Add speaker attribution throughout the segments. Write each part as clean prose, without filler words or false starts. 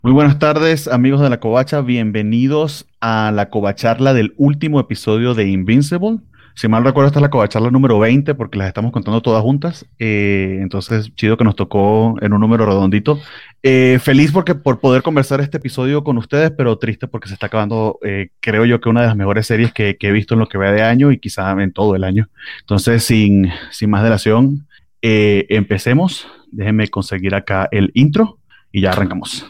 Speaker 1: Muy buenas tardes, amigos de la Covacha. Bienvenidos a la Covacharla del último episodio de Invincible. Si mal recuerdo, esta es la Covacharla número 20 porque las estamos contando todas juntas. Entonces, chido que nos tocó en un número redondito. Feliz por poder conversar este episodio con ustedes, pero triste porque se está acabando, creo yo, que una de las mejores series que he visto en lo que va de año y quizá en todo el año. Entonces, sin más dilación, empecemos. Déjenme conseguir acá el intro y ya arrancamos.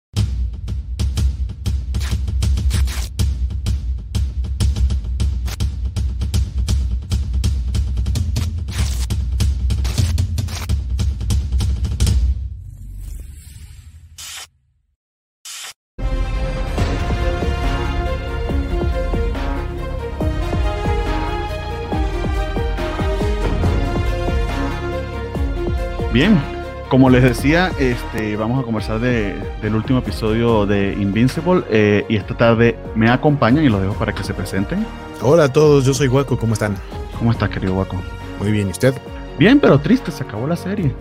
Speaker 1: Bien, como les decía, vamos a conversar del último episodio de Invincible y esta tarde me acompañan y los dejo para que se presenten.
Speaker 2: Hola a todos, yo soy Waco, ¿cómo están?
Speaker 1: ¿Cómo estás, querido Waco?
Speaker 2: Muy bien, ¿y usted?
Speaker 1: Bien, pero triste, se acabó la serie.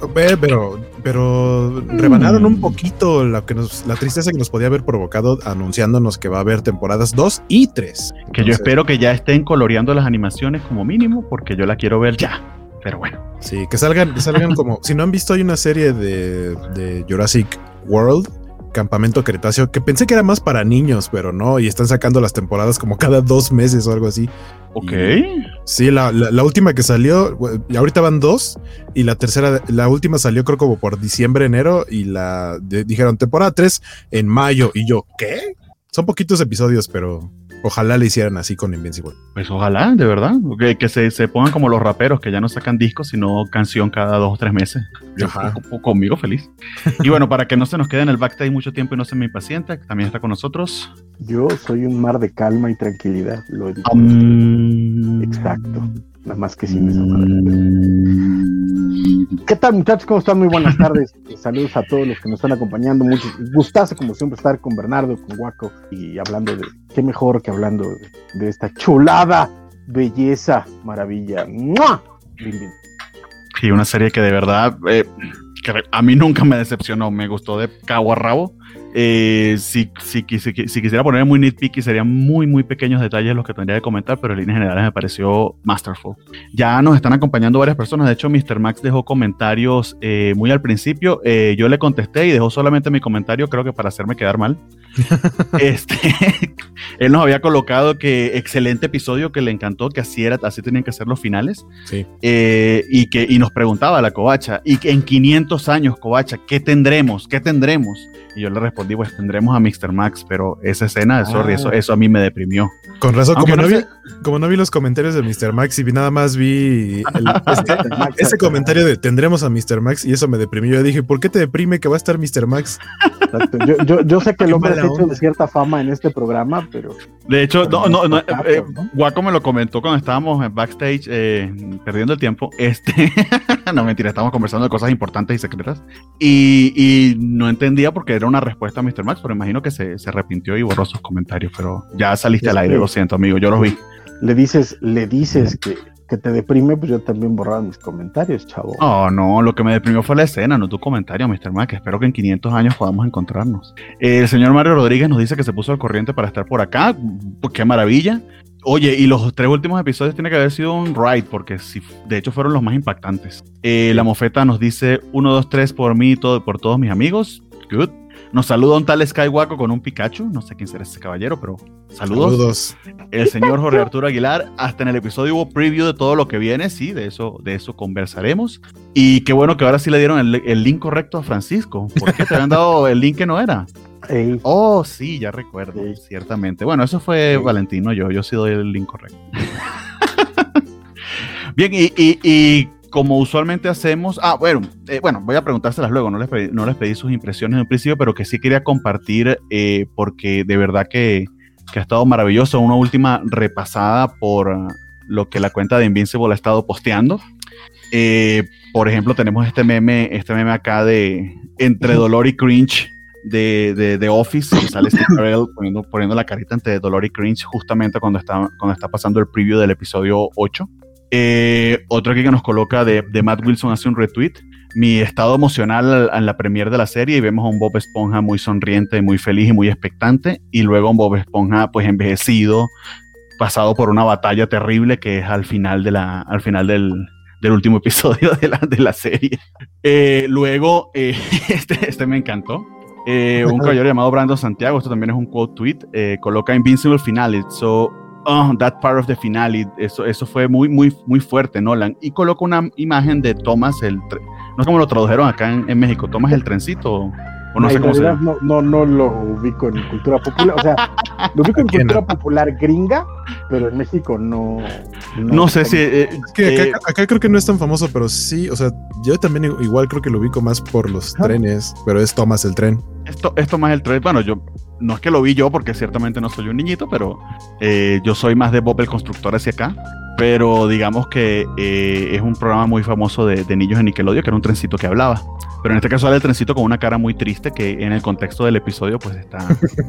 Speaker 2: Pero rebanaron un poquito la tristeza que nos podía haber provocado anunciándonos que va a haber temporadas 2 y 3.
Speaker 1: Que yo espero que ya estén coloreando las animaciones como mínimo, porque yo la quiero ver ya, pero bueno.
Speaker 2: Sí, que salgan como, si no han visto, hay una serie de Jurassic World, Campamento Cretáceo, que pensé que era más para niños, pero no, y están sacando las temporadas como cada 2 meses o algo así.
Speaker 1: Ok.
Speaker 2: Sí, la última que salió, y ahorita van 2, y la última salió creo como por diciembre, enero, y dijeron temporada 3 en mayo, y yo, ¿qué? Son poquitos episodios, pero ojalá le hicieran así con Invincible.
Speaker 1: Pues ojalá, de verdad, que se pongan como los raperos, que ya no sacan discos, sino canción cada 2 o 3 meses. Conmigo feliz. Y bueno, para que no se nos quede en el backstage mucho tiempo y no se me impaciente, también está con nosotros.
Speaker 3: Yo soy un mar de calma y tranquilidad, lo he dicho. Exacto, nada más que sin eso. ¿Qué tal, muchachos? ¿Cómo están? Muy buenas tardes. Saludos a todos los que nos están acompañando. Mucho gustazo, como siempre, estar con Bernardo, con Waco y hablando de, qué mejor que hablando de esta chulada, belleza, maravilla. ¡Mua!
Speaker 1: Sí, una serie que de verdad que a mí nunca me decepcionó, me gustó de cabo a rabo. Si quisiera poner muy nitpicky, serían muy pequeños detalles los que tendría que comentar, pero en líneas generales me pareció masterful. Ya nos están acompañando varias personas. De hecho, Mr. Max dejó comentarios muy al principio. Yo le contesté y dejó solamente mi comentario, creo que para hacerme quedar mal. Él nos había colocado que excelente episodio, que le encantó, que así tenían que ser los finales.
Speaker 2: Sí.
Speaker 1: Y nos preguntaba a la Covacha, y que en 500 años, Covacha, ¿qué tendremos? Y yo le respondí, pues tendremos a Mr. Max, pero esa escena, eso a mí me deprimió.
Speaker 2: Con razón, como no vi los comentarios de Mr. Max y nada más vi ese comentario de tendremos a Mr. Max y eso me deprimió. Yo dije, ¿por qué te deprime que va a estar Mr. Max?
Speaker 3: Exacto. Yo sé que el hombre ha hecho de cierta fama en este programa, pero...
Speaker 1: De hecho, Waco me lo comentó cuando estábamos en backstage perdiendo el tiempo. No, mentira, estábamos conversando de cosas importantes y secretas. Y no entendía porque era una respuesta a Mr. Max, pero imagino que se arrepintió y borró sus comentarios. Pero ya saliste al aire, lo siento, amigo, yo los vi.
Speaker 3: Le dices que te deprime, pues yo también borraba mis comentarios, chavo.
Speaker 1: Oh, no, lo que me deprimió fue la escena, no tu comentario, Mr. Mac. Espero que en 500 años podamos encontrarnos. El señor Mario Rodríguez nos dice que se puso al corriente para estar por acá. Pues qué maravilla. Oye, y los 3 últimos episodios tiene que haber sido un ride, porque sí, de hecho fueron los más impactantes. La Mofeta nos dice 1, 2, 3 por mí y por todos mis amigos. Good. Nos saluda un tal Skywalker con un Pikachu. No sé quién será ese caballero, pero saludos. El señor Jorge Arturo Aguilar. Hasta en el episodio hubo preview de todo lo que viene. Sí, de eso conversaremos. Y qué bueno que ahora sí le dieron el link correcto a Francisco. ¿Por qué te habían dado el link que no era?
Speaker 3: Ey.
Speaker 1: Oh, sí, ya recuerdo, ciertamente. Bueno, eso fue Valentino, yo sí doy el link correcto. Bien, y como usualmente hacemos, bueno, voy a preguntárselas luego, no les pedí sus impresiones en un principio, pero que sí quería compartir, porque de verdad que ha estado maravilloso. Una última repasada por lo que la cuenta de Invincible ha estado posteando. Por ejemplo, tenemos este meme acá de entre dolor y cringe de Office, que sale Steve Carell poniendo la carita entre dolor y cringe justamente cuando está pasando el preview del episodio 8. Otro aquí que nos coloca de Matt Wilson hace un retweet. mi estado emocional en la premiere de la serie y vemos a un Bob Esponja muy sonriente, muy feliz y muy expectante, y luego un Bob Esponja pues envejecido, pasado por una batalla terrible que es al final del último episodio de la serie. Luego, este me encantó. Un caballero llamado Brandon Santiago, esto también es un quote tweet, coloca Invincible Finale, so that part of the finale, eso fue muy, muy, muy fuerte, Nolan, y coloca una imagen de Thomas, no sé cómo lo tradujeron acá en México, Thomas el trencito, o no sé cómo se llama.
Speaker 3: No lo ubico en cultura popular, o sea, lo ubico en cultura popular gringa, pero en México
Speaker 1: no sé si...
Speaker 2: es que acá creo que no es tan famoso, pero sí, o sea, yo también igual creo que lo ubico más por los trenes, pero es Thomas el tren.
Speaker 1: Es Thomas el tren, bueno, no es que lo vi yo, porque ciertamente no soy un niñito, pero yo soy más de Bob el Constructor hacia acá. Pero digamos que es un programa muy famoso de niños en Nickelodeon, que era un trencito que hablaba. Pero en este caso sale el trencito con una cara muy triste, que en el contexto del episodio pues está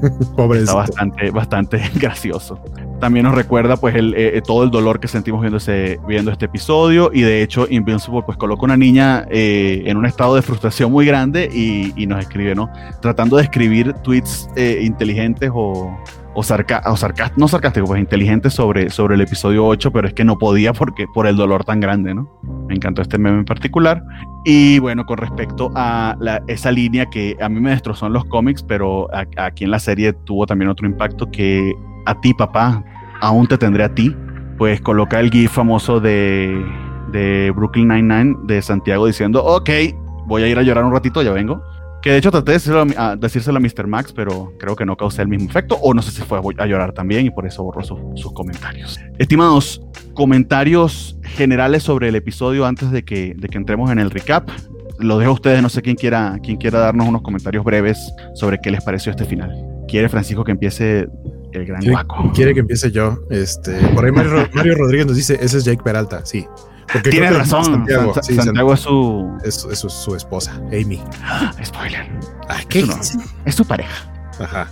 Speaker 1: bastante gracioso. También nos recuerda pues todo el dolor que sentimos viendo este episodio, y de hecho Invincible pues coloca una niña en un estado de frustración muy grande y nos escribe, ¿no? Tratando de escribir tweets inteligentes no sarcástico, pues inteligente sobre el episodio 8, pero es que no podía por el dolor tan grande, ¿no? Me encantó este meme en particular. Y bueno, con respecto a esa línea que a mí me destrozó en los cómics, pero aquí en la serie tuvo también otro impacto, que a ti, papá, aún te tendré a ti, pues coloca el gif famoso de Brooklyn Nine-Nine de Santiago diciendo, ok, voy a ir a llorar un ratito, ya vengo. Que de hecho traté de decírselo a Mr. Max, pero creo que no causé el mismo efecto, o no sé si fue a llorar también y por eso borró sus comentarios. Estimados, comentarios generales sobre el episodio antes de que entremos en el recap. Lo dejo a ustedes, no sé quién quiera darnos unos comentarios breves sobre qué les pareció este final. ¿Quiere Francisco que empiece el gran guaco?
Speaker 2: Quiere que empiece yo. Por ahí Mario Rodríguez nos dice, ese es Jake Peralta, sí. Porque
Speaker 1: tiene razón, Santiago
Speaker 2: es su esposa, Amy.
Speaker 1: Spoiler.
Speaker 2: ¿Qué?
Speaker 1: Es su pareja.
Speaker 2: Ajá.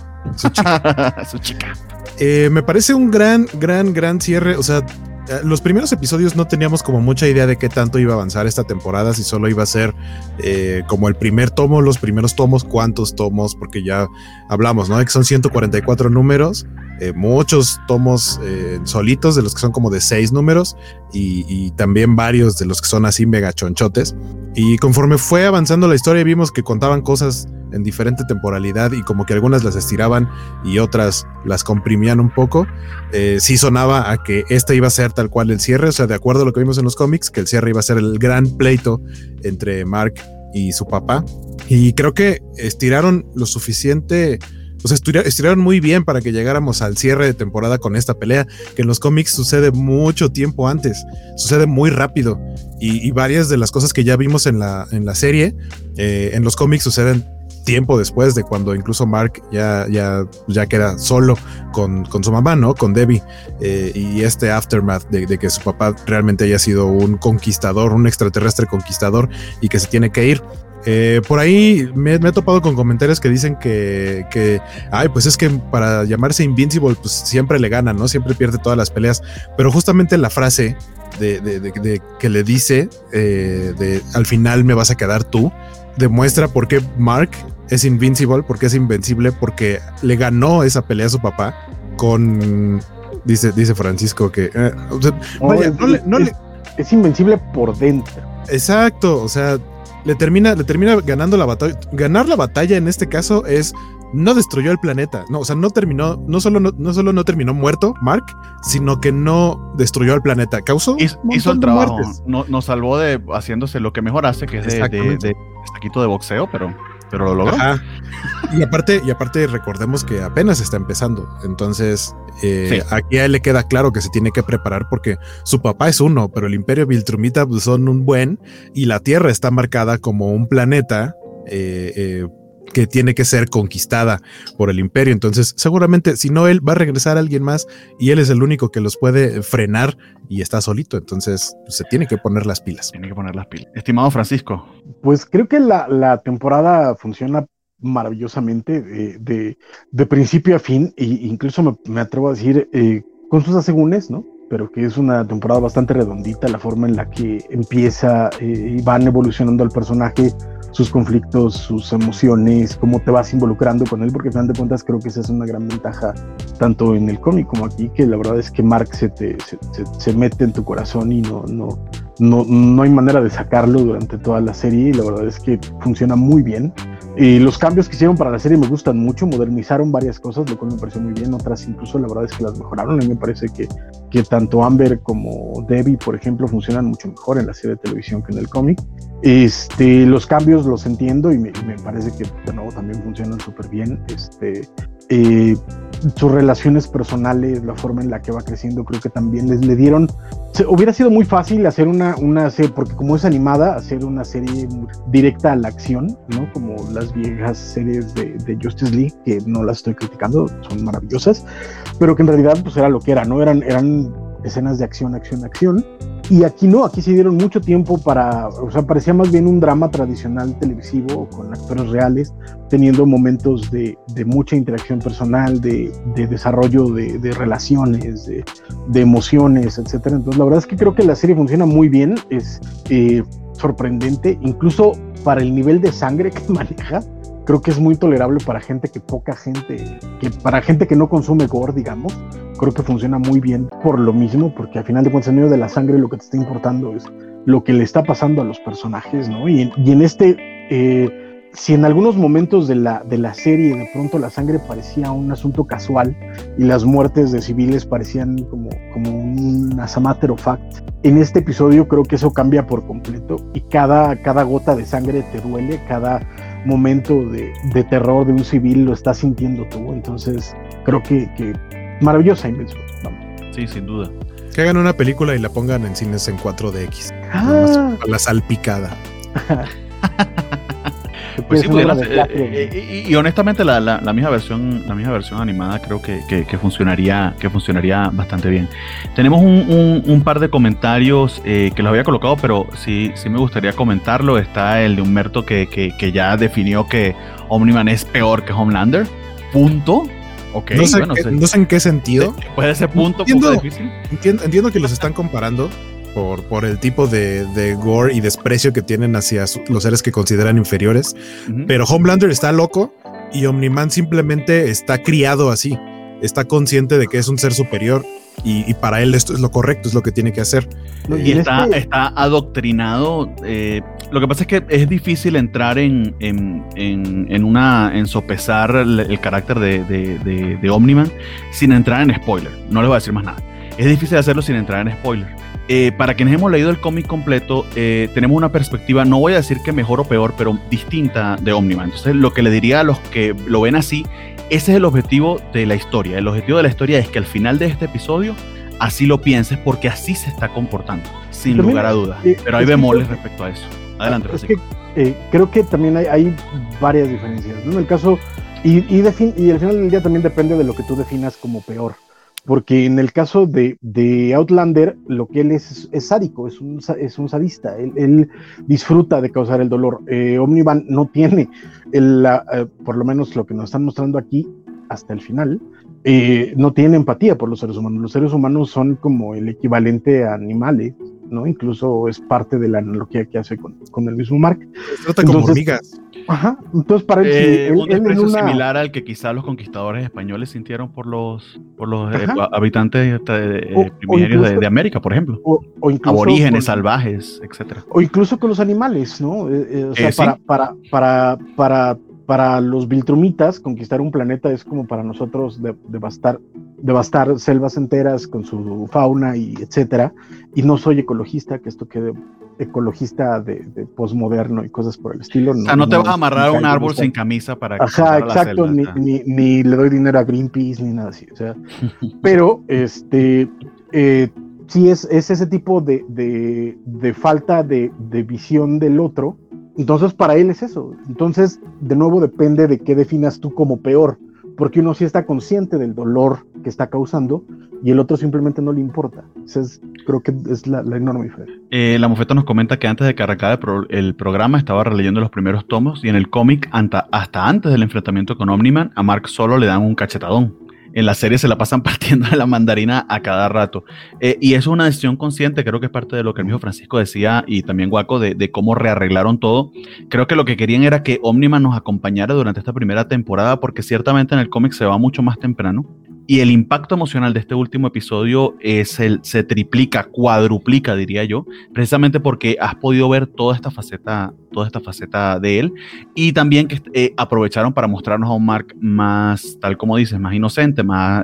Speaker 1: Su chica.
Speaker 2: Me parece un gran cierre. O sea, los primeros episodios no teníamos como mucha idea de qué tanto iba a avanzar esta temporada, si solo iba a ser como el primer tomo, los primeros tomos, cuántos tomos, porque ya hablamos, ¿no? De que son 144 números. Muchos tomos solitos, de los que son como de 6 números, y también varios de los que son así mega chonchotes. Y conforme fue avanzando la historia vimos que contaban cosas en diferente temporalidad y como que algunas las estiraban y otras las comprimían un poco. Sí sonaba a que esta iba a ser tal cual el cierre, o sea, de acuerdo a lo que vimos en los cómics, que el cierre iba a ser el gran pleito entre Mark y su papá. Y creo que estiraron lo suficiente. O sea, estiraron muy bien para que llegáramos al cierre de temporada con esta pelea, que en los cómics sucede mucho tiempo antes, sucede muy rápido, y varias de las cosas que ya vimos en la serie, en los cómics suceden tiempo después de cuando incluso Mark ya queda solo con su mamá, ¿no? Con Debbie, y este aftermath de que su papá realmente haya sido un conquistador, un extraterrestre conquistador, y que se tiene que ir. Por ahí me he topado con comentarios que dicen que pues es que para llamarse Invincible pues siempre le ganan, ¿no? Siempre pierde todas las peleas, pero justamente la frase de que le dice de al final me vas a quedar tú, demuestra por qué Mark es Invincible, porque es invencible, porque le ganó esa pelea a su papá con... Dice Francisco que...
Speaker 3: es invencible por dentro.
Speaker 2: Exacto, o sea... Le termina ganando la batalla. Ganar la batalla en este caso es no destruyó el planeta. No, o sea, no solo no terminó muerto Mark, sino que no destruyó el planeta. Causó
Speaker 1: hizo el trabajo. Nos salvó haciéndose lo que mejor hace, que es de taquito de boxeo, pero lo logró. Ajá.
Speaker 2: Y aparte recordemos que apenas está empezando. Entonces, sí. Aquí a él le queda claro que se tiene que preparar porque su papá es uno, pero el Imperio Viltrumita pues, son un buen, y la Tierra está marcada como un planeta que tiene que ser conquistada por el Imperio. Entonces, seguramente, si no él, va a regresar alguien más y él es el único que los puede frenar y está solito. Entonces, pues, se tiene que poner las pilas.
Speaker 1: Estimado Francisco.
Speaker 3: Pues creo que la temporada funciona maravillosamente de principio a fin, e incluso me atrevo a decir con sus asegúnes, ¿no? pero que es una temporada bastante redondita, la forma en la que empieza y van evolucionando el personaje, sus conflictos, sus emociones, cómo te vas involucrando con él, porque al final de cuentas creo que esa es una gran ventaja tanto en el cómic como aquí, que la verdad es que Mark se mete en tu corazón y no hay manera de sacarlo durante toda la serie, y la verdad es que funciona muy bien. Los cambios que hicieron para la serie me gustan mucho, modernizaron varias cosas, lo cual me pareció muy bien, otras incluso la verdad es que las mejoraron. A mí me parece que tanto Amber como Debbie, por ejemplo, funcionan mucho mejor en la serie de televisión que en el cómic. Los cambios los entiendo y me parece que de nuevo también funcionan súper bien. Sus relaciones personales, la forma en la que va creciendo, creo que también le dieron. Hubiera sido muy fácil hacer una serie, porque como es animada, hacer una serie directa a la acción, ¿no? Como las viejas series de Justice League, que no las estoy criticando, son maravillosas, pero que en realidad pues era lo que era, ¿no? Eran escenas de acción, y aquí no, aquí se dieron mucho tiempo parecía más bien un drama tradicional televisivo con actores reales, teniendo momentos de mucha interacción personal, de desarrollo de relaciones, de emociones, etcétera. Entonces la verdad es que creo que la serie funciona muy bien, es sorprendente, incluso para el nivel de sangre que maneja. Creo que es muy tolerable para para gente que no consume gore, digamos. Creo que funciona muy bien por lo mismo, porque al final de cuentas en medio de la sangre lo que te está importando es lo que le está pasando a los personajes, ¿no? Y en si en algunos momentos de la serie de pronto la sangre parecía un asunto casual y las muertes de civiles parecían como un as a matter of fact, en este episodio creo que eso cambia por completo y cada gota de sangre te duele, cada momento de terror de un civil lo estás sintiendo tú. Entonces creo que maravillosa Invincible, vamos.
Speaker 1: Sí, sin duda.
Speaker 2: Que hagan una película y la pongan en cines en 4DX. A la salpicada.
Speaker 1: Pues sí, pudiera ser, y honestamente la misma versión animada creo que funcionaría bastante bien. Tenemos un par de comentarios que los había colocado, pero sí me gustaría comentarlo. Está el de Humberto que ya definió que Omni-Man es peor que Homelander. Punto. Okay,
Speaker 2: no sé en qué sentido.
Speaker 1: Puede ser punto difícil.
Speaker 2: Entiendo que los están comparando por el tipo de gore y desprecio que tienen hacia los seres que consideran inferiores. Pero Homelander está loco y Omni-Man simplemente está criado así. Está consciente de que es un ser superior y para él esto es lo correcto, es lo que tiene que hacer.
Speaker 1: Y está adoctrinado. Lo que pasa es que es difícil entrar en sopesar el carácter de Omni-Man sin entrar en spoiler. No les voy a decir más nada. Es difícil hacerlo sin entrar en spoiler. Para quienes hemos leído el cómic completo, tenemos una perspectiva, no voy a decir que mejor o peor, pero distinta de Omni-Man. Entonces, lo que le diría a los que lo ven así, ese es el objetivo de la historia. El objetivo de la historia es que al final de este episodio así lo pienses, porque así se está comportando, sin lugar a dudas. Pero hay bemoles respecto a eso. Adelante, Francisco.
Speaker 3: Creo que también hay varias diferencias, ¿no? En el caso, y al final del día también depende de lo que tú definas como peor. Porque en el caso de Outlander, lo que él es sádico, es un sadista, él disfruta de causar el dolor. Omni-Man no tiene, por lo menos lo que nos están mostrando aquí, hasta el final, no tiene empatía por los seres humanos. Los seres humanos son como el equivalente a animales, ¿no? Incluso es parte de la analogía que hace con el mismo Mark.
Speaker 2: Se trata como hormigas.
Speaker 3: Ajá, entonces para él,
Speaker 1: un desprecio similar al que quizás los conquistadores españoles sintieron por los habitantes primarios de América, por ejemplo, o incluso aborígenes, salvajes, etcétera.
Speaker 3: O incluso con los animales, ¿no? O sea, ¿sí? Para los Viltrumitas, conquistar un planeta es como para nosotros devastar selvas enteras con su fauna y etcétera. Y no soy ecologista, que esto quede ecologista de posmoderno y cosas por el estilo.
Speaker 1: O sea, no te vas a amarrar a un árbol sin camisa para que
Speaker 3: ajá, exacto, ni le doy dinero a Greenpeace ni nada así, o sea, pero sí es ese tipo de falta de visión del otro. Entonces para él es eso. Entonces de nuevo depende de qué definas tú como peor, porque uno sí está consciente del dolor que está causando y el otro simplemente no le importa. Entonces creo que es la enorme diferencia.
Speaker 1: La Mofeta nos comenta que antes de que arrancara el programa estaba releyendo los primeros tomos y en el cómic hasta antes del enfrentamiento con Omni-Man a Mark solo le dan un cachetadón. en la serie se la pasan partiendo de la mandarina a cada rato. Y eso es una decisión consciente, creo que es parte de lo que el mismo Francisco decía y también Guaco, de cómo rearreglaron todo. Creo que lo que querían era que Omniman nos acompañara durante esta primera temporada, porque ciertamente en el cómic se va mucho más temprano. Y el impacto emocional de este último episodio se triplica, cuadruplica, diría yo, precisamente porque has podido ver toda esta faceta de él, y también que aprovecharon para mostrarnos a un Mark más, tal como dices, más inocente, más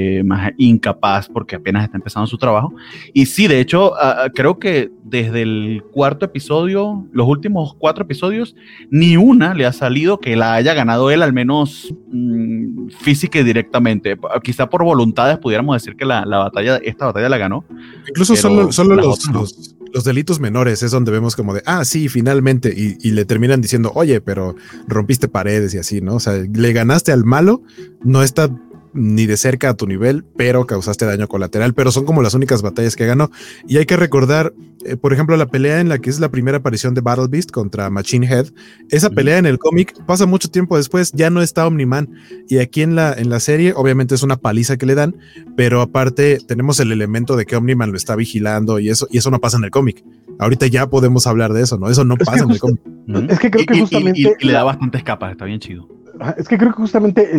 Speaker 1: incapaz, porque apenas está empezando su trabajo. Y sí, de hecho, creo que desde el cuarto episodio, los últimos 4 episodios, ni una le ha salido que la haya ganado él, al menos física y directamente. Quizá por voluntades pudiéramos decir que esta batalla la ganó.
Speaker 2: Incluso solo los delitos menores es donde vemos como de, sí, finalmente, y le terminan diciendo, oye, pero rompiste paredes y así, ¿no? O sea, le ganaste al malo, no está ni de cerca a tu nivel, pero causaste daño colateral, pero son como las únicas batallas que ganó. Y hay que recordar, por ejemplo, la pelea en la que es la primera aparición de Battle Beast contra Machine Head. Esa pelea en el cómic pasa mucho tiempo después, ya no está Omniman, y aquí en la serie obviamente es una paliza que le dan, pero aparte tenemos el elemento de que Omniman lo está vigilando, y eso no pasa en el cómic. Ahorita ya podemos hablar de eso, ¿no? Eso no pasa en el cómic.
Speaker 3: Es que creo que justamente...
Speaker 1: Y le da bastantes capas, está bien chido.
Speaker 3: Es que creo que justamente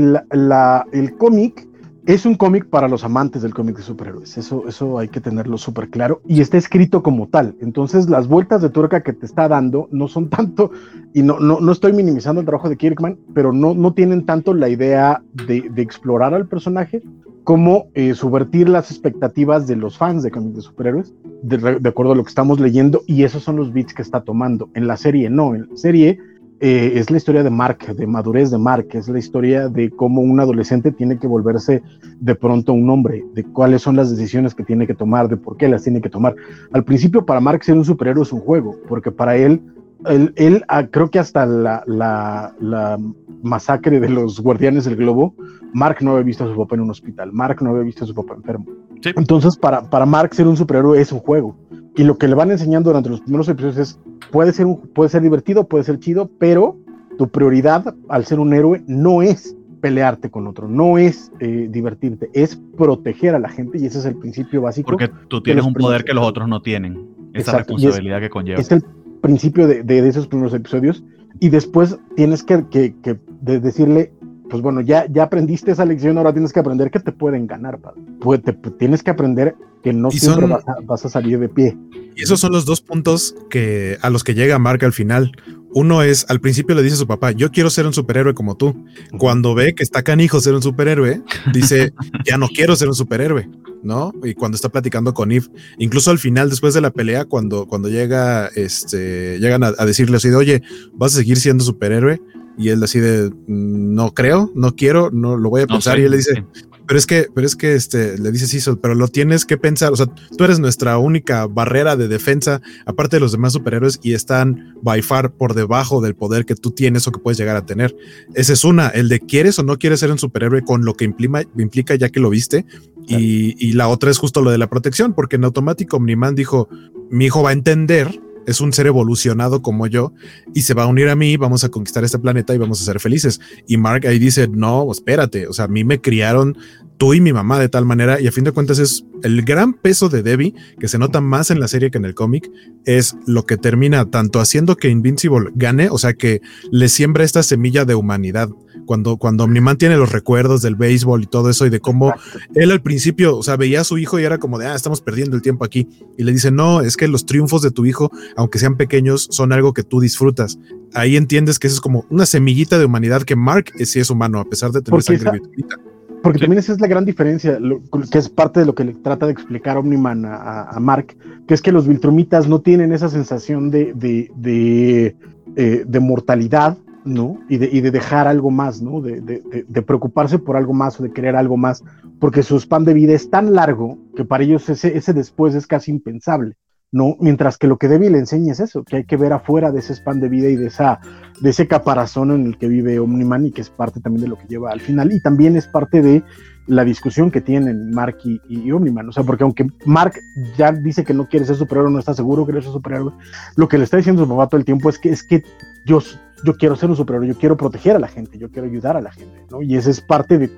Speaker 3: el cómic es un cómic para los amantes del cómic de superhéroes. Eso hay que tenerlo súper claro. Y está escrito como tal. Entonces, las vueltas de tuerca que te está dando no son tanto, y no estoy minimizando el trabajo de Kirkman, pero no tienen tanto la idea de explorar al personaje como subvertir las expectativas de los fans de cómics de superhéroes, de acuerdo a lo que estamos leyendo, y esos son los beats que está tomando. En la serie no, en la serie es la historia de Mark, de madurez de Mark, es la historia de cómo un adolescente tiene que volverse de pronto un hombre, de cuáles son las decisiones que tiene que tomar, de por qué las tiene que tomar. Al principio para Mark ser un superhéroe es un juego, porque para él creo que hasta la masacre de los Guardianes del Globo, Mark no había visto a su papá en un hospital, Mark no había visto a su papá enfermo. Sí. Entonces para Mark ser un superhéroe es un juego, y lo que le van enseñando durante los primeros episodios es, puede ser divertido, puede ser chido, pero tu prioridad al ser un héroe no es pelearte con otro, no es divertirte, es proteger a la gente, y ese es el principio básico.
Speaker 1: Porque tú tienes un poder que los otros no tienen, esa responsabilidad que conlleva.
Speaker 3: Es el principio de esos primeros episodios, y después tienes que decirle, pues bueno, ya aprendiste esa lección, ahora tienes que aprender que te pueden ganar, padre. Tienes que aprender que no siempre vas a salir de pie.
Speaker 2: Y esos son los 2 puntos a los que llega Mark al final. Uno es, al principio le dice a su papá, yo quiero ser un superhéroe como tú. Cuando ve que está canijo ser un superhéroe, dice, ya no quiero ser un superhéroe, ¿no? Y cuando está platicando con Eve, incluso al final, después de la pelea, cuando llegan a decirle así de, oye, ¿vas a seguir siendo superhéroe? Y él así de, no creo, no quiero, no lo voy a pensar. Y él le dice, pero es que le dice, sí, pero lo tienes que pensar, o sea, tú eres nuestra única barrera de defensa, aparte de los demás superhéroes, y están by far por debajo del poder que tú tienes o que puedes llegar a tener. Esa es el de quieres o no quieres ser un superhéroe, con lo que implica ya que lo viste. Y la otra es justo lo de la protección, porque en automático Omniman dijo, mi hijo va a entender, es un ser evolucionado como yo, y se va a unir a mí, vamos a conquistar este planeta y vamos a ser felices. Y Mark ahí dice, no, espérate, o sea, a mí me criaron tú y mi mamá de tal manera, y a fin de cuentas es el gran peso de Debbie, que se nota más en la serie que en el cómic, es lo que termina tanto haciendo que Invincible gane, o sea, que le siembra esta semilla de humanidad, cuando Omniman tiene los recuerdos del béisbol y todo eso, y de cómo él al principio, o sea, veía a su hijo y era como de, estamos perdiendo el tiempo aquí, y le dice, no, es que los triunfos de tu hijo, aunque sean pequeños, son algo que tú disfrutas. Ahí entiendes que eso es como una semillita de humanidad, que Mark sí es humano, a pesar de tener sangre violeta.
Speaker 3: Porque también esa es la gran diferencia, que es parte de lo que le trata de explicar Omniman a Mark, que es que los Viltrumitas no tienen esa sensación de mortalidad, ¿no? Y de dejar algo más, ¿no? De preocuparse por algo más o de querer algo más, porque su span de vida es tan largo que para ellos ese después es casi impensable, ¿no? Mientras que lo que Debbie le enseña es eso, que hay que ver afuera de ese span de vida y de ese caparazón en el que vive Omniman, y que es parte también de lo que lleva al final, y también es parte de la discusión que tienen Mark y Omniman, o sea, porque aunque Mark ya dice que no quiere ser superhéroe, no está seguro que quiere ser superhéroe, lo que le está diciendo su papá todo el tiempo es que yo quiero ser un superhéroe, yo quiero proteger a la gente, yo quiero ayudar a la gente, ¿no? Y esa es parte de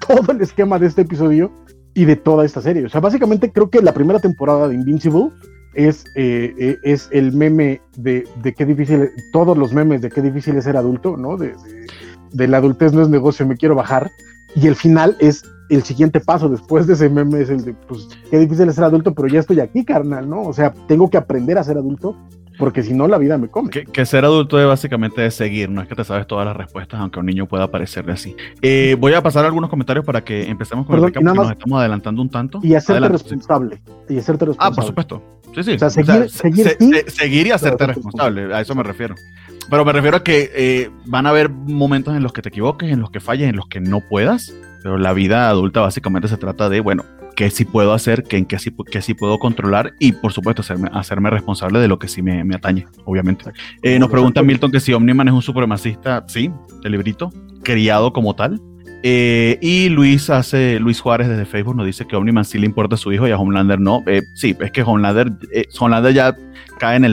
Speaker 3: todo el esquema de este episodio y de toda esta serie. O sea, básicamente creo que la primera temporada de Invincible es el meme de qué difícil, todos los memes de qué difícil es ser adulto, ¿no? De la adultez no es negocio, me quiero bajar. Y el final es el siguiente paso después de ese meme, es el de, pues, qué difícil es ser adulto, pero ya estoy aquí, carnal, ¿no? O sea, tengo que aprender a ser adulto, porque si no, la vida me come.
Speaker 1: Que ser adulto es básicamente de seguir, no es que te sabes todas las respuestas, aunque a un niño pueda parecerle así. Voy a pasar algunos comentarios para que empecemos con el recap, porque nos estamos adelantando un tanto.
Speaker 3: Y hacerte responsable. Sí.
Speaker 1: Ah, por supuesto. Sí.
Speaker 3: O sea, seguir
Speaker 1: y hacerte responsable, a eso me refiero. Pero me refiero a que van a haber momentos en los que te equivoques, en los que falles, en los que no puedas, pero la vida adulta básicamente se trata de, bueno, qué sí puedo hacer, qué sí puedo controlar y, por supuesto, hacerme responsable de lo que sí me atañe, obviamente. Nos pregunta Milton que si Omniman es un supremacista, sí, del librito, criado como tal. Y Luis Juárez desde Facebook nos dice que a Omniman sí le importa a su hijo y a Homelander no. Sí, es que Homelander ya cae en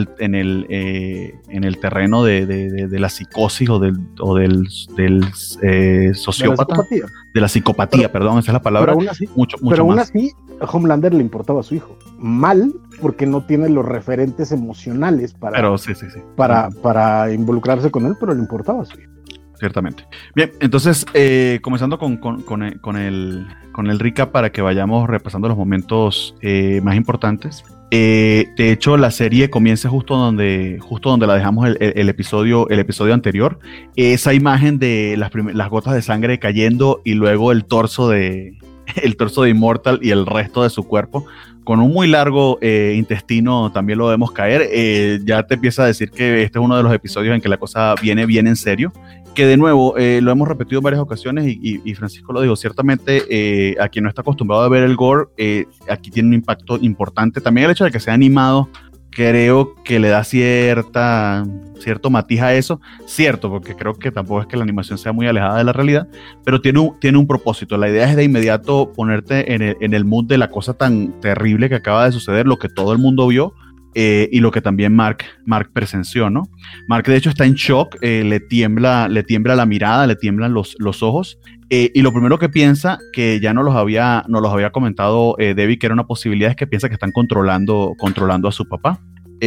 Speaker 1: el terreno de la psicosis o del sociópata, de la psicopatía, perdón, esa es la palabra.
Speaker 3: Pero aún así,
Speaker 1: mucho
Speaker 3: aún
Speaker 1: más.
Speaker 3: Así, a Homelander le importaba a su hijo. Mal, porque no tiene los referentes emocionales para involucrarse con él, pero le importaba a su hijo.
Speaker 1: Ciertamente. Bien, entonces, comenzando con el recap para que vayamos repasando los momentos más importantes. De hecho, la serie comienza justo donde la dejamos el episodio anterior. Esa imagen de las gotas de sangre cayendo y luego el torso de Immortal y el resto de su cuerpo con un muy largo intestino también lo vemos caer. Ya te empieza a decir que este es uno de los episodios en que la cosa viene bien en serio, que de nuevo lo hemos repetido en varias ocasiones y Francisco lo dijo, ciertamente a quien no está acostumbrado a ver el gore, aquí tiene un impacto importante. También el hecho de que sea animado creo que le da cierto matiz a eso, cierto, porque creo que tampoco es que la animación sea muy alejada de la realidad, pero tiene un propósito. La idea es de inmediato ponerte en el mood de la cosa tan terrible que acaba de suceder, lo que todo el mundo vio, y lo que también Mark presenció, ¿no? Mark de hecho está en shock, le tiembla la mirada, le tiemblan los ojos, y lo primero que piensa, que ya nos los había comentado Debbie, que era una posibilidad, es que piensa que están controlando a su papá,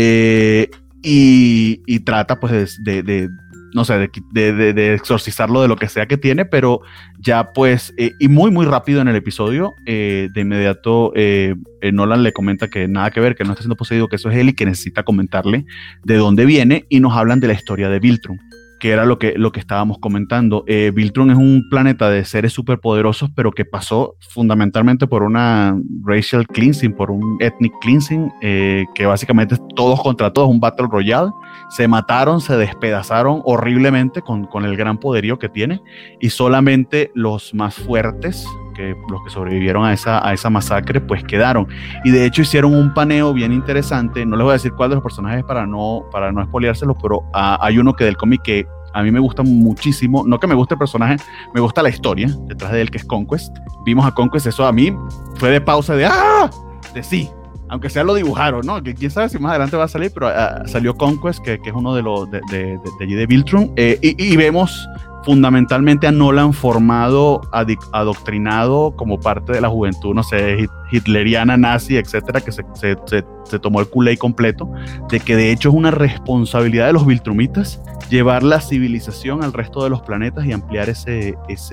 Speaker 1: y trata pues de exorcizarlo de lo que sea que tiene, pero ya pues, y muy muy rápido en el episodio, de inmediato Nolan le comenta que nada que ver, que no está siendo poseído, que eso es él y que necesita comentarle de dónde viene, y nos hablan de la historia de Viltrum, que era lo que estábamos comentando. Viltrum es un planeta de seres superpoderosos, pero que pasó fundamentalmente por una racial cleansing, por un ethnic cleansing, que básicamente es todos contra todos, un battle royale. Se mataron, se despedazaron horriblemente con el gran poderío que tiene, y solamente los más fuertes, que los que sobrevivieron a esa masacre, pues quedaron. Y de hecho hicieron un paneo bien interesante. No les voy a decir cuál de los personajes para no spoileárselos, pero hay uno que del cómic que a mí me gusta muchísimo. No que me guste el personaje, me gusta la historia detrás de él, que es Conquest. Vimos a Conquest, eso a mí fue de pausa de sí, aunque sea lo dibujaron, ¿no? Que quién sabe si más adelante va a salir, pero salió Conquest, que es uno de Viltrum, y vemos fundamentalmente a Nolan formado, adoctrinado como parte de la juventud, no sé, hitleriana, nazi, etcétera, que se tomó el Kool-Aid completo, de que de hecho es una responsabilidad de los Viltrumitas llevar la civilización al resto de los planetas y ampliar ese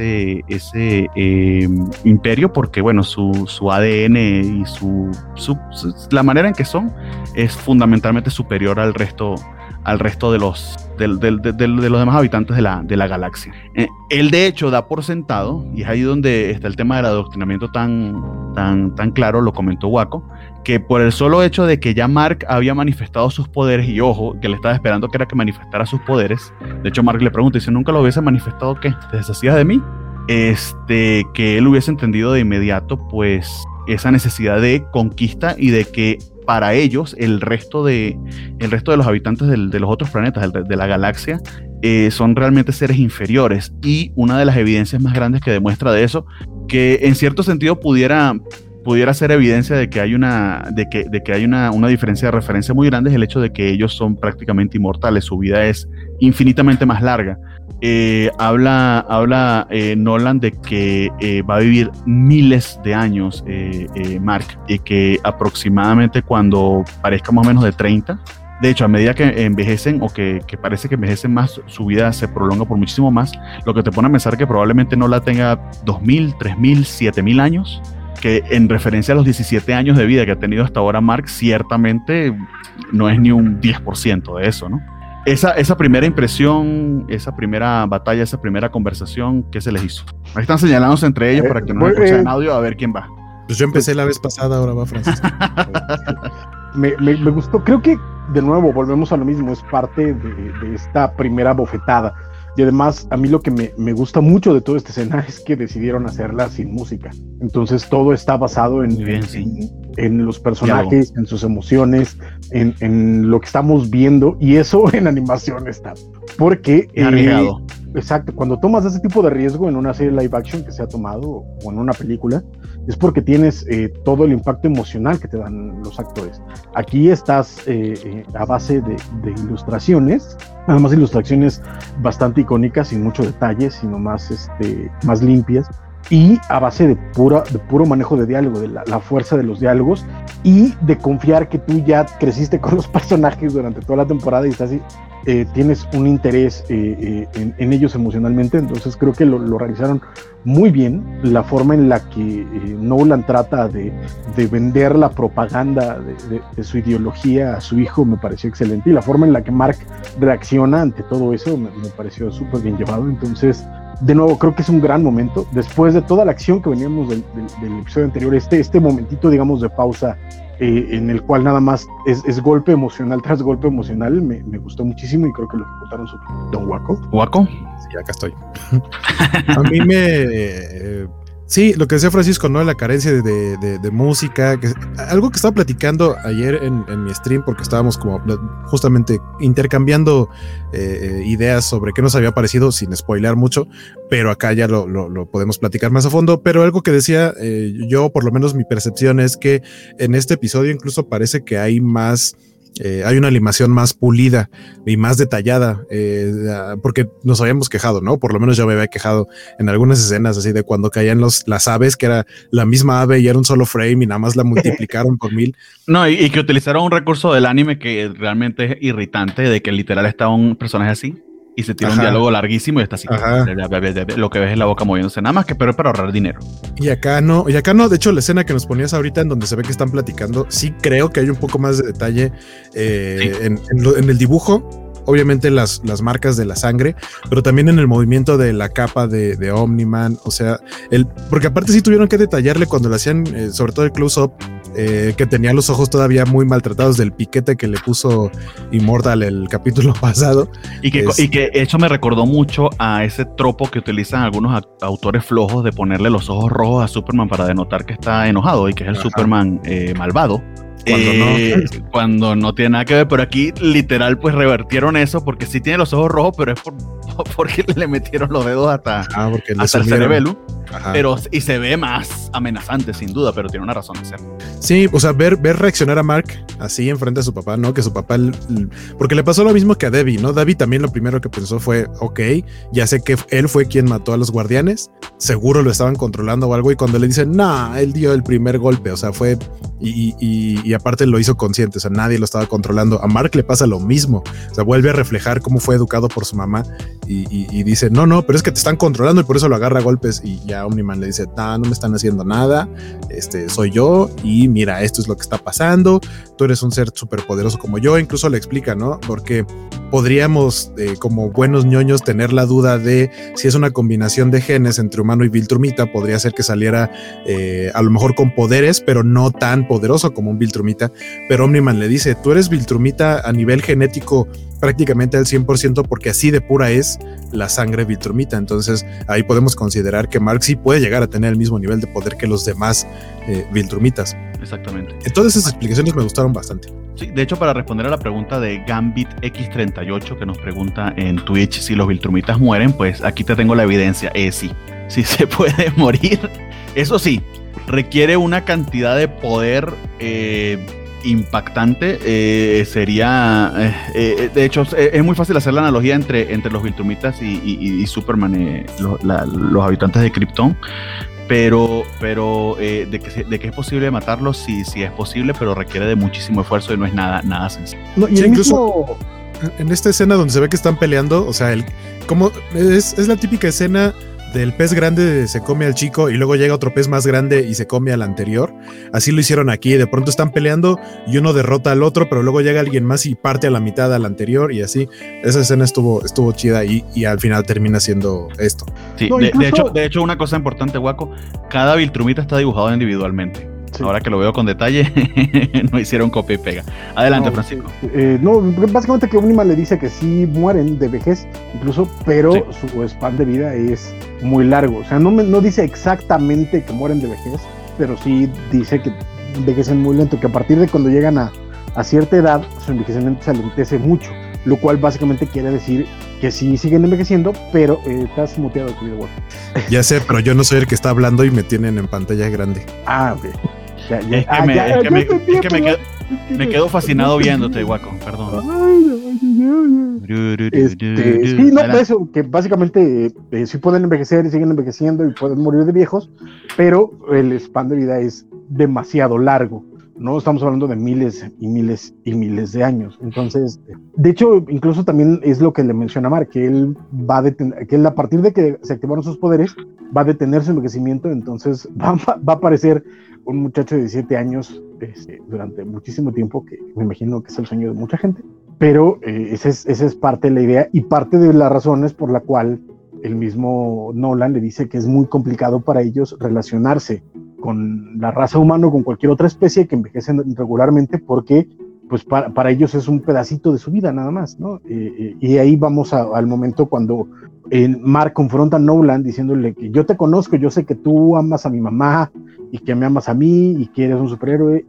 Speaker 1: imperio, porque bueno, su ADN y la manera en que son es fundamentalmente superior al resto de los demás habitantes de la galaxia. Él de hecho da por sentado, y es ahí donde está el tema del adoctrinamiento tan claro, lo comentó Waco, que por el solo hecho de que ya Mark había manifestado sus poderes, y ojo, que le estaba esperando que era que manifestara sus poderes. De hecho Mark le pregunta, y si nunca lo hubiese manifestado, ¿qué? ¿Te deshacías de mí? Que él hubiese entendido de inmediato pues esa necesidad de conquista, y de que para ellos el resto de los habitantes de los otros planetas de la galaxia son realmente seres inferiores. Y una de las evidencias más grandes que demuestra de eso, que en cierto sentido pudiera pudiera ser evidencia de que hay una diferencia de referencia muy grande es el hecho de que ellos son prácticamente inmortales, su vida es infinitamente más larga. Habla Nolan de que va a vivir miles de años Mark, y que aproximadamente cuando parezca más o menos de 30, de hecho a medida que envejecen o que parece que envejecen más, su vida se prolonga por muchísimo más, lo que te pone a pensar que probablemente Nolan tenga 2000, 3000, 7000 años, que en referencia a los 17 años de vida que ha tenido hasta ahora Mark, ciertamente no es ni un 10% de eso, ¿no? Esa primera impresión, esa primera batalla, esa primera conversación, ¿qué se les hizo? Ahí están señalándose entre ellos para que nos escuchen en audio a ver quién va.
Speaker 2: Pues yo empecé la vez pasada, ahora va Francisco.
Speaker 3: Me gustó, creo que de nuevo volvemos a lo mismo, es parte de esta primera bofetada. Y además, a mí lo que me gusta mucho de toda esta escena es que decidieron hacerla sin música. Entonces todo está basado en los personajes, en sus emociones, en lo que estamos viendo, y eso en animación está. Porque
Speaker 1: arriesgado.
Speaker 3: Exacto, cuando tomas ese tipo de riesgo en una serie live action que se ha tomado o en una película, es porque tienes todo el impacto emocional que te dan los actores. Aquí estás a base de ilustraciones, además ilustraciones bastante icónicas, sin mucho detalle, sino más limpias, y a base de puro manejo de diálogo, de la fuerza de los diálogos, y de confiar que tú ya creciste con los personajes durante toda la temporada y estás tienes un interés en ellos emocionalmente. Entonces creo que lo realizaron muy bien. La forma en la que Nolan trata de vender la propaganda de su ideología a su hijo me pareció excelente, y la forma en la que Mark reacciona ante todo eso me pareció súper bien llevado. Entonces, de nuevo, creo que es un gran momento después de toda la acción que veníamos del episodio anterior, este momentito, digamos, de pausa, en el cual nada más es golpe emocional tras golpe emocional. Me gustó muchísimo y creo que lo ejecutaron súper. Don
Speaker 1: ¿Waco?
Speaker 2: Sí, acá estoy. A mí sí, lo que decía Francisco, ¿no? La carencia de música, algo que estaba platicando ayer en mi stream, porque estábamos como justamente intercambiando ideas sobre qué nos había parecido, sin spoilear mucho, pero acá ya lo podemos platicar más a fondo. Pero algo que decía yo, por lo menos mi percepción, es que en este episodio incluso parece que hay más... hay una animación más pulida y más detallada, porque nos habíamos quejado, ¿no? Por lo menos yo me había quejado en algunas escenas así de cuando caían las aves, que era la misma ave y era un solo frame y nada más la multiplicaron por 1000.
Speaker 1: No, y que utilizaron un recurso del anime que realmente es irritante, de que literal está un personaje así y se tira un diálogo larguísimo y está así. Lo que ves es la boca moviéndose, nada más que pero es para ahorrar dinero. Y acá no. De hecho, la escena que nos ponías ahorita, en donde se ve que están platicando, sí creo que hay un poco más de detalle en el dibujo. Obviamente las marcas de la sangre, pero también en el movimiento de la capa de Omni-Man. O sea, porque aparte sí tuvieron que detallarle cuando le hacían, sobre todo el close-up, que tenía los ojos todavía muy maltratados del piquete que le puso Immortal el capítulo pasado. Y que eso me recordó mucho a ese tropo que utilizan algunos autores flojos de ponerle los ojos rojos a Superman para denotar que está enojado y que es el Superman malvado. Cuando no tiene nada que ver, pero aquí literal pues revertieron eso, porque sí tiene los ojos rojos, pero es porque le metieron los dedos hasta el cerebelo. Pero y se ve más amenazante sin duda, pero tiene una razón de ser. Sí, o sea, ver reaccionar a Mark así enfrente a su papá, ¿no? Que su papá, porque le pasó lo mismo que a Debbie, ¿no? Debbie también lo primero que pensó fue, ok, ya sé que él fue quien mató a los guardianes, seguro lo estaban controlando o algo, y cuando le dicen, nah, él dio el primer golpe, o sea, fue, y aparte lo hizo consciente, o sea, nadie lo estaba controlando. A Mark le pasa lo mismo, o sea, vuelve a reflejar cómo fue educado por su mamá, y dice, no, pero es que te están controlando, y por eso lo agarra a golpes, y ya Omni-Man le dice, no me están haciendo nada, soy yo, y mira, esto es lo que está pasando, tú eres un ser súper poderoso como yo. Incluso le explica, ¿no? Porque podríamos, como buenos ñoños, tener la duda de si es una combinación de genes entre humano y Viltrumita. Podría ser que saliera a lo mejor con poderes, pero no tan poderoso como un Viltrumita. Pero Omni-Man le dice, tú eres Viltrumita a nivel genético prácticamente al 100%, porque así de pura es la sangre Viltrumita. Entonces ahí podemos considerar que Mark sí puede llegar a tener el mismo nivel de poder que los demás Viltrumitas. Exactamente. Todas esas explicaciones me gustaron bastante. Sí, de hecho, para responder a la pregunta de Gambit X38, que nos pregunta en Twitch si los Viltrumitas mueren, pues aquí te tengo la evidencia. Sí se puede morir. Eso sí, requiere una cantidad de poder impactante. De hecho, es muy fácil hacer la analogía entre los Viltrumitas y Superman, los habitantes de Krypton. Pero de que es posible matarlos, sí es posible, pero requiere de muchísimo esfuerzo y no es nada sencillo.
Speaker 2: No, y sí, incluso en esta escena donde se ve que están peleando, o sea, como es la típica escena del pez grande se come al chico y luego llega otro pez más grande y se come al anterior. Así lo hicieron aquí, de pronto están peleando y uno derrota al otro, pero luego llega alguien más y parte a la mitad al anterior y así. Esa escena estuvo chida y al final termina siendo esto.
Speaker 1: Sí, no, de hecho una cosa importante, Guaco, cada Viltrumita está dibujado individualmente. Sí. Ahora que lo veo con detalle, no hicieron copia y pega. Adelante, Francisco.
Speaker 3: Básicamente que Omniman le dice que sí mueren de vejez, incluso, pero sí, su span de vida es muy largo. O sea, no dice exactamente que mueren de vejez, pero sí dice que envejecen muy lento, que a partir de cuando llegan a cierta edad, su envejecimiento se alentece mucho, lo cual básicamente quiere decir que sí siguen envejeciendo, pero estás muteado, querido Guaco.
Speaker 2: Ya sé, pero yo no soy el que está hablando y me tienen en pantalla grande.
Speaker 3: Ah, ok.
Speaker 1: Me quedo fascinado viéndote, Guaco, perdón.
Speaker 3: Sí, no, eso, que básicamente sí pueden envejecer y siguen envejeciendo y pueden morir de viejos, pero el span de vida es demasiado largo. No estamos hablando de miles y miles y miles de años. Entonces, de hecho, incluso también es lo que le menciona Mark, que él va a detener, que él, a partir de que se activaron sus poderes, va a detener su envejecimiento. Entonces va a aparecer un muchacho de 17 años durante muchísimo tiempo, que me imagino que es el sueño de mucha gente, pero esa es parte de la idea y parte de las razones por la cual el mismo Nolan le dice que es muy complicado para ellos relacionarse con la raza humana o con cualquier otra especie que envejecen regularmente, porque pues para ellos es un pedacito de su vida nada más, ¿no? Y ahí vamos al momento cuando Mark confronta a Nolan diciéndole que yo te conozco, yo sé que tú amas a mi mamá y que me amas a mí y que eres un superhéroe,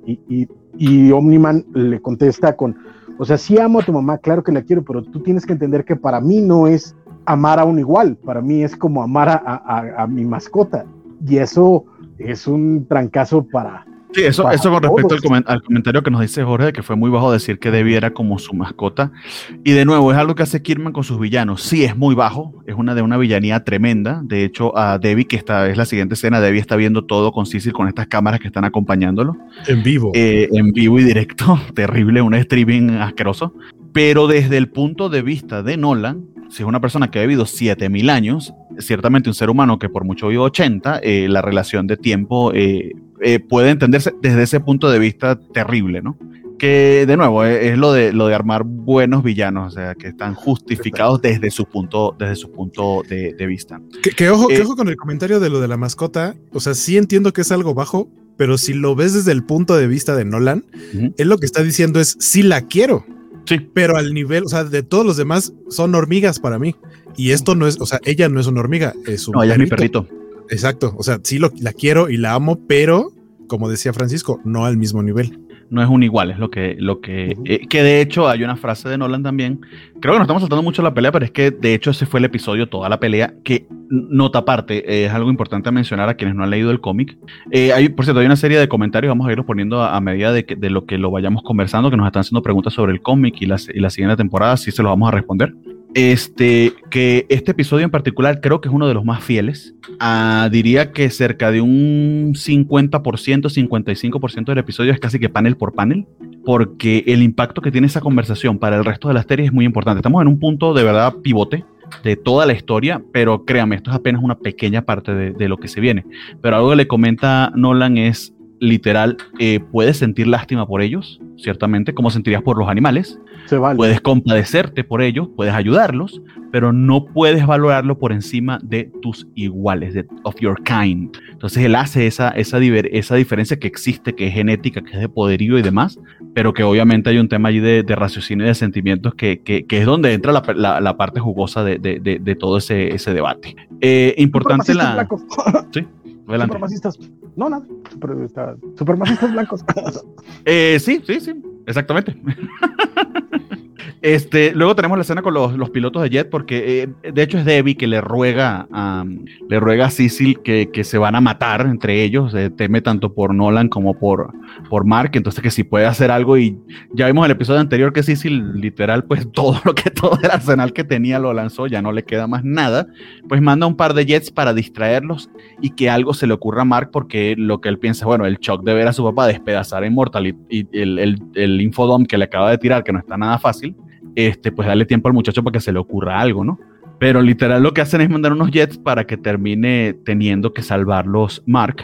Speaker 3: y Omniman le contesta o sea, sí amo a tu mamá, claro que la quiero, pero tú tienes que entender que para mí no es amar a un igual, para mí es como amar a mi mascota, y eso es un trancazo para...
Speaker 1: Sí, eso con respecto al comentario que nos dice Jorge, de que fue muy bajo decir que Debbie era como su mascota. Y de nuevo, es algo que hace Kirkman con sus villanos. Sí, es muy bajo, es de una villanía tremenda. De hecho, a Debbie, que es la siguiente escena, Debbie está viendo todo con Cecil, con estas cámaras que están acompañándolo.
Speaker 2: En vivo.
Speaker 1: En vivo y directo, terrible, un streaming asqueroso. Pero desde el punto de vista de Nolan, si es una persona que ha vivido 7,000 años, ciertamente un ser humano que por mucho vive 80, la relación de tiempo puede entenderse desde ese punto de vista terrible, ¿no? Que de nuevo es lo de armar buenos villanos, o sea, que están justificados desde su punto de vista.
Speaker 2: Que ojo con el comentario de lo de la mascota, o sea, sí entiendo que es algo bajo, pero si lo ves desde el punto de vista de Nolan, él lo que está diciendo es, sí la quiero. Sí. Pero al nivel, o sea, de todos los demás son hormigas para mí. Y esto no es, o sea, ella no es una hormiga, es un
Speaker 1: perrito. Ella es mi perrito.
Speaker 2: Exacto, o sea, sí la quiero y la amo, pero, como decía Francisco, no al mismo nivel.
Speaker 1: No es un igual, es lo que que de hecho hay una frase de Nolan también, creo que nos estamos saltando mucho la pelea, pero es que de hecho ese fue el episodio, toda la pelea, que nota aparte, es algo importante a mencionar a quienes no han leído el cómic. Por cierto, hay una serie de comentarios, vamos a irlos poniendo a medida de lo que lo vayamos conversando, que nos están haciendo preguntas sobre el cómic y la siguiente temporada, sí se los vamos a responder. Que este episodio en particular creo que es uno de los más fieles. Diría que cerca de un 50%, 55% del episodio es casi que panel por panel, porque el impacto que tiene esa conversación para el resto de la serie es muy importante. Estamos en un punto de verdad pivote de toda la historia, pero créanme, esto es apenas una pequeña parte de lo que se viene. Pero algo que le comenta Nolan es literal, puedes sentir lástima por ellos, ciertamente, como sentirías por los animales.
Speaker 3: Se vale.
Speaker 1: Puedes compadecerte por ellos, puedes ayudarlos, pero no puedes valorarlo por encima de tus iguales, of your kind. Entonces él hace esa diferencia que existe, que es genética, que es de poderío y demás, pero que obviamente hay un tema allí de raciocinio y de sentimientos que es donde entra la parte jugosa de todo ese debate. Importante la... ¿Sí? Adelante.
Speaker 3: Supremacistas. No, nada. Supremacistas blancos.
Speaker 1: Sí, exactamente. Luego tenemos la escena con los pilotos de jet, porque de hecho es Debbie que le ruega a Cecil que se van a matar entre ellos, teme tanto por Nolan como por Mark, entonces que si puede hacer algo, y ya vimos el episodio anterior que Cecil literal pues todo el arsenal que tenía lo lanzó, ya no le queda más nada, pues manda un par de jets para distraerlos y que algo se le ocurra a Mark, porque lo que él piensa, bueno, el shock de ver a su papá despedazar a Immortal y el infodom que le acaba de tirar, que no está nada fácil, pues darle tiempo al muchacho para que se le ocurra algo, ¿no? Pero literal lo que hacen es mandar unos jets para que termine teniendo que salvarlos Mark.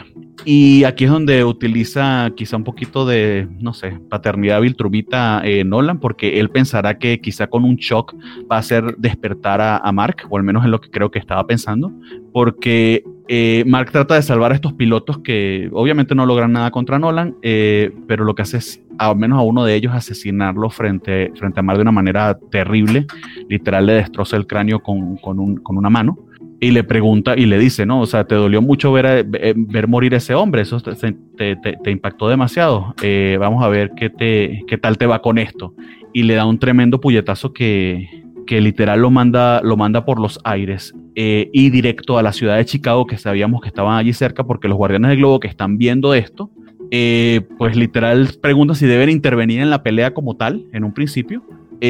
Speaker 1: Y aquí es donde utiliza quizá un poquito de, no sé, paternidad viltrumita Nolan, porque él pensará que quizá con un shock va a hacer despertar a Mark, o al menos es lo que creo que estaba pensando, porque Mark trata de salvar a estos pilotos que obviamente no logran nada contra Nolan, pero lo que hace es, al menos a uno de ellos, asesinarlo frente a Mark de una manera terrible. Literal le destroza el cráneo con una mano. Y le pregunta y le dice, ¿no? O sea, ¿te dolió mucho ver morir a ese hombre? ¿Eso te impactó demasiado? Vamos a ver qué tal te va con esto. Y le da un tremendo puñetazo que literal lo manda por los aires y directo a la ciudad de Chicago, que sabíamos que estaban allí cerca, porque los guardianes del globo que están viendo esto, pues literal preguntan si deben intervenir en la pelea como tal, en un principio.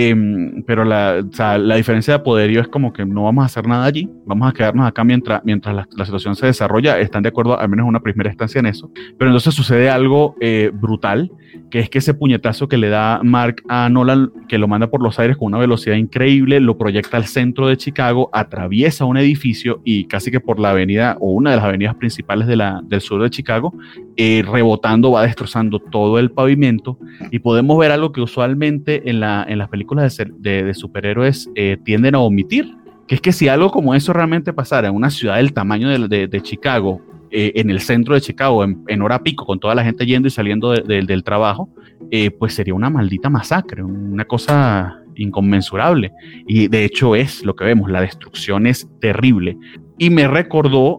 Speaker 1: Pero la diferencia de poderío es como que no vamos a hacer nada allí, vamos a quedarnos acá mientras la situación se desarrolla. Están de acuerdo, al menos en una primera instancia, en eso, pero entonces sucede algo brutal, que es que ese puñetazo que le da Mark a Nolan, que lo manda por los aires con una velocidad increíble, lo proyecta al centro de Chicago, atraviesa un edificio y casi que por la avenida, o una de las avenidas principales del sur de Chicago, rebotando, va destrozando todo el pavimento. Y podemos ver algo que usualmente en las películas de superhéroes tienden a omitir, que es que si algo como eso realmente pasara en una ciudad del tamaño de Chicago, en el centro de Chicago, en hora pico, con toda la gente yendo y saliendo del trabajo, pues sería una maldita masacre, una cosa inconmensurable. Y de hecho es lo que vemos, la destrucción es terrible. Y me recordó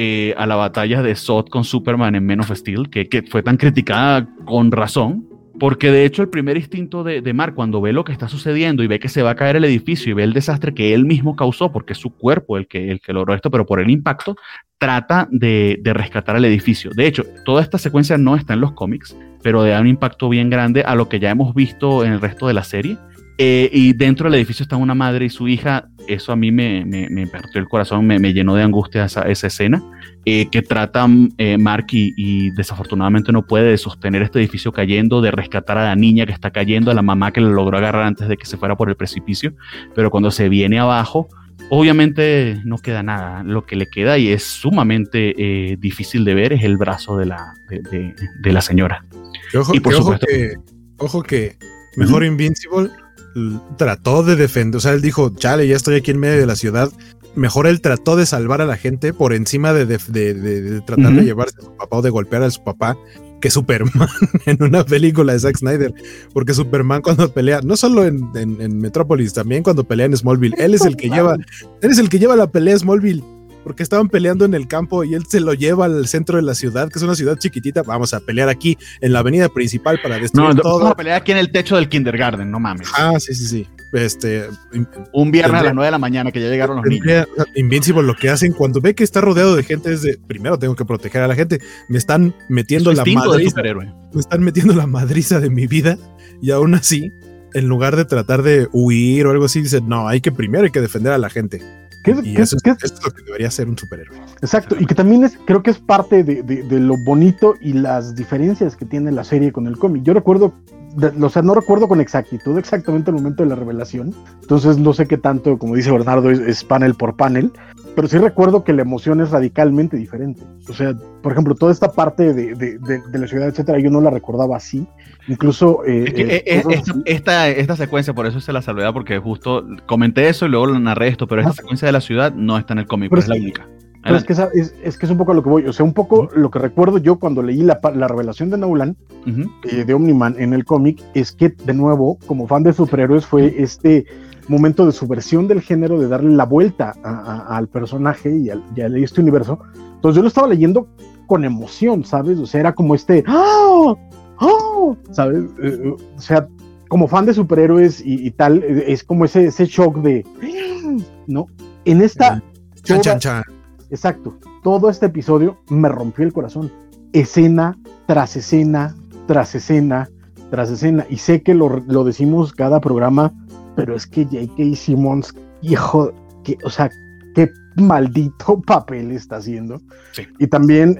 Speaker 1: a la batalla de Zod con Superman en Man of Steel, que fue tan criticada con razón, porque de hecho el primer instinto de Mark, cuando ve lo que está sucediendo y ve que se va a caer el edificio y ve el desastre que él mismo causó, porque es su cuerpo el que logró esto, pero por el impacto, trata de rescatar el edificio. De hecho, toda esta secuencia no está en los cómics, pero da un impacto bien grande a lo que ya hemos visto en el resto de la serie. Y dentro del edificio están una madre y su hija. Eso a mí me partió el corazón, me llenó de angustia esa escena, que trata Mark y desafortunadamente no puede, de sostener este edificio cayendo, de rescatar a la niña que está cayendo, a la mamá que le logró agarrar antes de que se fuera por el precipicio, pero cuando se viene abajo, obviamente no queda nada. Lo que le queda, y es sumamente difícil de ver, es el brazo de la señora.
Speaker 2: Ojo que mejor Invincible trató de defender, o sea, él dijo, chale, ya estoy aquí en medio de la ciudad. Mejor él trató de salvar a la gente por encima de tratar de llevarse a su papá o de golpear a su papá, que Superman en una película de Zack Snyder. Porque Superman cuando pelea, no solo en Metrópolis, también cuando pelea en Smallville, él es el que lleva la pelea a Smallville, porque estaban peleando en el campo y él se lo lleva al centro de la ciudad, que es una ciudad chiquitita. Vamos a pelear aquí en la avenida principal para destruir todo.
Speaker 1: Vamos a pelear aquí en el techo del kindergarten, no mames.
Speaker 2: Sí.
Speaker 1: Un viernes a las 9 de la mañana que ya llegaron los niños.
Speaker 2: Invincible lo que hacen cuando ve que está rodeado de gente es de, primero tengo que proteger a la gente. Me están metiendo la madriza. Me están metiendo la madriza de mi vida, y aún así, en lugar de tratar de huir o algo así, dicen, no, hay que defender a la gente. Eso es lo que debería ser un superhéroe.
Speaker 3: Exacto, y que también creo que es parte de lo bonito y las diferencias que tiene la serie con el cómic. Yo recuerdo, no recuerdo con exactitud exactamente el momento de la revelación, entonces no sé qué tanto, como dice Bernardo, es panel por panel, pero sí recuerdo que la emoción es radicalmente diferente. O sea, por ejemplo, toda esta parte de la ciudad, etcétera, yo no la recordaba así. Incluso
Speaker 1: esta secuencia, por eso se la salvedad, porque justo comenté eso y luego lo narré esto, pero esta secuencia de la ciudad no está en el cómic, pero es la única.
Speaker 3: Pero es que es un poco a lo que voy, o sea, un poco lo que recuerdo yo cuando leí la revelación de Nolan, de Omniman en el cómic, es que, de nuevo, como fan de superhéroes, fue este momento de subversión del género, de darle la vuelta al personaje y a este universo. Entonces yo lo estaba leyendo con emoción, ¿sabes? O sea, era como ¡oh! ¿Sabes? O sea, como fan de superhéroes y tal, es como ese shock de, ¿no? En esta...
Speaker 2: Chan, chan, chan.
Speaker 3: Exacto, todo este episodio me rompió el corazón. Escena tras escena, tras escena, tras escena. Y sé que lo decimos cada programa, pero es que J.K. Simmons, hijo, o sea, qué maldito papel está haciendo.
Speaker 1: Sí.
Speaker 3: Y también,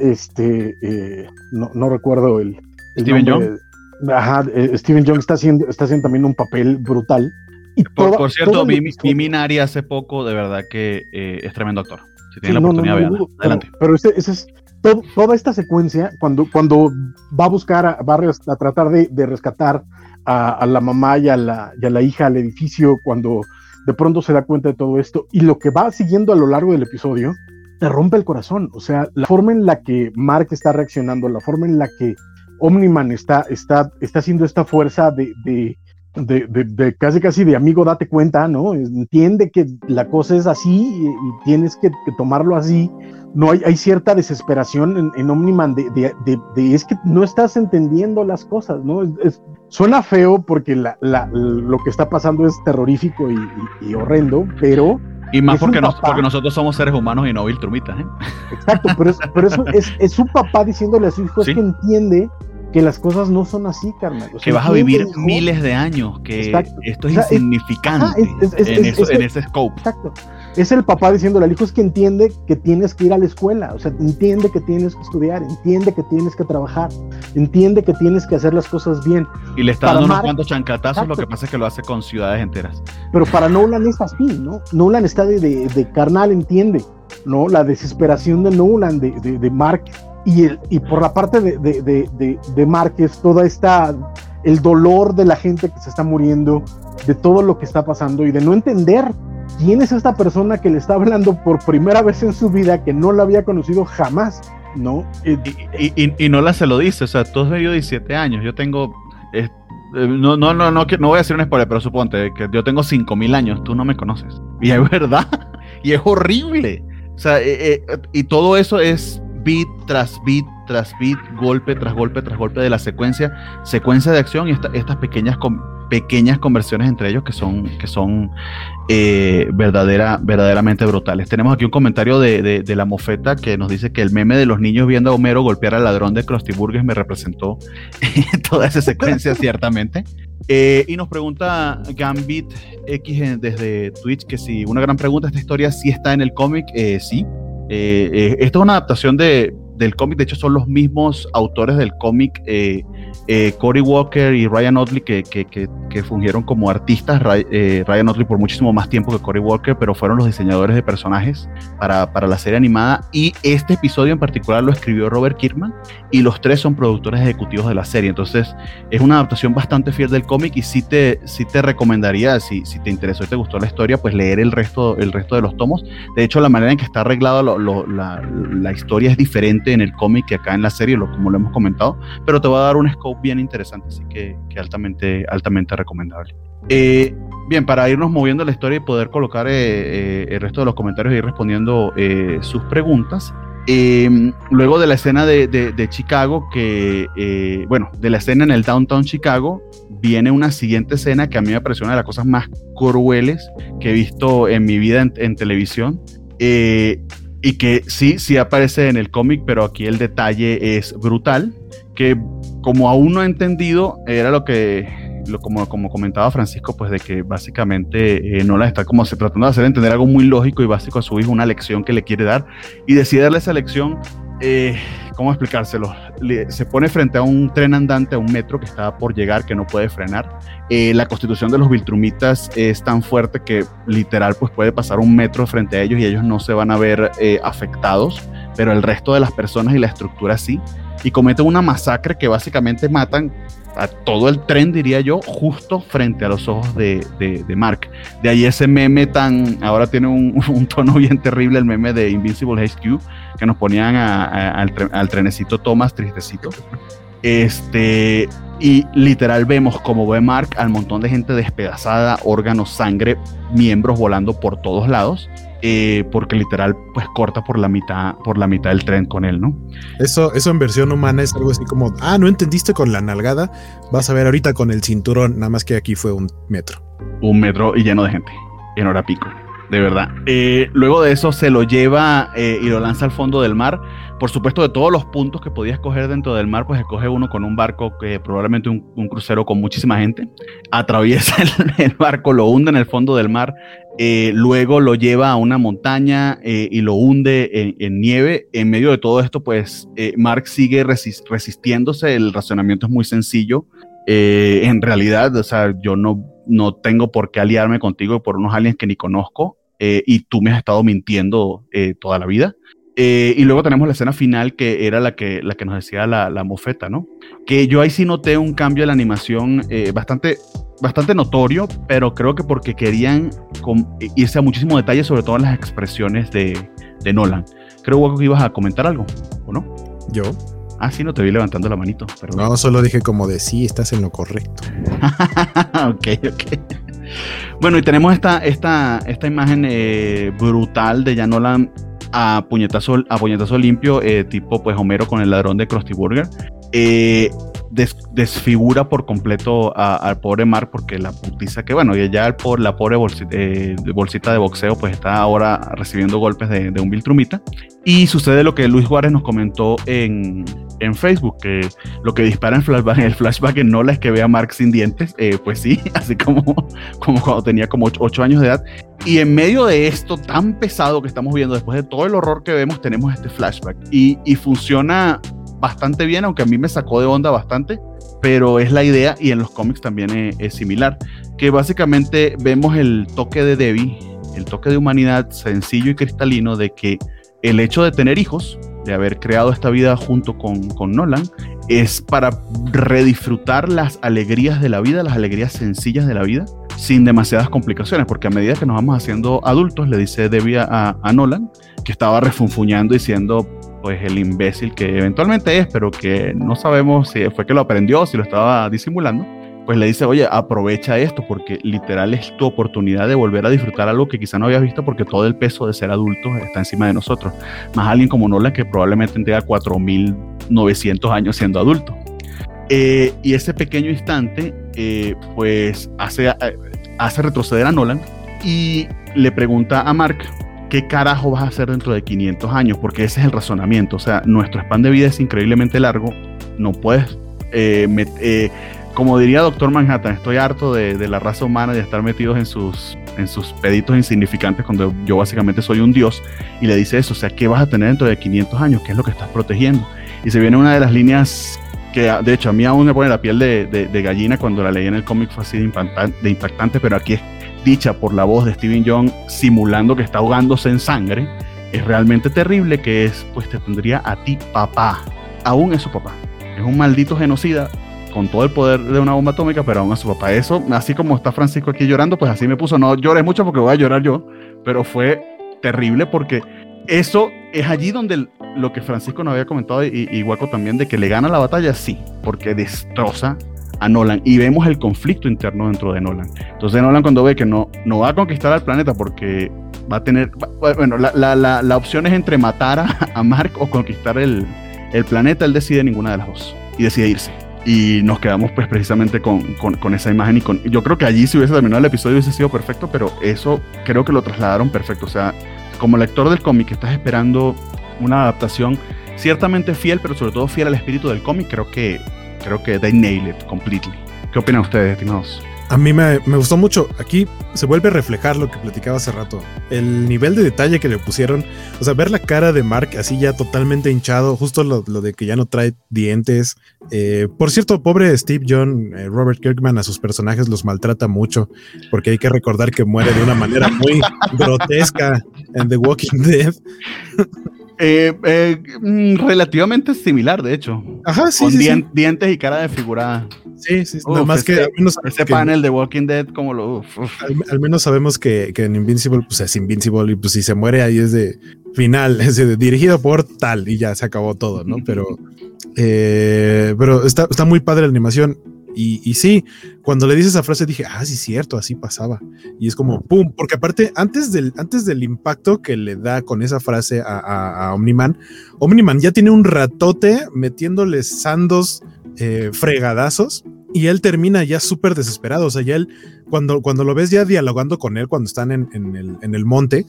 Speaker 3: no recuerdo el
Speaker 1: Steven
Speaker 3: nombre. Ajá, Steven Yeun está haciendo también un papel brutal. Y
Speaker 1: por cierto, vi Minari hace poco, de verdad que es tremendo actor. Si tienen la oportunidad, veanla. Adelante.
Speaker 3: Pero ese es toda esta secuencia, cuando va a buscar, va a tratar de rescatar a la mamá y a la hija al edificio, cuando de pronto se da cuenta de todo esto, y lo que va siguiendo a lo largo del episodio, te rompe el corazón. O sea, la forma en la que Mark está reaccionando, la forma en la que Omni-Man está haciendo esta fuerza de casi de amigo, date cuenta, ¿no? Entiende que la cosa es así y tienes que tomarlo así. No hay cierta desesperación en Omni-Man de es que no estás entendiendo las cosas, ¿no? Suena feo porque lo que está pasando es terrorífico y horrendo, pero...
Speaker 1: Y más porque nosotros somos seres humanos y no Viltrumitas, ¿eh?
Speaker 3: Exacto, pero eso es su papá diciéndole a su hijo,
Speaker 1: ¿sí?
Speaker 3: Es que entiende que las cosas no son así, carnal. O sea,
Speaker 1: que vas a vivir miles de años, que
Speaker 3: exacto.
Speaker 1: Esto es insignificante en ese scope.
Speaker 3: Exacto. Es el papá diciéndole al hijo, es que entiende que tienes que ir a la escuela, o sea, entiende que tienes que estudiar, entiende que tienes que trabajar, entiende que tienes que hacer las cosas bien.
Speaker 1: Y le está dando unos cuantos chancatazos, exacto. Lo que pasa es que lo hace con ciudades enteras.
Speaker 3: Pero para Nolan es así, ¿no? Nolan está de carnal, entiende, ¿no? La desesperación de Nolan, de Mark, y por la parte de Mark es toda el dolor de la gente que se está muriendo, de todo lo que está pasando y de no entender quién es esta persona que le está hablando por primera vez en su vida, que no la había conocido jamás, ¿no?
Speaker 1: Y Nolan se lo dice, o sea, tú has vivido 17 años, yo tengo... No voy a decir un spoiler, pero suponte que yo tengo 5,000 años, tú no me conoces. Y es verdad, y es horrible. O sea, y todo eso es beat tras beat tras beat, golpe tras golpe tras golpe de la secuencia de acción y estas pequeñas conversiones entre ellos que son verdaderamente brutales. Tenemos aquí un comentario de la Mofeta que nos dice que el meme de los niños viendo a Homero golpear al ladrón de Krusty Burgers me representó toda esa secuencia ciertamente. Y nos pregunta Gambit X desde Twitch que si, una gran pregunta, esta historia sí está en el cómic. Sí. Esto es una adaptación del cómic, de hecho son los mismos autores del cómic, Cory Walker y Ryan Ottley que fungieron como artistas. Ryan Ottley por muchísimo más tiempo que Cory Walker, pero fueron los diseñadores de personajes para la serie animada, y este episodio en particular lo escribió Robert Kirkman y los tres son productores ejecutivos de la serie. Entonces es una adaptación bastante fiel del cómic y sí te recomendaría, si te interesó y te gustó la historia, pues leer el resto de los tomos. De hecho, la manera en que está arreglada la historia es diferente en el cómic que acá en la serie, como lo hemos comentado, pero te va a dar un scope bien interesante, así que altamente recomendable. Bien, para irnos moviendo la historia y poder colocar el resto de los comentarios e ir respondiendo sus preguntas, luego de la escena de Chicago, de la escena en el downtown Chicago, viene una siguiente escena que a mí me pareció una de las cosas más crueles que he visto en mi vida en televisión, y que sí aparece en el cómic, pero aquí el detalle es brutal, que como aún no he entendido, era como comentaba Francisco, pues de que básicamente Nolan está como tratando de hacer entender algo muy lógico y básico a su hijo, una lección que le quiere dar, y decide darle esa lección. ¿Cómo explicárselo? Se pone frente a un tren andante, a un metro que está por llegar, que no puede frenar. La constitución de los Viltrumitas es tan fuerte que literal pues puede pasar un metro frente a ellos y ellos no se van a ver afectados, pero el resto de las personas y la estructura sí, y cometen una masacre que básicamente matan a todo el tren, diría yo, justo frente a los ojos de Mark. De ahí ese meme ahora tiene un tono bien terrible, el meme de Invincible HQ, que nos ponían al trenecito Thomas tristecito. Y literal vemos como ve Mark al montón de gente despedazada, órganos, sangre, miembros volando por todos lados, porque literal pues corta por la mitad del tren con él, ¿no?
Speaker 2: Eso en versión humana es algo así como, no entendiste con la nalgada, vas a ver ahorita con el cinturón, nada más que aquí fue 1 metro.
Speaker 1: 1 metro y lleno de gente, en hora pico, de verdad. Luego de eso se lo lleva y lo lanza al fondo del mar. Por supuesto, de todos los puntos que podía escoger dentro del mar, pues escoge uno con un barco, que probablemente un crucero con muchísima gente. Atraviesa el barco, lo hunde en el fondo del mar, luego lo lleva a una montaña y lo hunde en nieve. En medio de todo esto, pues Mark sigue resistiéndose. El razonamiento es muy sencillo. En realidad, o sea, yo no tengo por qué aliarme contigo por unos aliens que ni conozco, y tú me has estado mintiendo toda la vida. Y luego tenemos la escena final, que era la que nos decía la mofeta, ¿no? Que yo ahí sí noté un cambio de la animación bastante notorio, pero creo que porque querían irse a muchísimo detalle, sobre todo en las expresiones de Nolan. Creo, Waco, que ibas a comentar algo, ¿o no?
Speaker 2: ¿Yo?
Speaker 1: Sí, no te vi levantando la manito, perdón.
Speaker 2: No, solo dije como de sí, estás en lo correcto.
Speaker 1: Ok. Bueno, y tenemos esta imagen brutal de Jan Nolan a puñetazo limpio, tipo pues Homero con el ladrón de Krusty Burger. Desfigura por completo al pobre Mark, porque la putiza que, bueno, y ya la pobre bolsita de boxeo pues está ahora recibiendo golpes de un Viltrumita. Y sucede lo que Luis Juárez nos comentó en Facebook, que lo que dispara en el flashback en Nola es que ve a Mark sin dientes. Pues sí, así como cuando tenía como 8 años de edad. Y en medio de esto tan pesado que estamos viendo, después de todo el horror que vemos, tenemos este flashback y funciona bastante bien, aunque a mí me sacó de onda bastante, pero es la idea, y en los cómics también es similar, que básicamente vemos el toque de Debbie, el toque de humanidad sencillo y cristalino de que el hecho de tener hijos, de haber creado esta vida junto con Nolan, es para redisfrutar las alegrías de la vida, las alegrías sencillas de la vida, sin demasiadas complicaciones, porque a medida que nos vamos haciendo adultos, le dice Debbie a Nolan, que estaba refunfuñando diciendo pues el imbécil que eventualmente es, pero que no sabemos si fue que lo aprendió o si lo estaba disimulando. Pues le dice, oye, aprovecha esto, porque literal es tu oportunidad de volver a disfrutar algo que quizá no habías visto, porque todo el peso de ser adulto está encima de nosotros. Más alguien como Nolan, que probablemente tenga 4.900 años siendo adulto. Y ese pequeño instante pues hace retroceder a Nolan y le pregunta a Mark, ¿qué carajo vas a hacer dentro de 500 años? Porque ese es el razonamiento. O sea, nuestro span de vida es increíblemente largo. No puedes, como diría Doctor Manhattan, estoy harto de la raza humana, de estar metidos en sus peditos insignificantes, cuando yo básicamente soy un dios. Y le dice eso, o sea, ¿qué vas a tener dentro de 500 años? ¿Qué es lo que estás protegiendo? Y se viene una de las líneas que, de hecho, a mí aún me pone la piel de gallina. Cuando la leí en el cómic fue así de impactante, pero aquí es dicha por la voz de Stephen Young, simulando que está ahogándose en sangre. Es realmente terrible, que es, pues te tendría a ti, papá. Aún es su papá. Es un maldito genocida con todo el poder de una bomba atómica, pero aún es su papá. Eso, así como está Francisco aquí llorando, pues así me puso. No llores mucho porque voy a llorar yo, pero fue terrible, porque eso es allí donde lo que Francisco nos había comentado y Waco también, de que le gana la batalla, sí, porque destroza a Nolan, y vemos el conflicto interno dentro de Nolan. Entonces Nolan, cuando ve que no va a conquistar al planeta, porque va a tener, bueno, la opción es entre matar a Mark o conquistar el planeta, él decide ninguna de las dos y decide irse. Y nos quedamos pues precisamente con esa imagen, y yo creo que allí, si hubiese terminado el episodio, hubiese sido perfecto, pero eso creo que lo trasladaron perfecto. O sea, como lector del cómic, estás esperando una adaptación ciertamente fiel, pero sobre todo fiel al espíritu del cómic. Creo que they nailed it completely. ¿Qué opinan ustedes, estimados?
Speaker 2: A mí me gustó mucho. Aquí se vuelve a reflejar lo que platicaba hace rato. El nivel de detalle que le pusieron. O sea, ver la cara de Mark así ya totalmente hinchado. Justo lo de que ya no trae dientes. Por cierto, pobre Steve John, Robert Kirkman, a sus personajes los maltrata mucho. Porque hay que recordar que muere de una manera muy grotesca en The Walking Dead.
Speaker 1: Relativamente similar, de hecho.
Speaker 2: Ajá, sí,
Speaker 1: con
Speaker 2: sí,
Speaker 1: dientes y cara desfigurada.
Speaker 2: Sí, nada más que al menos
Speaker 1: ese panel de Walking Dead, como lo
Speaker 2: al menos sabemos que en Invincible pues es Invincible, y pues si se muere ahí es de final, es de dirigido por tal, y ya se acabó todo, ¿no? Pero está muy padre la animación. Y sí, cuando le dice esa frase dije, sí, cierto, así pasaba. Y es como, pum, porque aparte, antes del impacto que le da con esa frase a Omni-Man ya tiene un ratote metiéndole sandos fregadazos, y él termina ya súper desesperado. O sea, ya él, cuando lo ves ya dialogando con él, cuando están en el monte,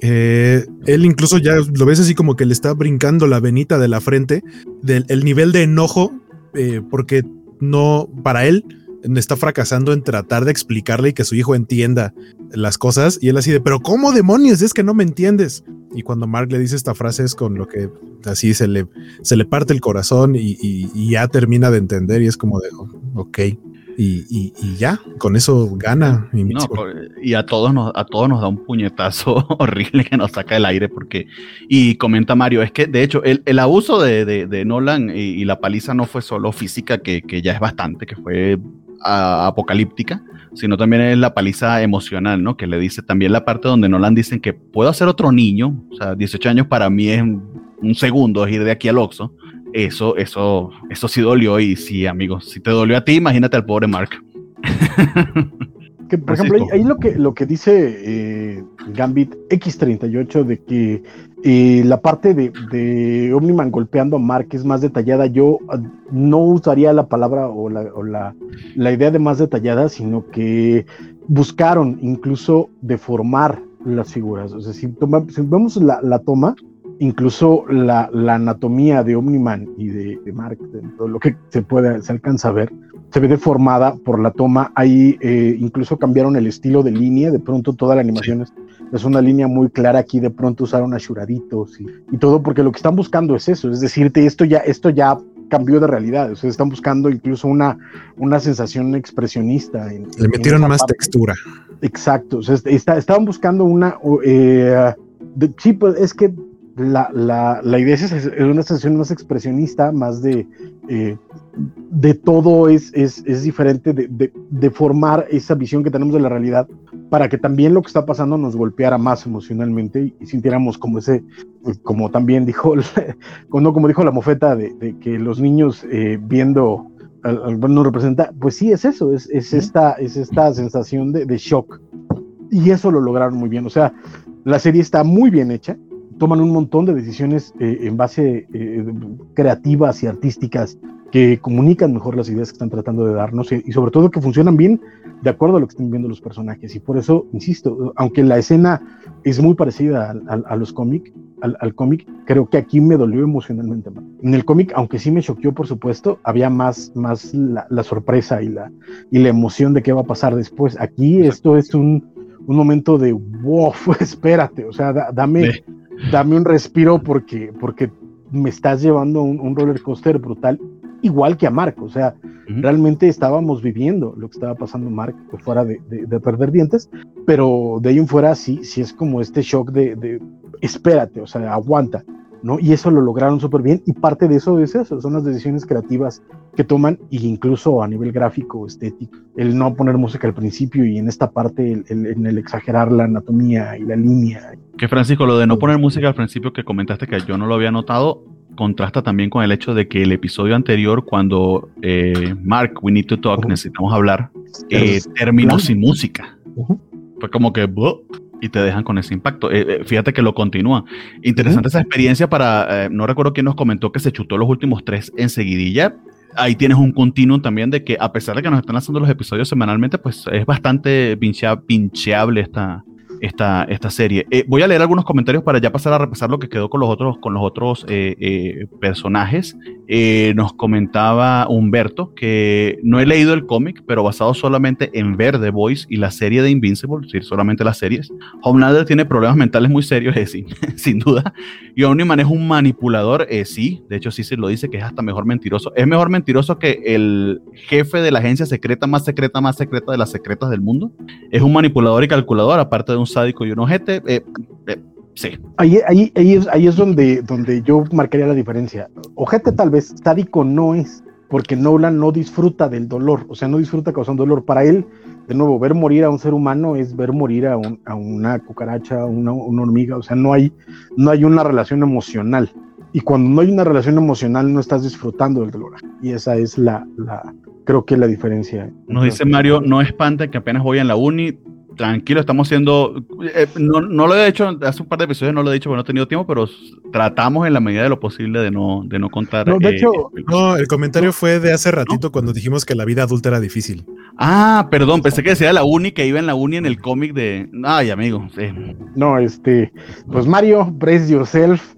Speaker 2: él incluso ya lo ves así como que le está brincando la venita de la frente, el nivel de enojo, porque no, para él está fracasando en tratar de explicarle y que su hijo entienda las cosas, y él así de, pero ¿cómo demonios? Es que no me entiendes. Y cuando Mark le dice esta frase es con lo que así se le parte el corazón y ya termina de entender, y es como de, ok. Y ya, con eso gana.
Speaker 1: Y a todos nos da un puñetazo horrible que nos saca del aire, porque, y comenta Mario, es que de hecho el abuso de Nolan y la paliza no fue solo física, que ya es bastante, que fue apocalíptica, sino también es la paliza emocional, ¿no? Que le dice también la parte donde Nolan dicen que puedo hacer otro niño, o sea, 18 años para mí es un segundo, es ir de aquí al Oxxo. Eso sí dolió, y sí, amigos, si te dolió a ti, imagínate al pobre Mark.
Speaker 3: Que, por ejemplo, ahí lo que dice Gambit X38 de que la parte de Omni-Man golpeando a Mark es más detallada, yo no usaría la palabra o la idea de más detallada, sino que buscaron incluso deformar las figuras. O sea, si vemos la toma, incluso la anatomía de Omni-Man y de Mark, de todo lo que se alcanza a ver, se ve deformada por la toma. Ahí incluso cambiaron el estilo de línea, de pronto toda la animación es una línea muy clara, aquí de pronto usaron ashuraditos y todo, porque lo que están buscando es eso, es decirte, esto ya cambió de realidad. O sea, están buscando incluso una sensación expresionista.
Speaker 2: Le metieron más textura.
Speaker 3: Exacto, o sea, estaban buscando sí, pues es que la idea es una sensación más expresionista, más de todo es diferente, de formar esa visión que tenemos de la realidad, para que también lo que está pasando nos golpeara más emocionalmente y sintiéramos como como también dijo, como dijo la mofeta de que los niños viendo no representa, pues sí, es eso, es esta sensación de shock, y eso lo lograron muy bien. O sea, la serie está muy bien hecha, toman un montón de decisiones en base creativas y artísticas que comunican mejor las ideas que están tratando de darnos, y sobre todo que funcionan bien de acuerdo a lo que están viendo los personajes. Y por eso, insisto, aunque la escena es muy parecida a los cómics, al cómic, creo que aquí me dolió emocionalmente más. En el cómic, aunque sí me choqueó, por supuesto, había más la sorpresa y la emoción de qué va a pasar después. Aquí esto es un momento de wow, espérate, o sea, dame un respiro, porque me estás llevando un roller coaster brutal, igual que a Mark. O sea, realmente estábamos viviendo lo que estaba pasando Mark, fuera de perder dientes, pero de ahí en fuera sí es como este shock de espérate, o sea, aguanta, ¿no? Y eso lo lograron súper bien, y parte de eso es eso, son las decisiones creativas que toman, y incluso a nivel gráfico, estético, el no poner música al principio, y en esta parte en el exagerar la anatomía y la línea.
Speaker 1: Que Francisco, lo de no poner música al principio que comentaste, que yo no lo había notado, contrasta también con el hecho de que el episodio anterior, cuando Mark, we need to talk, necesitamos hablar, terminó sin música. Fue como que y te dejan con ese impacto. Fíjate que lo continúa. Interesante esa experiencia para, no recuerdo quién nos comentó que se chutó los últimos 3 enseguidilla. Ahí tienes un continuum también de que, a pesar de que nos están haciendo los episodios semanalmente, pues es bastante pincheable esta serie. Voy a leer algunos comentarios para ya pasar a repasar lo que quedó con los otros personajes. Nos comentaba Humberto que no he leído el cómic, pero basado solamente en ver The Voice y la serie de Invincible, es decir, solamente las series, Homelander tiene problemas mentales muy serios, sin duda, y Omni-Man es un manipulador, sí, de hecho sí se lo dice, que es hasta mejor mentiroso. Es mejor mentiroso que el jefe de la agencia secreta más secreta de las secretas del mundo. Es un manipulador y calculador, aparte de un sádico y un ojete. Sí. Ahí
Speaker 3: es donde yo marcaría la diferencia. Ojete tal vez, sádico no es, porque Nolan no disfruta del dolor, o sea, no disfruta causando dolor. Para él, de nuevo, ver morir a un ser humano es ver morir a una cucaracha, a una hormiga. O sea, no hay una relación emocional. Y cuando no hay una relación emocional, no estás disfrutando del dolor. Y esa es la creo que es la diferencia.
Speaker 1: Nos dice Mario, no espante que apenas voy en la uni. Tranquilo, estamos haciendo, no lo he hecho, hace un par de episodios no lo he dicho porque no he tenido tiempo, pero tratamos en la medida de lo posible de no contar.
Speaker 3: No, de hecho,
Speaker 2: el comentario fue de hace ratito cuando dijimos que la vida adulta era difícil.
Speaker 1: Ah, perdón, pensé que decía la uni, que iba en la uni en el cómic de... Ay, amigo, sí.
Speaker 3: No, pues Mario, brace yourself.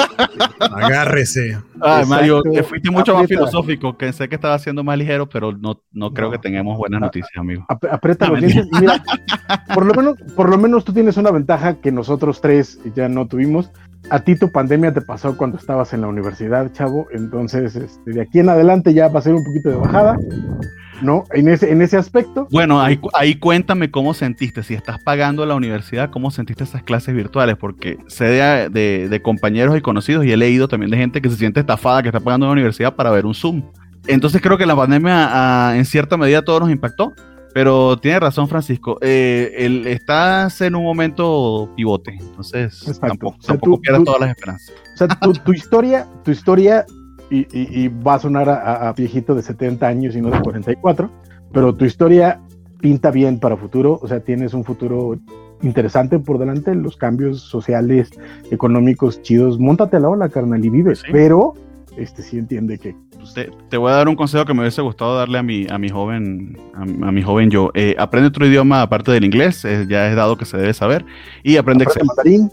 Speaker 2: Agárrese.
Speaker 1: Ay, Mario, te fuiste mucho más
Speaker 3: Aprieta.
Speaker 1: filosófico, pensé que estaba siendo más ligero, pero no creo que tengamos buenas noticias, amigo.
Speaker 3: Aprieta los dientes. Mira, por lo menos tú tienes una ventaja que nosotros tres ya no tuvimos. A ti tu pandemia te pasó cuando estabas en la universidad, chavo. Entonces, de aquí en adelante ya va a ser un poquito de bajada, ¿no? En ese aspecto.
Speaker 1: Bueno, ahí cuéntame cómo sentiste, si estás pagando la universidad, cómo sentiste esas clases virtuales, porque sé de compañeros y conocidos y he leído también de gente que se siente estafada, que está pagando la universidad para ver un Zoom. Entonces creo que la pandemia en cierta medida todo nos impactó. Pero tiene razón Francisco, estás en un momento pivote, entonces
Speaker 3: Exacto.
Speaker 1: tampoco pierdas todas las esperanzas.
Speaker 3: O sea, tu historia, y va a sonar a viejito de 70 años y no de 44, pero tu historia pinta bien para futuro, o sea, tienes un futuro interesante por delante, los cambios sociales, económicos, chidos, móntate a la ola, carnal, y vive, sí. Pero sí entiende que...
Speaker 1: Te voy a dar un consejo que me hubiese gustado darle a mi joven yo. Aprende otro idioma aparte del inglés, ya es dado que se debe saber, y aprende Excel.
Speaker 3: ¿Mandarín?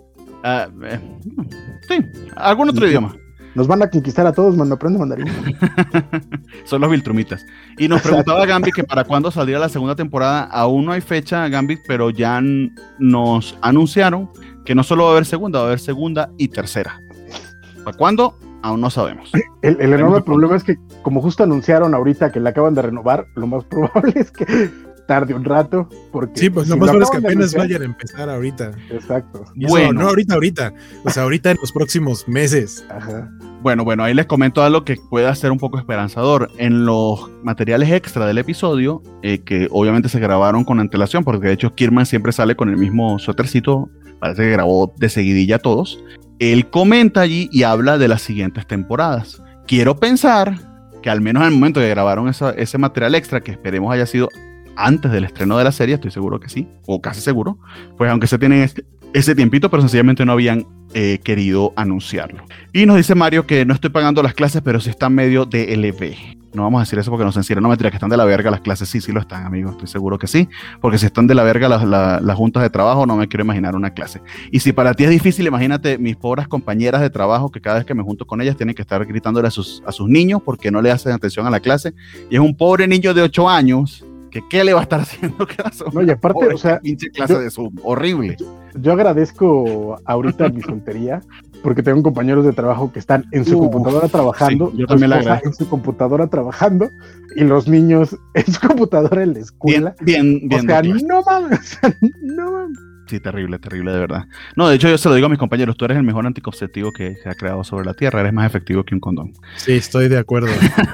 Speaker 1: Sí, algún otro idioma.
Speaker 3: Nos van a conquistar a todos, mano, aprende mandarín.
Speaker 1: Son los Viltrumitas. Y nos preguntaba Gambit que para cuándo saldría la segunda temporada. Aún no hay fecha, Gambit, pero ya nos anunciaron que no solo va a haber segunda y tercera. ¿Para cuándo? Aún no sabemos.
Speaker 3: El enorme problema es que, como justo anunciaron ahorita que la acaban de renovar, lo más probable es que tarde un rato. Porque
Speaker 2: sí, pues lo más probable es que apenas vayan a empezar ahorita.
Speaker 3: Exacto.
Speaker 2: Bueno, no ahorita. O sea, ahorita en los próximos meses.
Speaker 3: Ajá.
Speaker 1: Bueno, ahí les comento algo que pueda ser un poco esperanzador. En los materiales extra del episodio, que obviamente se grabaron con antelación, porque de hecho Kirman siempre sale con el mismo suétercito, parece que grabó de seguidilla todos. Él comenta allí y habla de las siguientes temporadas. Quiero pensar que al menos en el momento que grabaron ese material extra, que esperemos haya sido antes del estreno de la serie, estoy seguro que sí, o casi seguro, pues aunque se tienen ese tiempito, pero sencillamente no habían querido anunciarlo. Y nos dice Mario que no estoy pagando las clases, pero sí están medio de LB. No vamos a decir eso porque nos censuran. No, mentira, que están de la verga las clases. Sí lo están, amigos. Estoy seguro que sí. Porque si están de la verga las juntas de trabajo, no me quiero imaginar una clase. Y si para ti es difícil, imagínate mis pobres compañeras de trabajo que cada vez que me junto con ellas tienen que estar gritándole a sus niños porque no le hacen atención a la clase. Y es un pobre niño de 8 años que ¿qué le va a estar haciendo caso?
Speaker 3: No, y aparte,
Speaker 1: pobre,
Speaker 3: o sea,
Speaker 1: pinche clase de Zoom. Horrible.
Speaker 3: Yo agradezco ahorita mi soltería porque tengo compañeros de trabajo que están en su computadora trabajando,
Speaker 1: sí, yo también la agradezco.
Speaker 3: En su computadora trabajando y los niños en su computadora en la escuela.
Speaker 1: Bien.
Speaker 3: O sea, no mames.
Speaker 1: Sí, terrible, de verdad. No, de hecho yo se lo digo a mis compañeros, tú eres el mejor anticonceptivo que se ha creado sobre la Tierra, eres más efectivo que un condón.
Speaker 2: Sí, estoy de acuerdo.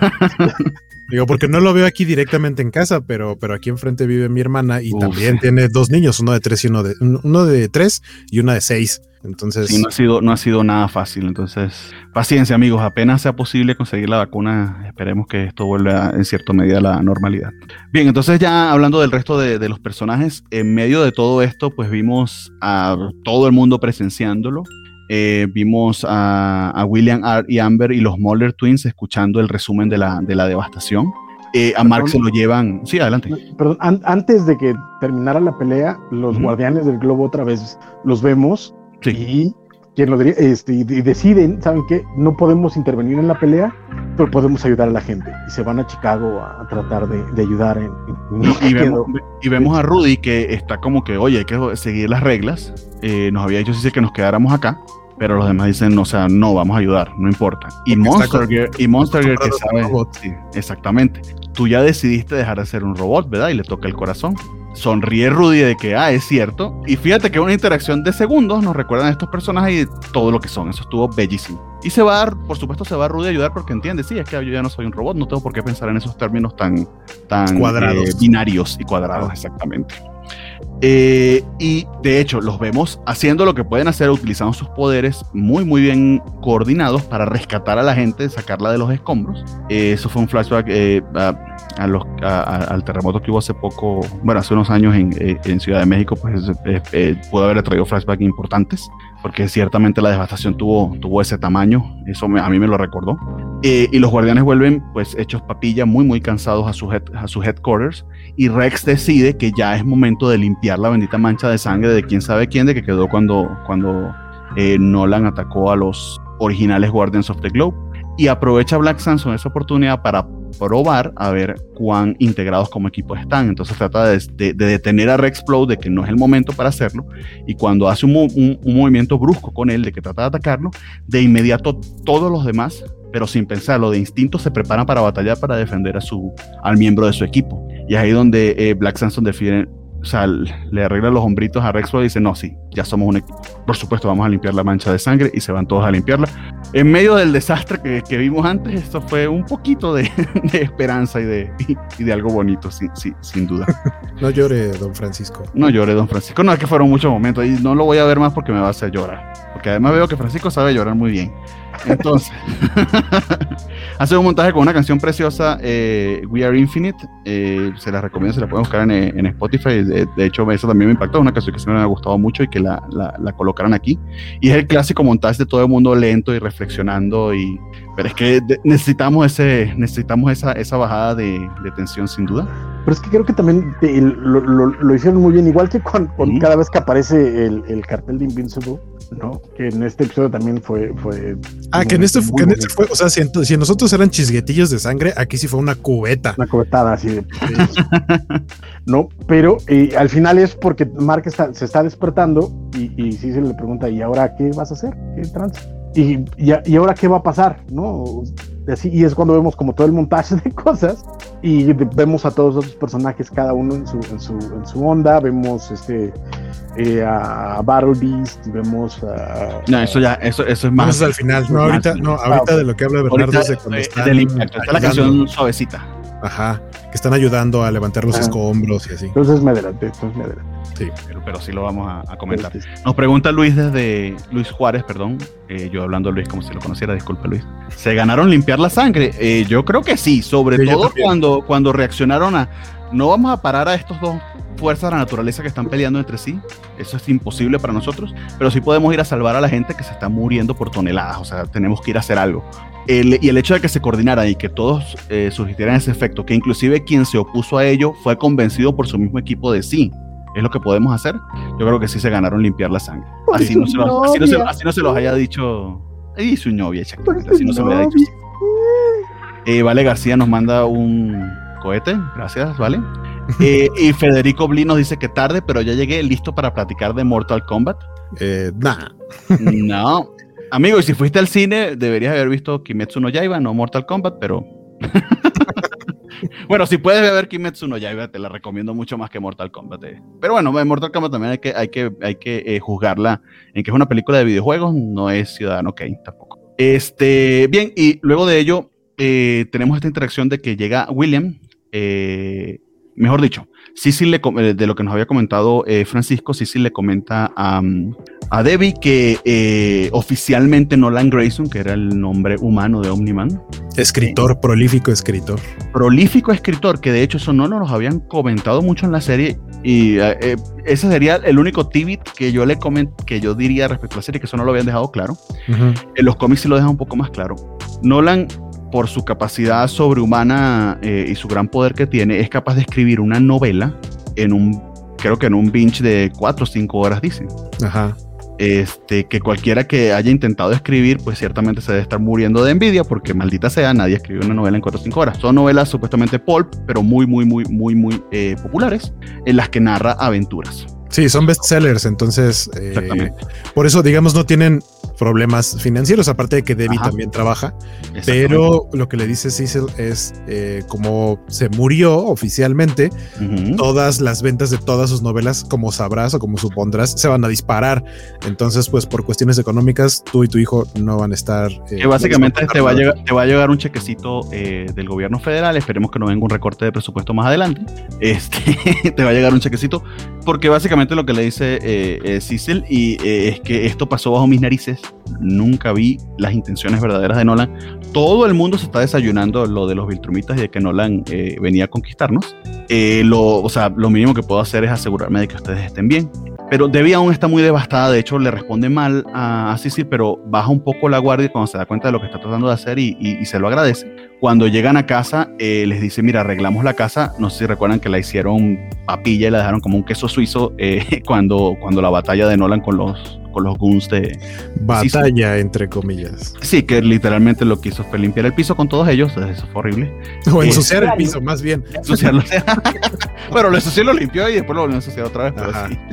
Speaker 2: Digo, porque no lo veo aquí directamente en casa, pero aquí enfrente vive mi hermana y también tiene 2 niños, uno de 3 y una de 6. Entonces,
Speaker 1: sí, no ha sido nada fácil. Entonces, paciencia, amigos. Apenas sea posible conseguir la vacuna, esperemos que esto vuelva en cierta medida a la normalidad. Bien, entonces ya hablando del resto de los personajes, en medio de todo esto, pues vimos a todo el mundo presenciándolo. Vimos a William y Amber y los Mulder Twins escuchando el resumen de la devastación. A Mark se lo llevan... Sí, adelante.
Speaker 3: Perdón, antes de que terminara la pelea, los guardianes del globo otra vez los vemos. Sí. Y quien lo diría, y deciden, ¿saben qué? No podemos intervenir en la pelea, pero podemos ayudar a la gente. Y se van a Chicago a tratar de ayudar
Speaker 1: y vemos a Rudy que está como que, oye, hay que seguir las reglas. Nos había dicho sí que nos quedáramos acá, pero los demás dicen, o sea, no, vamos a ayudar, no importa. Y Monster Girl que sabe, sí, exactamente. Tú ya decidiste dejar de ser un robot, ¿verdad? Y le toca el corazón. Sonríe Rudy de que, es cierto. Y fíjate que una interacción de segundos nos recuerdan a estos personajes y todo lo que son. Eso estuvo bellísimo. Y por supuesto, se va Rudy a ayudar porque entiende, sí, es que yo ya no soy un robot, no tengo por qué pensar en esos términos tan
Speaker 2: cuadrados,
Speaker 1: binarios y cuadrados, exactamente. Y de hecho los vemos haciendo lo que pueden hacer, utilizando sus poderes muy muy bien coordinados para rescatar a la gente, sacarla de los escombros. Eso fue un flashback al terremoto que hubo hace poco, bueno, hace unos años en Ciudad de México, pues pudo haber traído flashbacks importantes, porque ciertamente la devastación tuvo ese tamaño, eso a mí me lo recordó. Y los guardianes vuelven pues hechos papilla, muy muy cansados a su headquarters, y Rex decide que ya es momento de limpiar la bendita mancha de sangre de quién sabe quién, de que quedó cuando Nolan atacó a los originales Guardians of the Globe, y aprovecha Black Samson esa oportunidad para probar a ver cuán integrados como equipo están. Entonces trata de detener a Rexplode, de que no es el momento para hacerlo, y cuando hace un movimiento brusco con él, de que trata de atacarlo, de inmediato todos los demás, pero sin pensarlo, de instinto se preparan para batallar, para defender al miembro de su equipo. Y es ahí donde Black Samson define, o sea, le arregla los hombritos a Rexplode y dice, no, sí, ya somos un equipo. Por supuesto, vamos a limpiar la mancha de sangre, y se van todos a limpiarla. En medio del desastre que vimos antes, esto fue un poquito de esperanza y de algo bonito, sin duda.
Speaker 2: No llore, don Francisco.
Speaker 1: No llore, don Francisco. No, es que fueron muchos momentos, y no lo voy a ver más porque me va a hacer llorar. Porque además veo que Francisco sabe llorar muy bien. Entonces, hace un montaje con una canción preciosa, We Are Infinite. Se la recomiendo, se la pueden buscar en Spotify. De hecho, eso también me impactó. Una canción que siempre me ha gustado mucho y que la colocaran aquí. Y es el clásico montaje de todo el mundo lento y reflexionando. Pero es que necesitamos esa bajada de tensión, sin duda.
Speaker 3: Pero es que creo que también lo hicieron muy bien, igual que con cada vez que aparece el cartel de Invincible, ¿no? Que en este episodio también fue
Speaker 2: que en este fue, o sea, si nosotros eran chisguetillos de sangre, aquí sí fue una cubeta. Una
Speaker 3: cubetada así de no, pero al final es porque Mark se está despertando y sí se le pregunta, ¿y ahora qué vas a hacer? ¿Qué trance? ¿Y ahora qué va a pasar? ¿No? Así, y es cuando vemos como todo el montaje de cosas y vemos a todos los otros personajes, cada uno en su onda. Vemos a Battle Beast, y vemos a...
Speaker 1: No, eso es más...
Speaker 2: Eso es al final. No, ahorita de lo que habla Bernardo es de cuando están...
Speaker 1: Está la canción suavecita.
Speaker 2: Ajá, que están ayudando a levantar los escombros y así.
Speaker 3: Entonces me adelanté.
Speaker 1: Sí, pero sí lo vamos a comentar. Nos pregunta Luis Juárez, perdón. Yo hablando de Luis como si lo conociera, disculpe Luis. ¿Se ganaron limpiar la sangre? Yo creo que sí, sobre todo cuando reaccionaron a... No vamos a parar a estos dos fuerzas de la naturaleza que están peleando entre sí. Eso es imposible para nosotros, pero sí podemos ir a salvar a la gente que se está muriendo por toneladas. O sea, tenemos que ir a hacer algo. Y el hecho de que se coordinaran y que todos surgieran ese efecto, que inclusive quien se opuso a ello fue convencido por su mismo equipo de sí, es lo que podemos hacer. Yo creo que sí se ganaron limpiar la sangre. Así no se los haya dicho. Y su novia, exactamente. Así no se lo haya dicho. Vale García nos manda un cohete. Gracias, Vale. Y Federico Bli nos dice que tarde, pero ya llegué listo para platicar de Mortal Kombat. No. Amigo, y si fuiste al cine, deberías haber visto Kimetsu no Yaiba, no Mortal Kombat, pero... Bueno, si puedes ver Kimetsu no Yaiba, te la recomiendo mucho más que Mortal Kombat. Pero bueno, Mortal Kombat también hay que juzgarla en que es una película de videojuegos, no es Ciudadano Kane tampoco. Bien, y luego de ello, tenemos esta interacción de que llega William, mejor dicho, Cecil de lo que nos había comentado Francisco, Cecil le comenta a Debbie que oficialmente Nolan Grayson, que era el nombre humano de Omni-Man,
Speaker 2: prolífico escritor,
Speaker 1: que de hecho eso no nos habían comentado mucho en la serie, y ese sería el único tidbit que yo diría respecto a la serie, que eso no lo habían dejado claro. En los cómics sí lo dejan un poco más claro. Nolan, por su capacidad sobrehumana y su gran poder que tiene, es capaz de escribir una novela creo que en un binge de 4 o 5 horas, dicen. Ajá. Que cualquiera que haya intentado escribir, pues ciertamente se debe estar muriendo de envidia, porque maldita sea, nadie escribió una novela en 4 o 5 horas. Son novelas supuestamente pulp, pero muy populares, en las que narra aventuras.
Speaker 2: Sí, son bestsellers, entonces por eso, digamos, no tienen problemas financieros, aparte de que Debbie también trabaja, pero lo que le dice Cecil es como se murió oficialmente, todas las ventas de todas sus novelas, como sabrás o como supondrás, se van a disparar. Entonces, pues por cuestiones económicas, tú y tu hijo no van a estar...
Speaker 1: que básicamente te va a llegar un chequecito del gobierno federal, esperemos que no venga un recorte de presupuesto más adelante, te va a llegar un chequecito, porque básicamente lo que le dice Cecil es que esto pasó bajo mis narices, nunca vi las intenciones verdaderas de Nolan, todo el mundo se está desayunando lo de los Viltrumitas y de que Nolan venía a conquistarnos. Lo mínimo que puedo hacer es asegurarme de que ustedes estén bien. Pero Debbie aún está muy devastada, de hecho le responde mal a Cecil, pero baja un poco la guardia cuando se da cuenta de lo que está tratando de hacer y se lo agradece. Cuando llegan a casa, les dice, mira, arreglamos la casa, no sé si recuerdan que la hicieron papilla y la dejaron como un queso suizo cuando la batalla de Nolan con los goons de...
Speaker 2: Batalla, entre comillas.
Speaker 1: Sí, que literalmente lo que hizo fue limpiar el piso con todos ellos, eso fue horrible.
Speaker 2: O ensuciar el piso, más bien.
Speaker 1: Ensuciarlo. Bueno, lo ensució, lo limpió y después lo volvió a ensuciar otra vez, pero sí.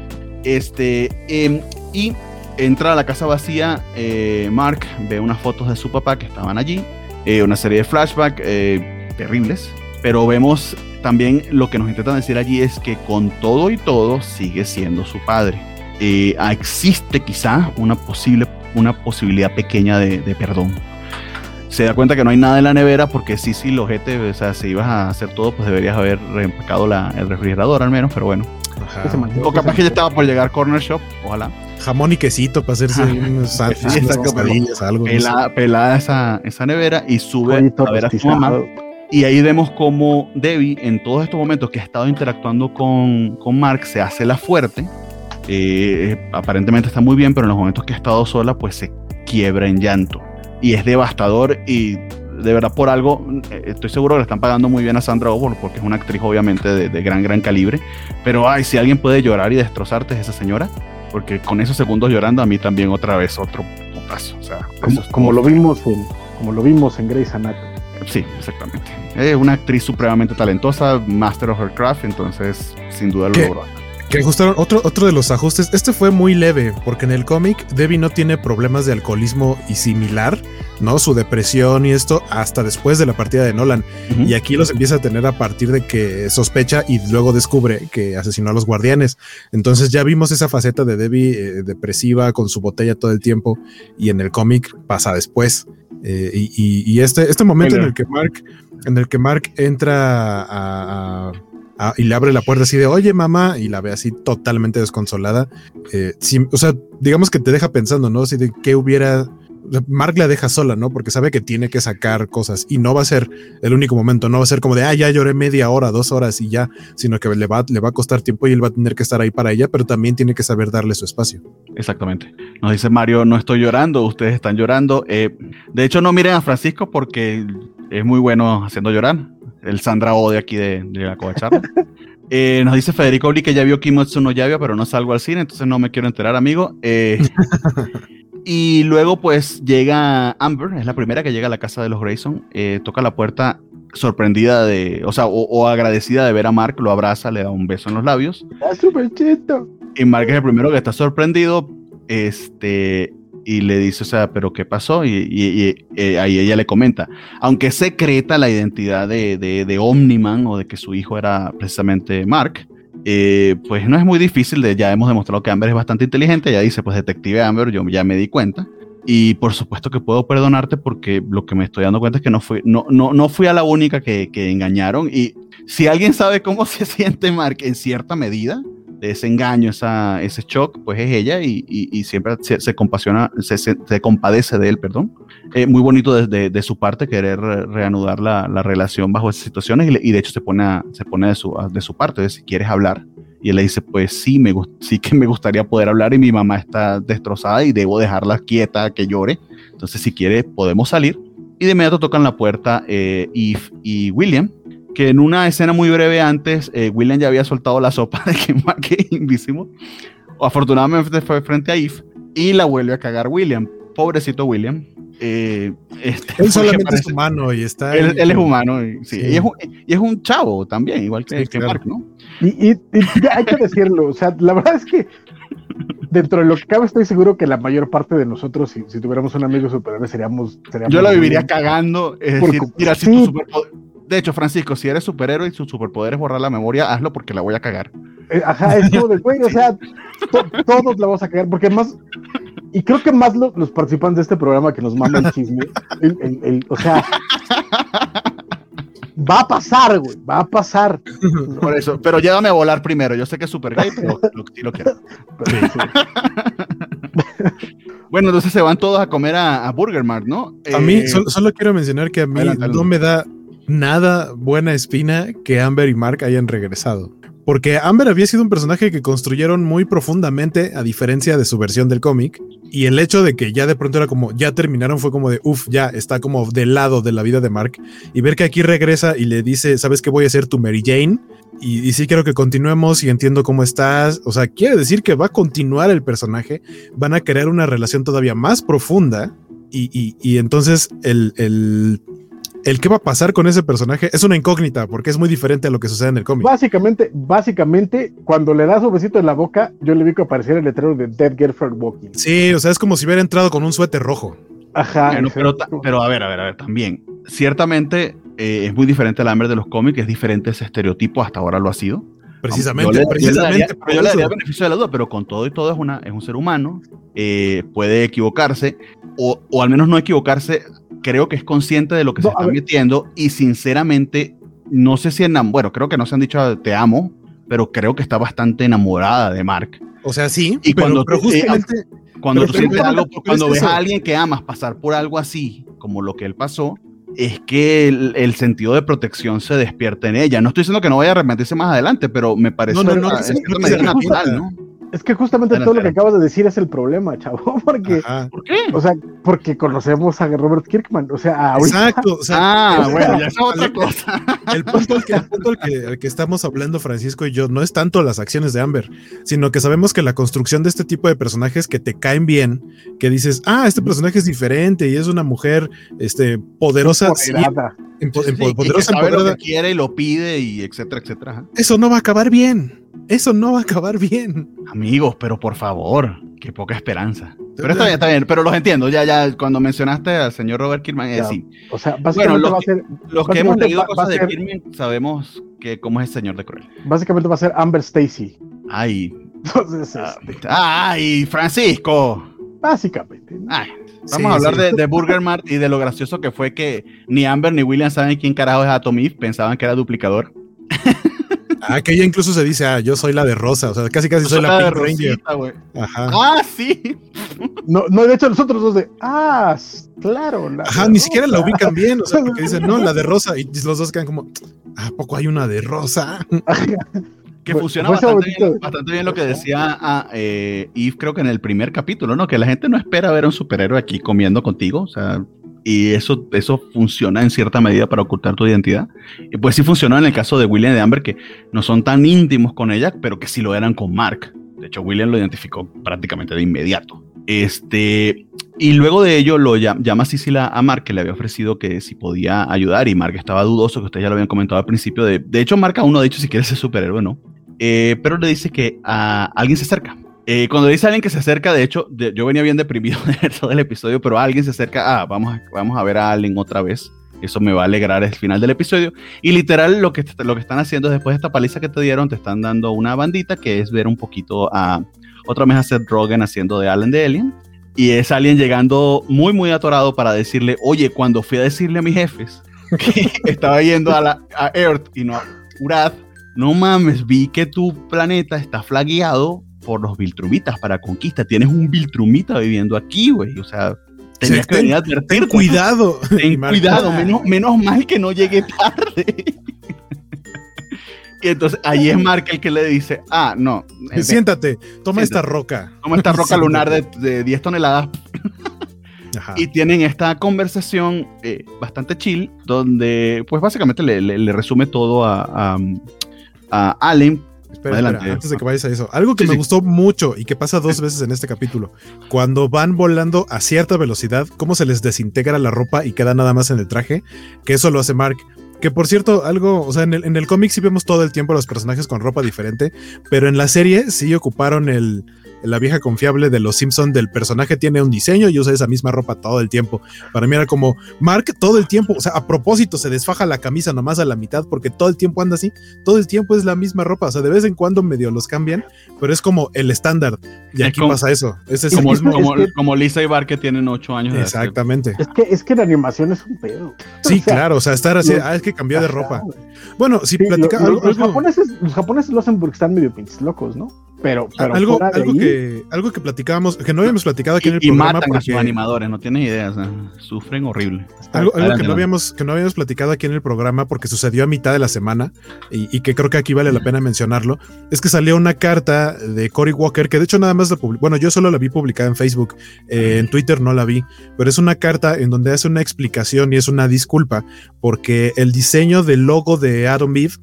Speaker 1: Y entra a la casa vacía. Mark ve unas fotos de su papá que estaban allí, una serie de flashbacks terribles, pero vemos también lo que nos intentan decir allí es que con todo y todo sigue siendo su padre. Existe quizá una posibilidad pequeña de perdón. Se da cuenta que no hay nada en la nevera porque sí, ojete, o sea, si ibas a hacer todo, pues deberías haber reempacado el refrigerador al menos, pero bueno. O capaz que ya estaba por llegar Corner Shop, ojalá.
Speaker 2: Jamón y quesito para hacerse unos quesadillas, algo.
Speaker 1: Pelada esa nevera y sube a ver a su mamá. Y ahí vemos como Debbie, en todos estos momentos que ha estado interactuando con Mark, se hace la fuerte. Aparentemente está muy bien, pero en los momentos que ha estado sola, pues se quiebra en llanto. Y es devastador y de verdad por algo, estoy seguro que le están pagando muy bien a Sandra Oh porque es una actriz obviamente de gran calibre, pero si alguien puede llorar y destrozarte es esa señora, porque con esos segundos llorando a mí también otra vez otro putazo, o sea,
Speaker 3: como lo vimos en Grey's Anatomy.
Speaker 1: Sí, exactamente. Es una actriz supremamente talentosa, master of her craft, entonces sin duda lo logró.
Speaker 2: Que ajustaron otro de los ajustes. Este fue muy leve, porque en el cómic Debbie no tiene problemas de alcoholismo y similar, ¿no? Su depresión y esto hasta después de la partida de Nolan. Uh-huh. Y aquí los empieza a tener a partir de que sospecha y luego descubre que asesinó a los guardianes. Entonces ya vimos esa faceta de Debbie depresiva con su botella todo el tiempo, y en el cómic pasa después. Y este momento en el que Mark entra y le abre la puerta así de oye mamá, y la ve así totalmente desconsolada, o sea, digamos que te deja pensando, ¿no? Así de qué hubiera... Mark la deja sola, ¿no? Porque sabe que tiene que sacar cosas y no va a ser el único momento, no va a ser como de ya lloré media hora, 2 horas y ya, sino que le va a costar tiempo y él va a tener que estar ahí para ella, pero también tiene que saber darle su espacio.
Speaker 1: Exactamente. Nos dice Mario, no estoy llorando, ustedes están llorando. De hecho, no miren a Francisco porque es muy bueno haciendo llorar. El Sandra O de aquí de la Covacharla. Nos dice Federico Oli que ya vio Kimetsu no Yaiba, pero no salgo al cine, entonces no me quiero enterar, amigo. Y luego pues llega Amber, es la primera que llega a la casa de los Grayson, toca la puerta sorprendida o agradecida de ver a Mark, lo abraza, le da un beso en los labios.
Speaker 3: ¡Ah, súper chido!
Speaker 1: Y Mark es el primero que está sorprendido, y le dice, o sea, ¿pero qué pasó? Y ahí ella le comenta, aunque es secreta la identidad de Omni-Man o de que su hijo era precisamente Mark, pues no es muy difícil, ya hemos demostrado que Amber es bastante inteligente. Ella dice, pues detective Amber, yo ya me di cuenta y por supuesto que puedo perdonarte porque lo que me estoy dando cuenta es que no fui a la única que engañaron, y si alguien sabe cómo se siente Mark en cierta medida de ese engaño, ese shock, pues es ella, y siempre se compasiona, se compadece de él, perdón. Muy bonito de su parte querer reanudar la relación bajo esas situaciones, y de hecho se pone de su parte, de si quieres hablar, y él le dice, pues sí que me gustaría poder hablar, y mi mamá está destrozada y debo dejarla quieta que llore, entonces si quiere podemos salir. Y de inmediato tocan la puerta Eve y William, que en una escena muy breve antes, William ya había soltado la sopa de que Mark es invisible. Afortunadamente fue frente a Eve y la vuelve a cagar William. Pobrecito William.
Speaker 2: Él solamente es humano y está...
Speaker 1: Él es humano, sí. Y es un chavo también, igual que
Speaker 2: claro.
Speaker 1: Mark, ¿no?
Speaker 3: Y ya hay que decirlo, o sea, la verdad es que dentro de lo que cabe estoy seguro que la mayor parte de nosotros, si tuviéramos un amigo superhéroe, seríamos
Speaker 1: yo la viviría cagando, es decir, mira, si
Speaker 3: sí.
Speaker 1: tu superpoder... De hecho, Francisco, si eres superhéroe y su superpoder es borrar la memoria, hazlo porque la voy a cagar.
Speaker 3: Ajá, es como de, güey, o sea, todos la vamos a cagar, porque más, y creo que más los participantes de este programa que nos mama el chisme, o sea, va a pasar, güey, va a pasar.
Speaker 1: Por eso, pero llévame a volar primero. Yo sé que es super gay, pero sí lo quiero.
Speaker 3: Sí.
Speaker 1: Bueno, entonces se van todos a comer a Burger Mart, ¿no?
Speaker 2: A mí, solo quiero mencionar que a mí no me da nada buena espina que Amber y Mark hayan regresado. Porque Amber había sido un personaje que construyeron muy profundamente, a diferencia de su versión del cómic, y el hecho de que ya de pronto era como, ya terminaron, fue como de, ya está como del lado de la vida de Mark, y ver que aquí regresa y le dice, ¿sabes qué? Voy a ser tu Mary Jane, y sí quiero que continuemos y entiendo cómo estás, o sea, quiere decir que va a continuar el personaje, van a crear una relación todavía más profunda, y entonces el qué va a pasar con ese personaje es una incógnita, porque es muy diferente a lo que sucede en el cómic.
Speaker 3: Básicamente, cuando le das un besito en la boca, yo le vi que apareciera el letrero de Dead Girlfriend Walking.
Speaker 2: Sí, o sea, es como si hubiera entrado con un suéter rojo.
Speaker 3: Ajá.
Speaker 1: Bueno, pero a ver, también. Ciertamente es muy diferente al Amber de los cómics, es diferente ese estereotipo, hasta ahora lo ha sido.
Speaker 2: Precisamente.
Speaker 1: Yo le daría beneficio de la duda, pero con todo y todo es un ser humano, puede equivocarse, o al menos no equivocarse. Creo que es consciente de lo que se está metiendo y sinceramente, no sé si creo que no se han dicho te amo, pero creo que está bastante enamorada de Mark.
Speaker 2: O sea, sí,
Speaker 1: y cuando
Speaker 2: justamente...
Speaker 1: Cuando tú sientes algo, cuando ves a alguien que amas pasar por algo así, como lo que él pasó, es que el sentido de protección se despierta en ella. No estoy diciendo que no vaya a arrepentirse más adelante, pero me parece natural, ¿no?
Speaker 3: Es que justamente todo lo que acabas de decir es el problema, chavo, porque,
Speaker 1: ¿por qué?
Speaker 3: O sea, porque conocemos a Robert Kirkman, o sea, ahorita.
Speaker 2: Exacto, o sea,
Speaker 1: bueno, ya es otra cosa.
Speaker 2: El punto al que estamos hablando, Francisco y yo, no es tanto las acciones de Amber, sino que sabemos que la construcción de este tipo de personajes que te caen bien, que dices, este personaje es diferente y es una mujer, poderosa,
Speaker 3: empoderada.
Speaker 1: Poderosa, y que sabe lo que quiere y lo pide y etcétera, etcétera.
Speaker 2: Eso no va a acabar bien. Eso no va a acabar bien.
Speaker 1: Amigos, pero por favor, qué poca esperanza. Pero está bien, pero los entiendo. Ya, cuando mencionaste al señor Robert Kirkman, sí.
Speaker 3: O sea, básicamente va a ser.
Speaker 1: Los que hemos leído cosas de Kirkman sabemos cómo es el señor de Cruel.
Speaker 3: Básicamente va a ser Amber Stacy.
Speaker 1: Ay.
Speaker 3: Entonces,
Speaker 1: ¡ay, Francisco!
Speaker 3: Básicamente.
Speaker 1: Ay. Vamos a hablar de Burger Mart y de lo gracioso que fue que ni Amber ni William saben quién carajo es Atom Eve, pensaban que era duplicador.
Speaker 2: Que ella incluso se dice, yo soy la de rosa, o sea, casi soy la Pink Ranger.
Speaker 1: Ajá. Sí.
Speaker 3: No, de hecho, nosotros dos claro.
Speaker 2: Ni siquiera la ubican bien, o sea, porque dicen, no, la de rosa, y los dos quedan como, ¿a poco hay una de rosa?
Speaker 1: Que funciona bastante bien lo que decía Eve, creo que en el primer capítulo, ¿no? Que la gente no espera ver a un superhéroe aquí comiendo contigo, o sea, y eso funciona en cierta medida para ocultar tu identidad. Y pues sí funcionó en el caso de William y de Amber, que no son tan íntimos con ella, pero que sí lo eran con Mark. De hecho, William lo identificó prácticamente de inmediato. Y luego de ello lo llama Cecil a Mark, que le había ofrecido que si podía ayudar, y Mark estaba dudoso, que ustedes ya lo habían comentado al principio. De hecho, Mark aún no ha dicho si quiere ser superhéroe o no, pero le dice que alguien se acerca. Cuando dice a alguien que se acerca, de hecho, yo venía bien deprimido de todo el episodio, pero alguien se acerca, vamos a ver a Allen otra vez. Eso me va a alegrar el final del episodio. Y literal, lo que están haciendo después de esta paliza que te dieron, te están dando una bandita que es ver un poquito otra vez a Seth Rogen haciendo de Allen de Alien. Y es Alien llegando muy, muy atorado para decirle, oye, cuando fui a decirle a mis jefes que estaba yendo a Earth y no a Urath, no mames, vi que tu planeta está flagueado por los Viltrumitas para conquista. Tienes un Viltrumita viviendo aquí, güey. O sea, tenías que venir a advertirte.
Speaker 2: Ten cuidado.
Speaker 1: Ten cuidado. Menos mal que no llegué tarde. Y entonces ahí es Mark el que le dice, no.
Speaker 2: Siéntate, toma esta roca.
Speaker 1: Toma esta roca lunar de 10 toneladas. Ajá. Y tienen esta conversación bastante chill, donde pues básicamente le resume todo a Allen.
Speaker 2: Espera, antes de que vayas a eso. Algo que me gustó mucho y que pasa 2 veces en este capítulo. Cuando van volando a cierta velocidad, cómo se les desintegra la ropa y queda nada más en el traje, que eso lo hace Mark. Que por cierto, o sea, en el cómic sí vemos todo el tiempo a los personajes con ropa diferente, pero en la serie sí ocuparon la vieja confiable de los Simpson del personaje tiene un diseño y usa esa misma ropa todo el tiempo. Para mí era como, Mark todo el tiempo, o sea, a propósito se desfaja la camisa nomás a la mitad porque todo el tiempo anda así, todo el tiempo es la misma ropa, o sea, de vez en cuando medio los cambian, pero es como el estándar, y aquí pasa eso. Es
Speaker 1: como Lisa y Bart que tienen 8 años.
Speaker 2: Exactamente.
Speaker 3: Es que la animación es un pedo.
Speaker 2: Sí, claro, o sea, estar así, es que cambió de ropa. Bueno, si platicamos...
Speaker 3: Los japoneses lo hacen porque están medio pinches locos, ¿no? Pero
Speaker 2: algo
Speaker 3: ahí,
Speaker 2: que platicábamos, que no habíamos platicado aquí en el
Speaker 1: y
Speaker 2: programa.
Speaker 1: matan a sus animadores, no tienes idea, o sea, sufren horrible.
Speaker 2: Algo que no habíamos platicado aquí en el programa porque sucedió a mitad de la semana y que creo que aquí vale la pena mencionarlo, es que salió una carta de Cory Walker, que de hecho nada más la publicó, bueno, yo solo la vi publicada en Facebook, en Twitter no la vi, pero es una carta en donde hace una explicación y es una disculpa porque el diseño del logo de Adam Eve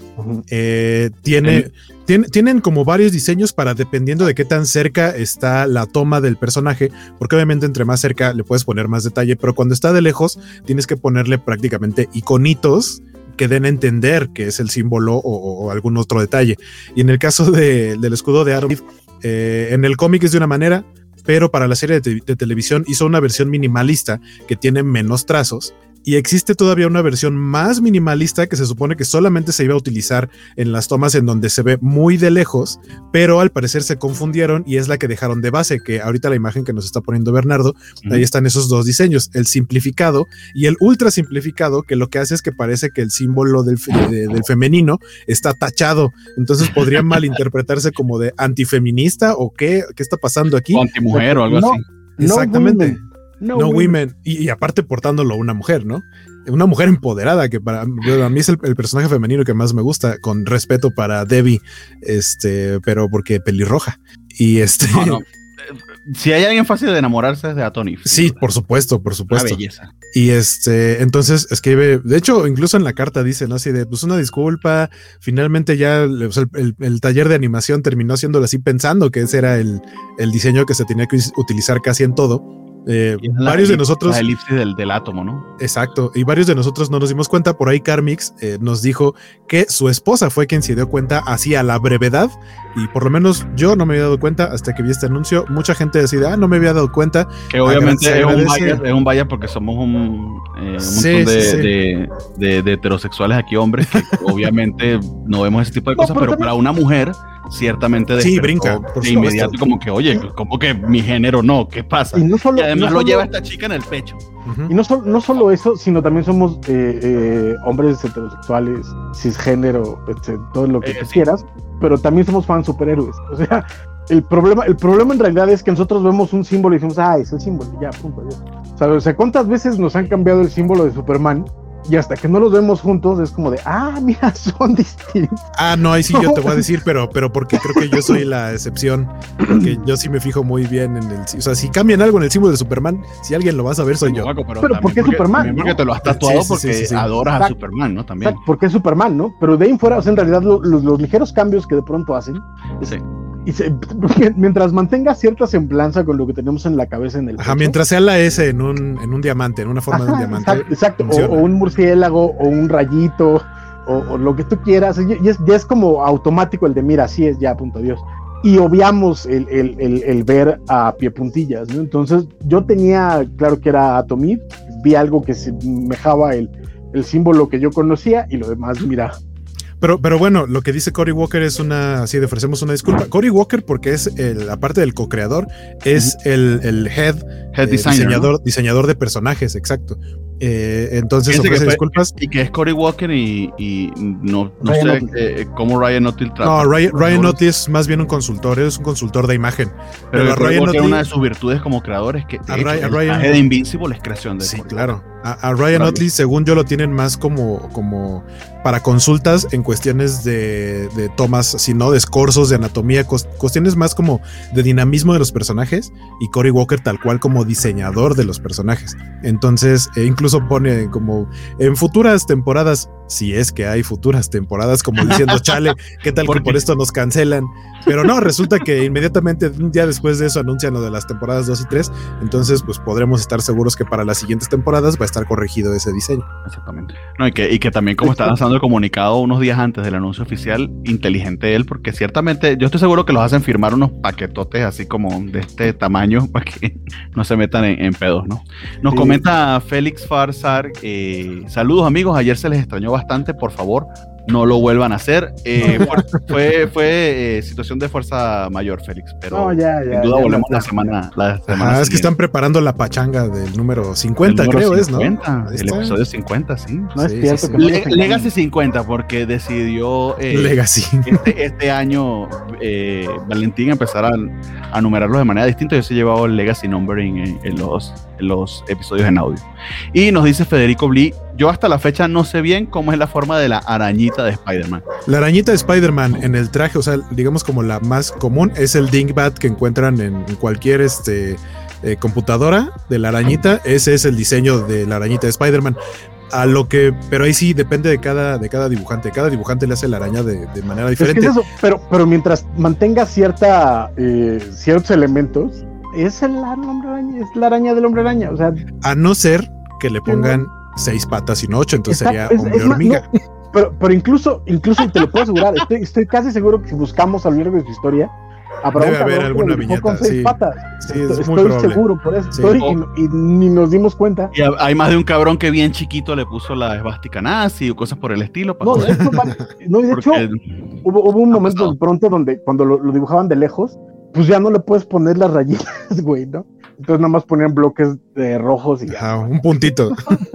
Speaker 2: tienen como varios diseños para dependiendo de qué tan cerca está la toma del personaje, porque obviamente entre más cerca le puedes poner más detalle, pero cuando está de lejos tienes que ponerle prácticamente iconitos que den a entender que es el símbolo o algún otro detalle. Y en el caso del escudo de Adam Eve, en el cómic es de una manera, pero para la serie de televisión hizo una versión minimalista que tiene menos trazos. Y existe todavía una versión más minimalista que se supone que solamente se iba a utilizar en las tomas en donde se ve muy de lejos, pero al parecer se confundieron y es la que dejaron de base, que ahorita la imagen que nos está poniendo Bernardo, ahí están esos dos diseños, el simplificado y el ultra simplificado, que lo que hace es que parece que el símbolo del femenino está tachado, entonces podría malinterpretarse como de antifeminista o qué está pasando aquí.
Speaker 1: O antimujer o algo así.
Speaker 2: Exactamente. No women. Y aparte portándolo una mujer, ¿no? Una mujer empoderada, que para mí es el personaje femenino que más me gusta, con respeto para Debbie, pero porque pelirroja. Y
Speaker 1: No. Si hay alguien fácil de enamorarse es de Anthony.
Speaker 2: Sí, por supuesto.
Speaker 1: Una belleza.
Speaker 2: Y entonces escribe, de hecho, incluso en la carta dice, ¿no? Así de, pues una disculpa, finalmente ya o sea, el taller de animación terminó haciéndolo así pensando que ese era el diseño que se tenía que utilizar casi en todo. Varios de nosotros.
Speaker 1: La elipsis del átomo, ¿no?
Speaker 2: Exacto. Y varios de nosotros no nos dimos cuenta. Por ahí Carmix nos dijo que su esposa fue quien se dio cuenta así a la brevedad. Y por lo menos yo no me había dado cuenta hasta que vi este anuncio. Mucha gente decía, no me había dado cuenta.
Speaker 1: Que obviamente es un vaya porque somos un montón de heterosexuales aquí, hombres, que obviamente no vemos ese tipo de cosas, pero para una mujer ciertamente
Speaker 2: brinca por
Speaker 1: de inmediato, como que, oye, como que mi género no, ¿qué pasa? Y además lo lleva esta chica en el pecho.
Speaker 3: Y no solo eso, sino también somos hombres heterosexuales, cisgénero, todo lo que quieras, pero también somos fans superhéroes. O sea, el problema en realidad es que nosotros vemos un símbolo y decimos, es el símbolo, ya, punto, ya. O sea, ¿cuántas veces nos han cambiado el símbolo de Superman? Y hasta que no los vemos juntos es como de, mira, son distintos.
Speaker 2: No, ahí sí yo te voy a decir, pero porque creo que yo soy la excepción, porque yo sí me fijo muy bien en el, o sea, si cambian algo en el símbolo de Superman, si alguien lo va a saber soy yo.
Speaker 3: Pero ¿por qué Superman?
Speaker 1: ¿No? Porque te lo has tatuado porque adoras a Superman, ¿no? También.
Speaker 3: Exacto, porque es Superman, ¿no? Pero de ahí en fuera, o sea, en realidad los ligeros cambios que de pronto hacen, mientras mantenga cierta semblanza con lo que tenemos en la cabeza en el pecho,
Speaker 2: mientras sea la S en un diamante, en una forma de un diamante.
Speaker 3: Exacto. O un murciélago, o un rayito, o lo que tú quieras. Ya es como automático el de, mira, así es, ya, punto, Dios. Y obviamos el ver a pie puntillas, ¿no? Entonces, yo tenía claro que era Atom Eve, vi algo que semejaba el símbolo que yo conocía, y lo demás, mira.
Speaker 2: Pero bueno, lo que dice Cory Walker es le ofrecemos una disculpa. Cory Walker, porque es aparte del co-creador, es el head designer, diseñador de personajes, exacto. Entonces ofrece disculpas.
Speaker 1: Y que es Cory Walker y no sé cómo Ryan Otley trata.
Speaker 2: No, Ryan Otley es más bien un consultor, es un consultor de imagen.
Speaker 1: Pero Ryan Otley, una de sus virtudes como creador es que el personaje de Invincible es creación de
Speaker 2: sí, claro. A Ryan Otley, según yo, lo tienen más como para consultas en cuestiones de tomas, sino de escorzos, de anatomía, cuestiones más como de dinamismo de los personajes, y Cory Walker tal cual como diseñador de los personajes. Entonces, incluso pone como en futuras temporadas, si es que hay futuras temporadas, como diciendo, chale, ¿qué tal que por esto nos cancelan? Pero no, resulta que inmediatamente, un día después de eso, anuncian lo de las temporadas 2 y 3, entonces pues podremos estar seguros que para las siguientes temporadas va a estar corregido ese diseño.
Speaker 1: Exactamente. No, y que también, como está lanzando el comunicado unos días antes del anuncio oficial, inteligente él, porque ciertamente yo estoy seguro que los hacen firmar unos paquetotes así como de este tamaño para que no se metan en pedos, ¿no? Nos comenta Félix Farsar, saludos amigos, ayer se les extrañó bastante, por favor, no lo vuelvan a hacer. Fue situación de fuerza mayor, Félix, pero sin duda volvemos la semana
Speaker 2: es que están preparando la pachanga del número 50, creo
Speaker 1: 50, ¿no? El episodio 50, sí.
Speaker 3: No es cierto.
Speaker 1: Legacy 50, porque decidió
Speaker 2: Legacy.
Speaker 1: Este año Valentín empezar a numerarlos de manera distinta. Yo sí he llevado el Legacy Numbering en los episodios en audio. Y nos dice Federico Bli, yo hasta la fecha no sé bien cómo es la forma de la arañita de Spider-Man.
Speaker 2: La arañita de Spider-Man en el traje, o sea, digamos como la más común, es el dingbat que encuentran en cualquier computadora de la arañita. Ese es el diseño de la arañita de Spider-Man. Pero ahí sí depende de cada dibujante. Cada dibujante le hace la araña de manera diferente.
Speaker 3: Es que es eso, pero mientras mantenga ciertos elementos, es la araña del hombre araña. O sea,
Speaker 2: a no ser que le pongan 6 patas y no 8, entonces sería hombre hormiga.
Speaker 3: No, pero incluso y te lo puedo asegurar, estoy casi seguro que si buscamos a lo largo de su historia,
Speaker 2: debe haber alguna viñeta
Speaker 3: con 6 patas.
Speaker 2: Sí,
Speaker 3: estoy seguro, por eso y ni nos dimos cuenta.
Speaker 1: Y hay más de un cabrón que bien chiquito le puso la esvástica nazi o cosas por el estilo.
Speaker 3: De hecho, hubo un momento de pronto donde cuando lo dibujaban de lejos, pues ya no le puedes poner las rayitas, güey, ¿no? Entonces nada más ponían bloques de rojos y
Speaker 2: un puntito.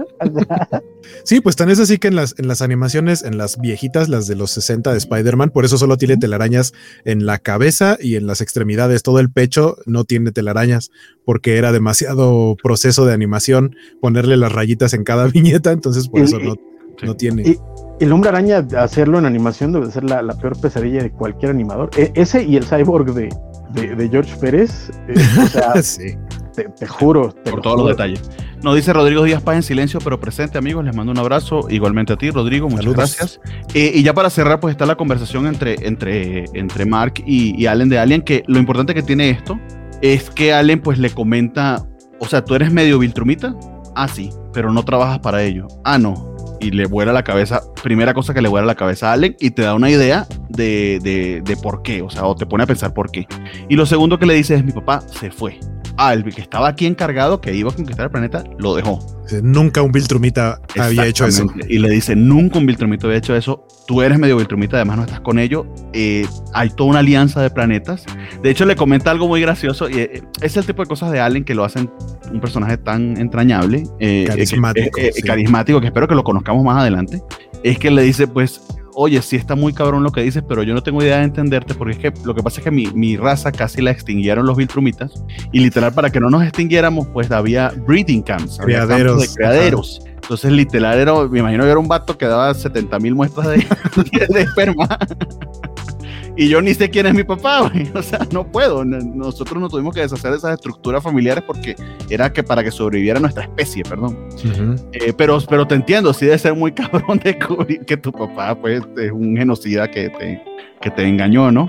Speaker 2: Sí, pues tan es así que en las animaciones, en las viejitas, las de los 60 de Spider-Man, por eso solo tiene telarañas en la cabeza y en las extremidades. Todo el pecho no tiene telarañas porque era demasiado proceso de animación ponerle las rayitas en cada viñeta, entonces por eso no tiene.
Speaker 3: Y el hombre araña, hacerlo en animación debe ser la peor pesadilla de cualquier animador. Ese y el cyborg de George Pérez, o sea,
Speaker 2: sí.
Speaker 3: Te juro.
Speaker 1: Por todos los detalles. Nos dice Rodrigo Díaz Paz en silencio, pero presente, amigos. Les mando un abrazo. Igualmente a ti, Rodrigo. Muchas gracias. Y ya para cerrar, pues está la conversación entre Mark y Allen de Alien, que lo importante que tiene esto es que Allen pues le comenta, o sea, tú eres medio Viltrumita. Ah, sí, pero no trabajas para ello. Ah, no. Y le vuela la cabeza, primera cosa que le vuela la cabeza a Allen, y te da una idea de por qué, o sea, o te pone a pensar por qué. Y lo segundo que le dice es: mi papá se fue. El que estaba aquí encargado, que iba a conquistar el planeta, lo dejó.
Speaker 2: Nunca un Viltrumita había hecho eso.
Speaker 1: Y le dice: nunca un Viltrumita había hecho eso. Tú eres medio Viltrumita, además no estás con ellos. Hay toda una alianza de planetas. De hecho, le comenta algo muy gracioso. Y es el tipo de cosas de Allen que lo hacen un personaje tan entrañable, carismático, que espero que lo conozcamos más adelante. Es que le dice, pues, oye, sí está muy cabrón lo que dices, pero yo no tengo idea de entenderte, porque es que lo que pasa es que mi raza casi la extinguieron los Viltrumitas, y literal, para que no nos extinguiéramos, pues había breeding camps, había campos de criaderos. Ajá. Entonces, literal, me imagino que era un vato que daba 70,000 muestras de esperma. Y yo ni sé quién es mi papá, güey. O sea, no puedo. Nosotros nos tuvimos que deshacer de esas estructuras familiares porque era que para que sobreviviera nuestra especie, perdón. Uh-huh. Pero te entiendo, sí debe ser muy cabrón descubrir que tu papá, pues, es un genocida que te engañó, ¿no?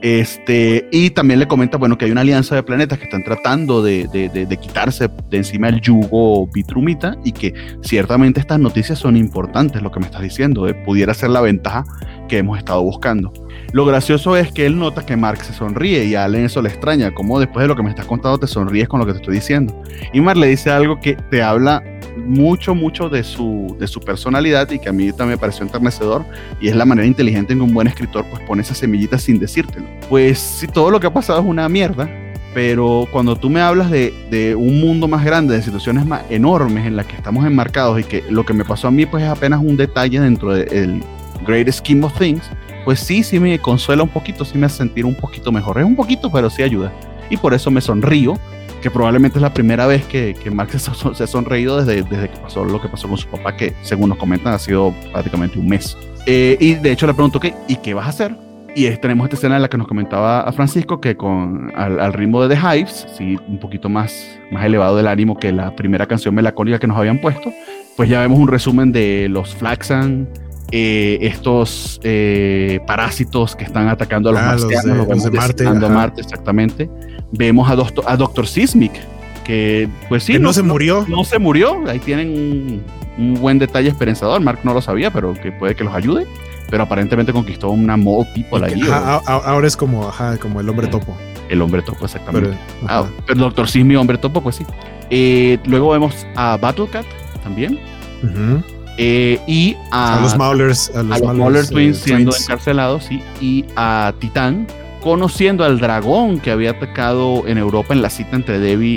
Speaker 1: Y también le comenta, bueno, que hay una alianza de planetas que están tratando de quitarse de encima el yugo Viltrumita, y que ciertamente estas noticias son importantes, lo que me estás diciendo, pudiera ser la ventaja que hemos estado buscando. Lo gracioso es que él nota que Mark se sonríe y a Allen eso le extraña, como después de lo que me estás contando te sonríes con lo que te estoy diciendo. Y Mark le dice algo que te habla mucho de su personalidad y que a mí también me pareció enternecedor, y es la manera inteligente en que un buen escritor pues pone esas semillitas sin decírtelo. Pues si todo lo que ha pasado es una mierda, pero cuando tú me hablas de un mundo más grande, de situaciones más enormes en las que estamos enmarcados, y que lo que me pasó a mí pues es apenas un detalle dentro del Great Scheme of Things, pues sí me consuela un poquito, sí me hace sentir un poquito mejor. Es un poquito, pero sí ayuda. Y por eso me sonrío, que probablemente es la primera vez que Mark se ha sonreído desde que pasó lo que pasó con su papá, que según nos comentan ha sido prácticamente un mes. Y de hecho le pregunto, ¿y qué vas a hacer? Y tenemos esta escena en la que nos comentaba a Francisco que al ritmo de The Hives, sí, un poquito más elevado del ánimo que la primera canción melancólica que nos habían puesto, pues ya vemos un resumen de los Flaxan, estos parásitos que están atacando a los marcianos, los de Marte, a Marte, exactamente. Vemos a Dr. Sismic, que pues sí,
Speaker 2: que no se murió.
Speaker 1: No se murió, ahí tienen un buen detalle esperanzador. Mark no lo sabía, pero que puede que los ayude. Pero aparentemente conquistó una mole people allí.
Speaker 2: Ahora es como el hombre topo.
Speaker 1: El hombre topo, exactamente. Pero Dr. Sismic, hombre topo, pues sí. Luego vemos a Battlecat también.
Speaker 2: Uh-huh.
Speaker 1: y
Speaker 2: a los Maulers,
Speaker 1: a los Mauler Twins siendo encarcelados, sí, y a Titán conociendo al dragón que había atacado en Europa en la cita entre Debbie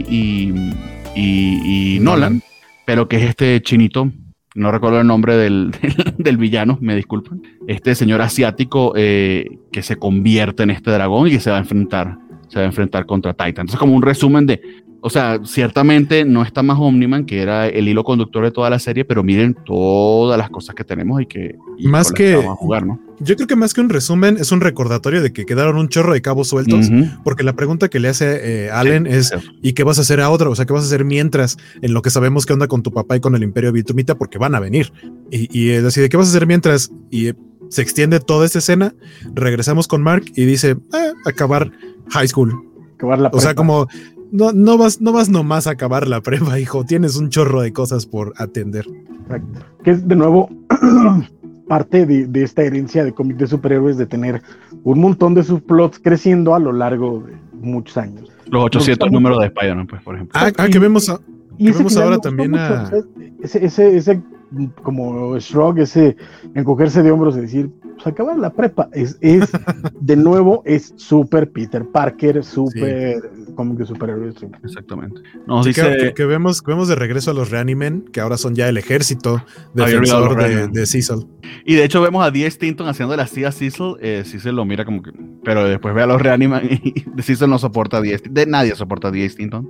Speaker 1: y Nolan, pero que es este chinito, no recuerdo el nombre del villano, me disculpan, este señor asiático que se convierte en este dragón y que se va a enfrentar contra Titan. Entonces, como un resumen de, o sea, ciertamente no está más Omni-Man, que era el hilo conductor de toda la serie, pero miren todas las cosas que tenemos y
Speaker 2: más que
Speaker 1: vamos a jugar, ¿no?
Speaker 2: Yo creo que más que un resumen es un recordatorio de que quedaron un chorro de cabos sueltos, porque la pregunta que le hace Allen es ¿y qué vas a hacer ahora? O sea, ¿qué vas a hacer mientras en lo que sabemos que onda con tu papá y con el Imperio Viltrumita? Porque van a venir. Y es así, ¿de qué vas a hacer mientras? Y se extiende toda esta escena, regresamos con Mark y dice, acabar high school.
Speaker 3: Acabar la prepa.
Speaker 2: O sea, como no vas nomás a acabar la prepa, hijo, tienes un chorro de cosas por atender.
Speaker 3: Exacto. Que es de nuevo parte de esta herencia de cómic de superhéroes, de tener un montón de subplots creciendo a lo largo de muchos años.
Speaker 1: Los 800 números de Spider-Man, pues, por ejemplo.
Speaker 2: Que vemos ahora también
Speaker 3: mucho, ese como shrug, ese encogerse de hombros y decir, pues acabar la prepa, es de nuevo, es súper Peter Parker, súper cómic de superhéroes.
Speaker 1: Exactamente.
Speaker 2: Nos dice que vemos de regreso a los Reanimen, que ahora son ya el ejército defensor de Cecil.
Speaker 1: Y de hecho vemos a D. Stinton haciendo la CIA a Cecil. Cecil lo mira como que, pero después ve a los Reanimen y Cecil no soporta a D. Stinton. Nadie soporta a D. Stinton.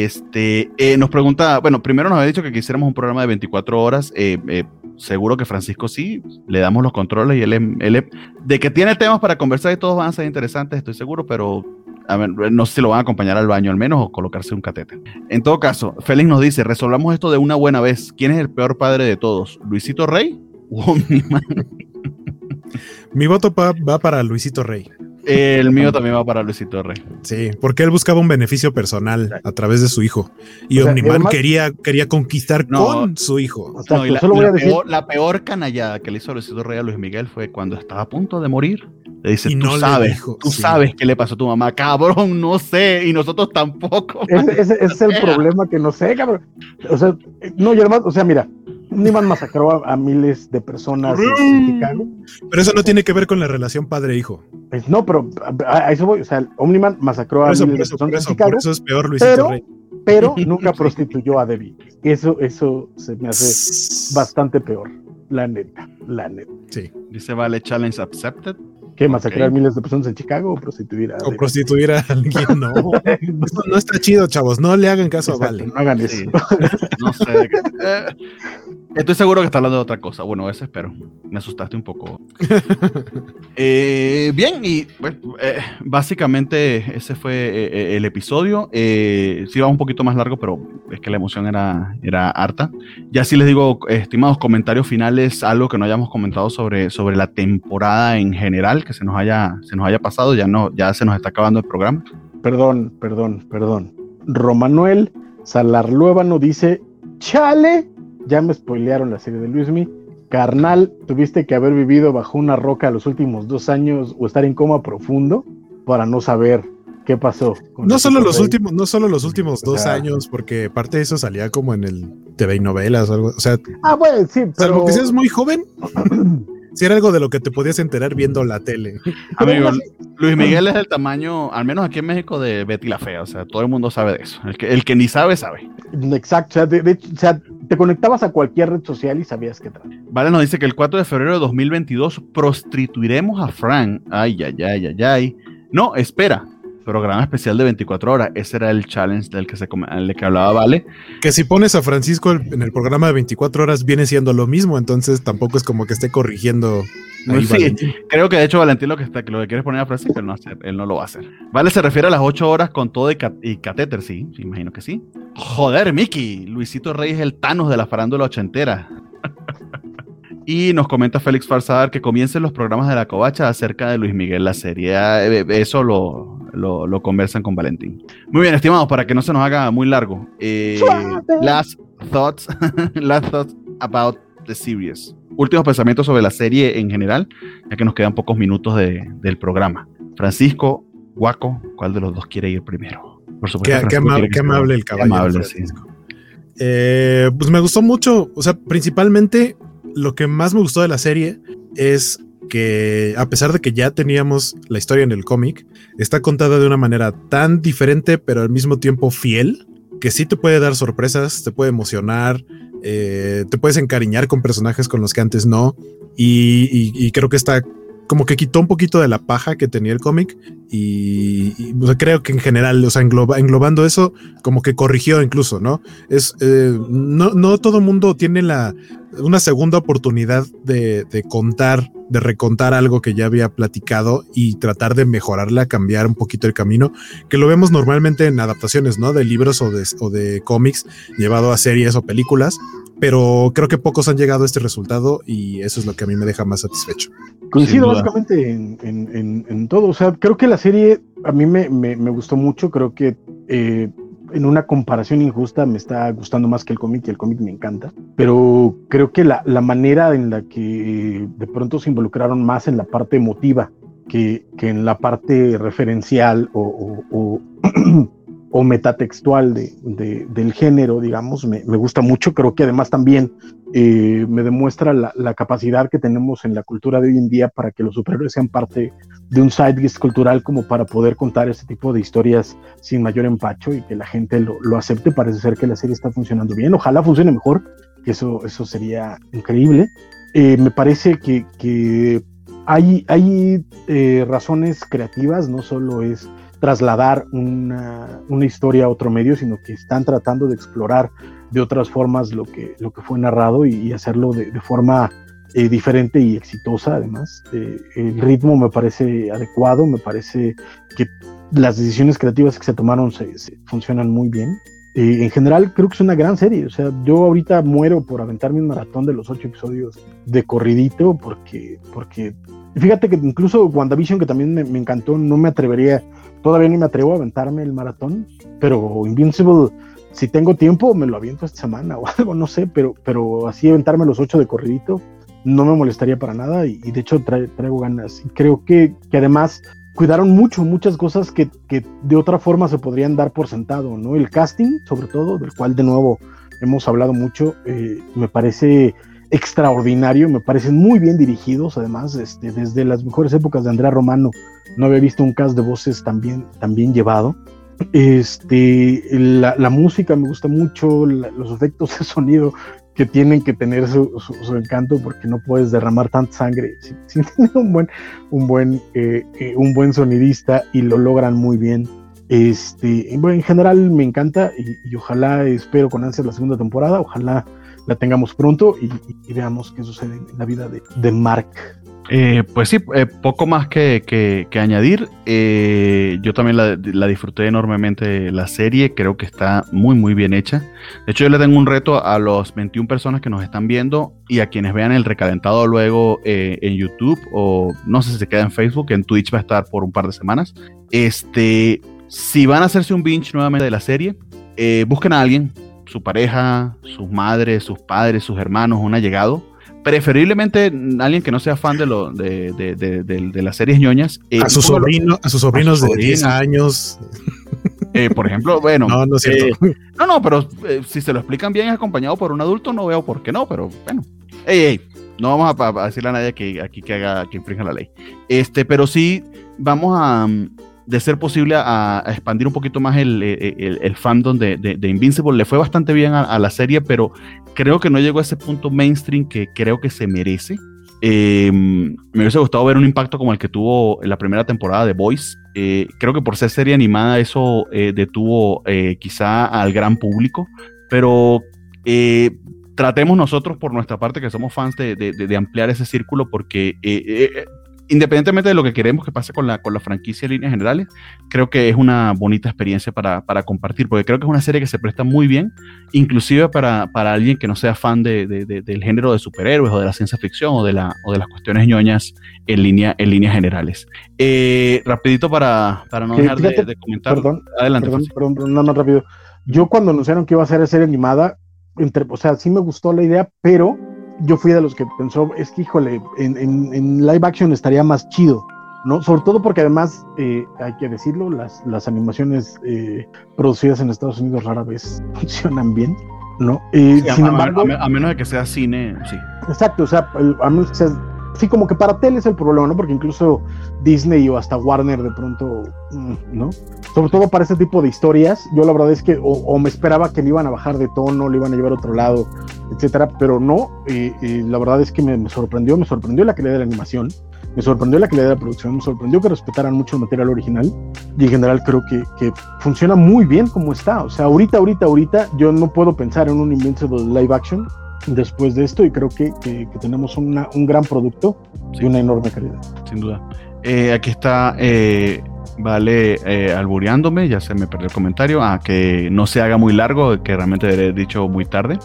Speaker 1: Nos pregunta, bueno, primero nos había dicho que quisiéramos un programa de 24 horas. Seguro que Francisco sí, le damos los controles y él de que tiene temas para conversar y todos van a ser interesantes, estoy seguro, pero a ver, no sé si lo van a acompañar al baño al menos o colocarse un catéter. En todo caso, Félix nos dice, resolvamos esto de una buena vez. ¿Quién es el peor padre de todos? ¿Luisito Rey o Omni-Man?
Speaker 2: Mi voto va para Luisito Rey.
Speaker 1: El mío también va para Luisito Rey.
Speaker 2: Sí, porque él buscaba un beneficio personal a través de su hijo. Y Omni-Man quería conquistar con su hijo.
Speaker 3: O sea, no,
Speaker 1: la peor canallada que le hizo Luisito Rey a Luis Miguel fue cuando estaba a punto de morir. Le dice, tú sabes qué le pasó a tu mamá. Cabrón, no sé, y nosotros tampoco.
Speaker 3: Ese es el problema, que no sé, cabrón. O sea, no, y además, o sea, mira, Omni-Man masacró a miles de personas en Chicago.
Speaker 2: Pero eso no tiene que ver con la relación padre-hijo.
Speaker 3: Pues no, pero a eso voy. O sea, Omni-Man masacró a miles de personas en Chicago.
Speaker 2: Por eso es peor Luisito Rey.
Speaker 3: Pero nunca prostituyó a Debbie. Eso se me hace bastante peor. La neta.
Speaker 2: Sí.
Speaker 1: Dice, vale, challenge accepted.
Speaker 3: ¿Qué? ¿Masacrar miles de personas en Chicago o prostituir a alguien?
Speaker 2: Prostituir a alguien, no. No está chido, chavos. No le hagan caso a Vale.
Speaker 3: No hagan eso.
Speaker 1: No sé. Estoy seguro que está hablando de otra cosa. Bueno, eso espero. Me asustaste un poco. Bien, y bueno, básicamente ese fue el episodio. Sí va un poquito más largo, pero es que la emoción era harta. Ya sí les digo, estimados, comentarios finales, algo que no hayamos comentado sobre la temporada en general, que se nos haya pasado, ya se nos está acabando el programa.
Speaker 3: Perdón. Romanuel Salarluévano dice, chale, ya me spoilearon la serie de Luismi. Carnal, tuviste que haber vivido bajo una roca los últimos 2 años o estar en coma profundo para no saber qué pasó.
Speaker 2: No solo los últimos 2 años, porque parte de eso salía como en el TV y novelas o algo. O sea,
Speaker 3: bueno, sí, pero
Speaker 2: salvo que seas muy joven. Si era algo de lo que te podías enterar viendo la tele.
Speaker 1: Amigo, Luis Miguel es del tamaño, al menos aquí en México, de Betty la Fea. O sea, todo el mundo sabe de eso. El que ni sabe, sabe.
Speaker 3: Exacto. O sea, te conectabas a cualquier red social y sabías qué tal.
Speaker 1: Vale, nos dice que el 4 de febrero de 2022 prostituiremos a Frank. Ay. No, espera. Programa especial de 24 horas. Ese era el challenge del que hablaba Vale.
Speaker 2: Que si pones a Francisco en el programa de 24 horas viene siendo lo mismo, entonces tampoco es como que esté corrigiendo.
Speaker 1: Sí, Valentín. Creo que de hecho Valentín lo que quiere poner a Francisco, él no lo va a hacer. Vale, se refiere a las 8 horas con todo y catéter, sí, imagino que sí. Joder, Mickey, Luisito Rey es el Thanos de la farándula ochentera. Y nos comenta Félix Farzadar que comiencen los programas de La Covacha acerca de Luis Miguel, la serie. Eso lo conversan con Valentín. Muy bien, estimados, para que no se nos haga muy largo. Last thoughts about the series. Últimos pensamientos sobre la serie en general, ya que nos quedan pocos minutos del programa. Francisco, Guaco, ¿cuál de los dos quiere ir primero? Por supuesto.
Speaker 2: Qué amable el caballero.
Speaker 1: Amable, sí.
Speaker 2: Pues me gustó mucho, o sea, principalmente lo que más me gustó de la serie es que, a pesar de que ya teníamos la historia en el cómic, está contada de una manera tan diferente, pero al mismo tiempo fiel, que sí te puede dar sorpresas, te puede emocionar, te puedes encariñar con personajes con los que antes no, y creo que está como que quitó un poquito de la paja que tenía el cómic y o sea, creo que en general, o sea, englobando eso, como que corrigió incluso, ¿no? No todo mundo tiene una segunda oportunidad de recontar algo que ya había platicado y tratar de mejorarla, cambiar un poquito el camino, que lo vemos normalmente en adaptaciones, ¿no? De libros o de cómics llevado a series o películas, pero creo que pocos han llegado a este resultado y eso es lo que a mí me deja más satisfecho.
Speaker 3: Coincido básicamente en todo. O sea, creo que la serie a mí me gustó mucho. Creo que en una comparación injusta me está gustando más que el cómic, y el cómic me encanta. Pero creo que la manera en la que de pronto se involucraron más en la parte emotiva que en la parte referencial o metatextual del género, digamos, me gusta mucho. Creo que además también me demuestra la capacidad que tenemos en la cultura de hoy en día para que los superhéroes sean parte de un zeitgeist cultural, como para poder contar este tipo de historias sin mayor empacho y que la gente lo acepte. Parece ser que la serie está funcionando bien. Ojalá funcione mejor, que eso sería increíble. Me parece que hay razones creativas, no solo es trasladar una historia a otro medio, sino que están tratando de explorar de otras formas lo que fue narrado y hacerlo de forma diferente y exitosa. Además, el ritmo me parece adecuado, me parece que las decisiones creativas que se tomaron se funcionan muy bien. En general creo que es una gran serie. O sea, yo ahorita muero por aventarme un maratón de los 8 episodios de corridito, porque fíjate que incluso WandaVision, que también me encantó, todavía no me atrevo a aventarme el maratón, pero Invincible, si tengo tiempo, me lo aviento esta semana o algo, no sé, pero así aventarme los 8 de corridito no me molestaría para nada, y de hecho traigo ganas. Y creo que además cuidaron muchas cosas que de otra forma se podrían dar por sentado, ¿no? El casting, sobre todo, del cual de nuevo hemos hablado mucho, me parece extraordinario, me parecen muy bien dirigidos. Además, desde las mejores épocas de Andrea Romano no había visto un cast de voces tan bien llevado. La música me gusta mucho, los efectos de sonido que tienen que tener su encanto, porque no puedes derramar tanta sangre sin tener un buen sonidista, y lo logran muy bien. Bueno, en general me encanta, y ojalá, espero con ansias la segunda temporada, ojalá la tengamos pronto y veamos qué sucede en la vida de Mark.
Speaker 1: Pues sí, poco más que añadir. Yo también la disfruté enormemente, la serie. Creo que está muy bien hecha. De hecho, yo le tengo un reto a los 21 personas que nos están viendo y a quienes vean el recalentado luego en YouTube, o no sé si se queda en Facebook. En Twitch va a estar por un par de semanas. Si van a hacerse un binge nuevamente de la serie, busquen a alguien, su pareja, sus madres, sus padres, sus hermanos, un allegado. Preferiblemente alguien que no sea fan de las series ñoñas. A sus
Speaker 2: sobrinos de 10 años.
Speaker 1: Por ejemplo, bueno.
Speaker 2: No es cierto.
Speaker 1: Pero si se lo explican bien acompañado por un adulto, no veo por qué no, pero bueno. Ey, no vamos a decirle a nadie que infrinja la ley. Pero sí vamos a, de ser posible, a expandir un poquito más el fandom de Invincible. Le fue bastante bien a la serie, pero creo que no llegó a ese punto mainstream que creo que se merece. Me hubiese gustado ver un impacto como el que tuvo en la primera temporada de Boys. Creo que por ser serie animada eso detuvo quizá al gran público, pero tratemos nosotros por nuestra parte, que somos fans, de ampliar ese círculo, porque independientemente de lo que queremos que pase con la franquicia en líneas generales, creo que es una bonita experiencia para compartir, porque creo que es una serie que se presta muy bien, inclusive para alguien que no sea fan del género de superhéroes o de la ciencia ficción o de las cuestiones ñoñas en líneas generales. Rapidito para no dejar de comentar.
Speaker 3: Perdón,
Speaker 1: adelante.
Speaker 3: Perdón, no, rápido. Yo cuando anunciaron que iba a ser serie animada, o sea, sí me gustó la idea, pero yo fui de los que pensó, es que híjole, en live action estaría más chido, ¿no? Sobre todo porque además, hay que decirlo, las animaciones producidas en Estados Unidos rara vez funcionan bien. ¿no?
Speaker 1: Sí,
Speaker 3: Sin embargo,
Speaker 1: a menos de que sea cine, sí.
Speaker 3: exacto, o sea, a menos que sea, sí, como que para tele es el problema, ¿no? Porque incluso Disney o hasta Warner de pronto, ¿no? Sobre todo para este tipo de historias, yo la verdad es que o me esperaba que le iban a bajar de tono, le iban a llevar a otro lado, etcétera, pero no, la verdad es que me sorprendió la calidad de la animación, me sorprendió la calidad de la producción, me sorprendió que respetaran mucho el material original y en general creo que funciona muy bien como está, o sea, ahorita yo no puedo pensar en un Invincible live action después de esto y creo que tenemos un gran producto y una enorme calidad.
Speaker 1: Sin duda. Aquí está albureándome, ya se me perdió el comentario, que no se haga muy largo, que realmente he dicho muy tarde.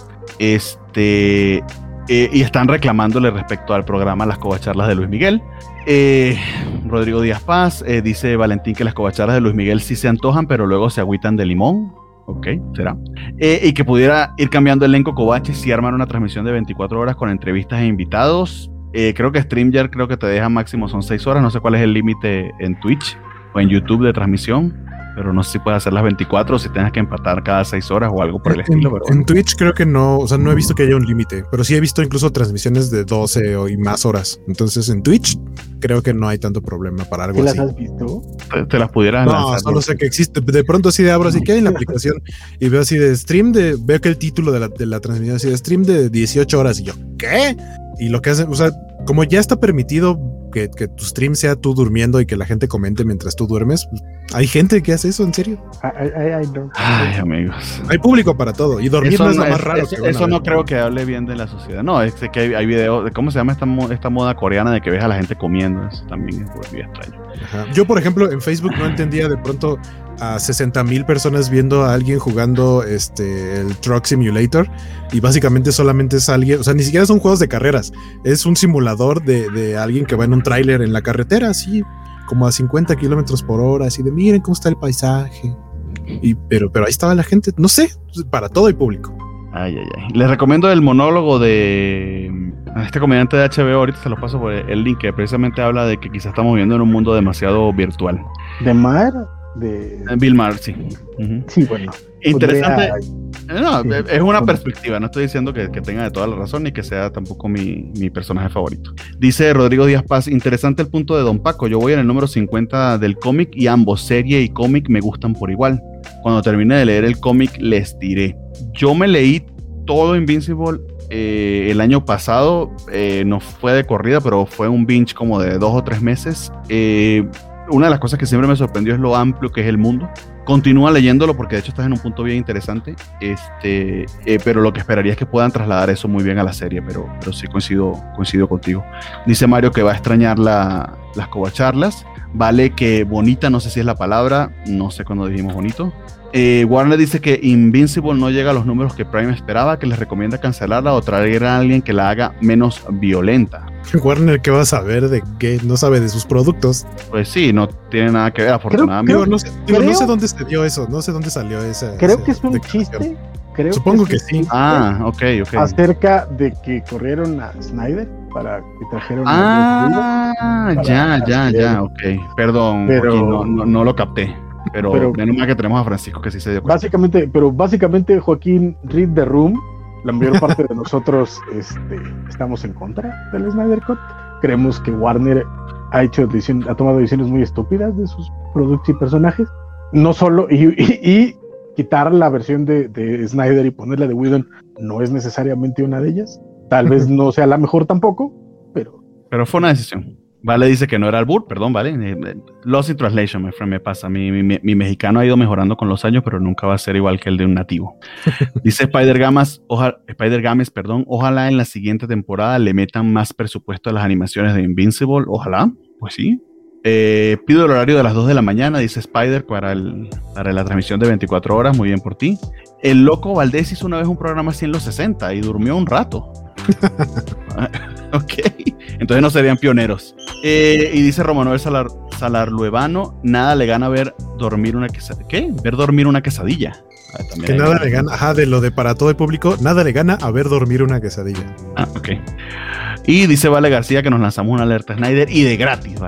Speaker 1: Y están reclamándole respecto al programa Las Covacharlas de Luis Miguel. Rodrigo Díaz Paz dice Valentín que las covacharlas de Luis Miguel sí se antojan, pero luego se agüitan de limón. Ok, será. Y que pudiera ir cambiando el elenco Covache si arman una transmisión de 24 horas con entrevistas e invitados. Creo que StreamYard creo que te deja máximo son 6 horas. No sé cuál es el límite en Twitch o en YouTube de transmisión, pero no sé si puedes hacer las 24 o si tengas que empatar cada 6 horas o algo por el estilo. Pero
Speaker 2: en Twitch creo que no, o sea, no he visto que haya un límite, pero sí he visto incluso transmisiones de 12 y más horas. Entonces en Twitch creo que no hay tanto problema para algo así.
Speaker 3: ¿Las has visto?
Speaker 1: Te las pudieras lanzar.
Speaker 2: No, solo sé que existe. De pronto así de abro así que hay en la aplicación y veo así de veo que el título de la transmisión así de stream de 18 horas y yo, ¿qué? Y lo que hacen, o sea, como ya está permitido que tu stream sea tú durmiendo y que la gente comente mientras tú duermes, pues, hay gente que hace eso, en serio.
Speaker 1: Ay, amigos.
Speaker 2: Hay público para todo y dormir no es lo más raro.
Speaker 1: Eso no creo que hable bien de la sociedad. No, es que hay videos de cómo se llama esta moda coreana de que ves a la gente comiendo. Eso también es muy extraño.
Speaker 2: Ajá. Yo, por ejemplo, en Facebook no entendía de pronto a 60,000 personas viendo a alguien jugando el Truck Simulator y básicamente solamente es alguien, o sea, ni siquiera son juegos de carreras, es un simulador de alguien que va en un tráiler en la carretera, así como a 50 kilómetros por hora, así de miren cómo está el paisaje. Pero ahí estaba la gente, no sé, para todo hay público.
Speaker 1: Ay. Les recomiendo el monólogo de este comediante de HBO, ahorita se los paso por el link, que precisamente habla de que quizás estamos viviendo en un mundo demasiado virtual.
Speaker 3: ¿De Mar?
Speaker 1: Bill Maher, sí.
Speaker 3: Uh-huh. Sí, bueno.
Speaker 1: Interesante. No, sí, es una perspectiva, no estoy diciendo que tenga de toda la razón ni que sea tampoco mi personaje favorito. Dice Rodrigo Díaz Paz, interesante el punto de Don Paco, yo voy en el número 50 del cómic y ambos, serie y cómic, me gustan por igual. Cuando termine de leer el cómic les diré. Yo me leí todo Invincible el año pasado, no fue de corrida, pero fue un binge como de 2 o 3 meses. Una de las cosas que siempre me sorprendió es lo amplio que es el mundo. Continúa leyéndolo porque de hecho estás en un punto bien interesante, pero lo que esperaría es que puedan trasladar eso muy bien a la serie, pero sí coincido contigo. Dice Mario que va a extrañar las covacharlas. Vale que bonita, no sé si es la palabra, no sé cuándo dijimos bonito. Warner dice que Invincible no llega a los números que Prime esperaba, que les recomienda cancelarla o traer a alguien que la haga menos violenta.
Speaker 2: Warner, ¿qué va a saber de qué? No sabe de sus productos.
Speaker 1: Pues sí, no tiene nada que ver, afortunadamente.
Speaker 2: No sé dónde se dio eso, no sé dónde salió esa.
Speaker 3: Creo que es un chiste.
Speaker 2: Supongo que sí.
Speaker 1: Ok.
Speaker 3: Acerca de que corrieron a Snyder para que trajeron
Speaker 1: ya, ok. Perdón, pero no lo capté. Pero menos mal que tenemos a Francisco que sí se dio cuenta.
Speaker 3: Básicamente Joaquín, read the room. La mayor parte de nosotros estamos en contra del Snyder Cut. Creemos que Warner ha tomado decisiones muy estúpidas de sus productos y personajes. No solo, y quitar la versión de Snyder y ponerla de Whedon no es necesariamente una de ellas. Tal vez no sea la mejor tampoco, pero
Speaker 1: fue una decisión. Vale dice que no era albur, perdón, Vale. Lost in translation, my friend, me pasa. Mi mexicano ha ido mejorando con los años, pero nunca va a ser igual que el de un nativo. Dice Spider Games, ojalá en la siguiente temporada le metan más presupuesto a las animaciones de Invincible. Ojalá, pues sí. Pido el horario de las 2 de la mañana, dice Spider, para la transmisión de 24 horas. Muy bien por ti. El loco Valdés hizo una vez un programa así en los 60 y durmió un rato. Ok, entonces no serían pioneros. Y dice Romanuel Salarluevano, nada le gana ver dormir una quesadilla. ¿Qué? Ver dormir una quesadilla.
Speaker 2: Que nada le gana, de lo de para todo el público, nada le gana a ver dormir una quesadilla.
Speaker 1: Ok. Y dice Vale García que nos lanzamos una alerta Snyder y de gratis, vale.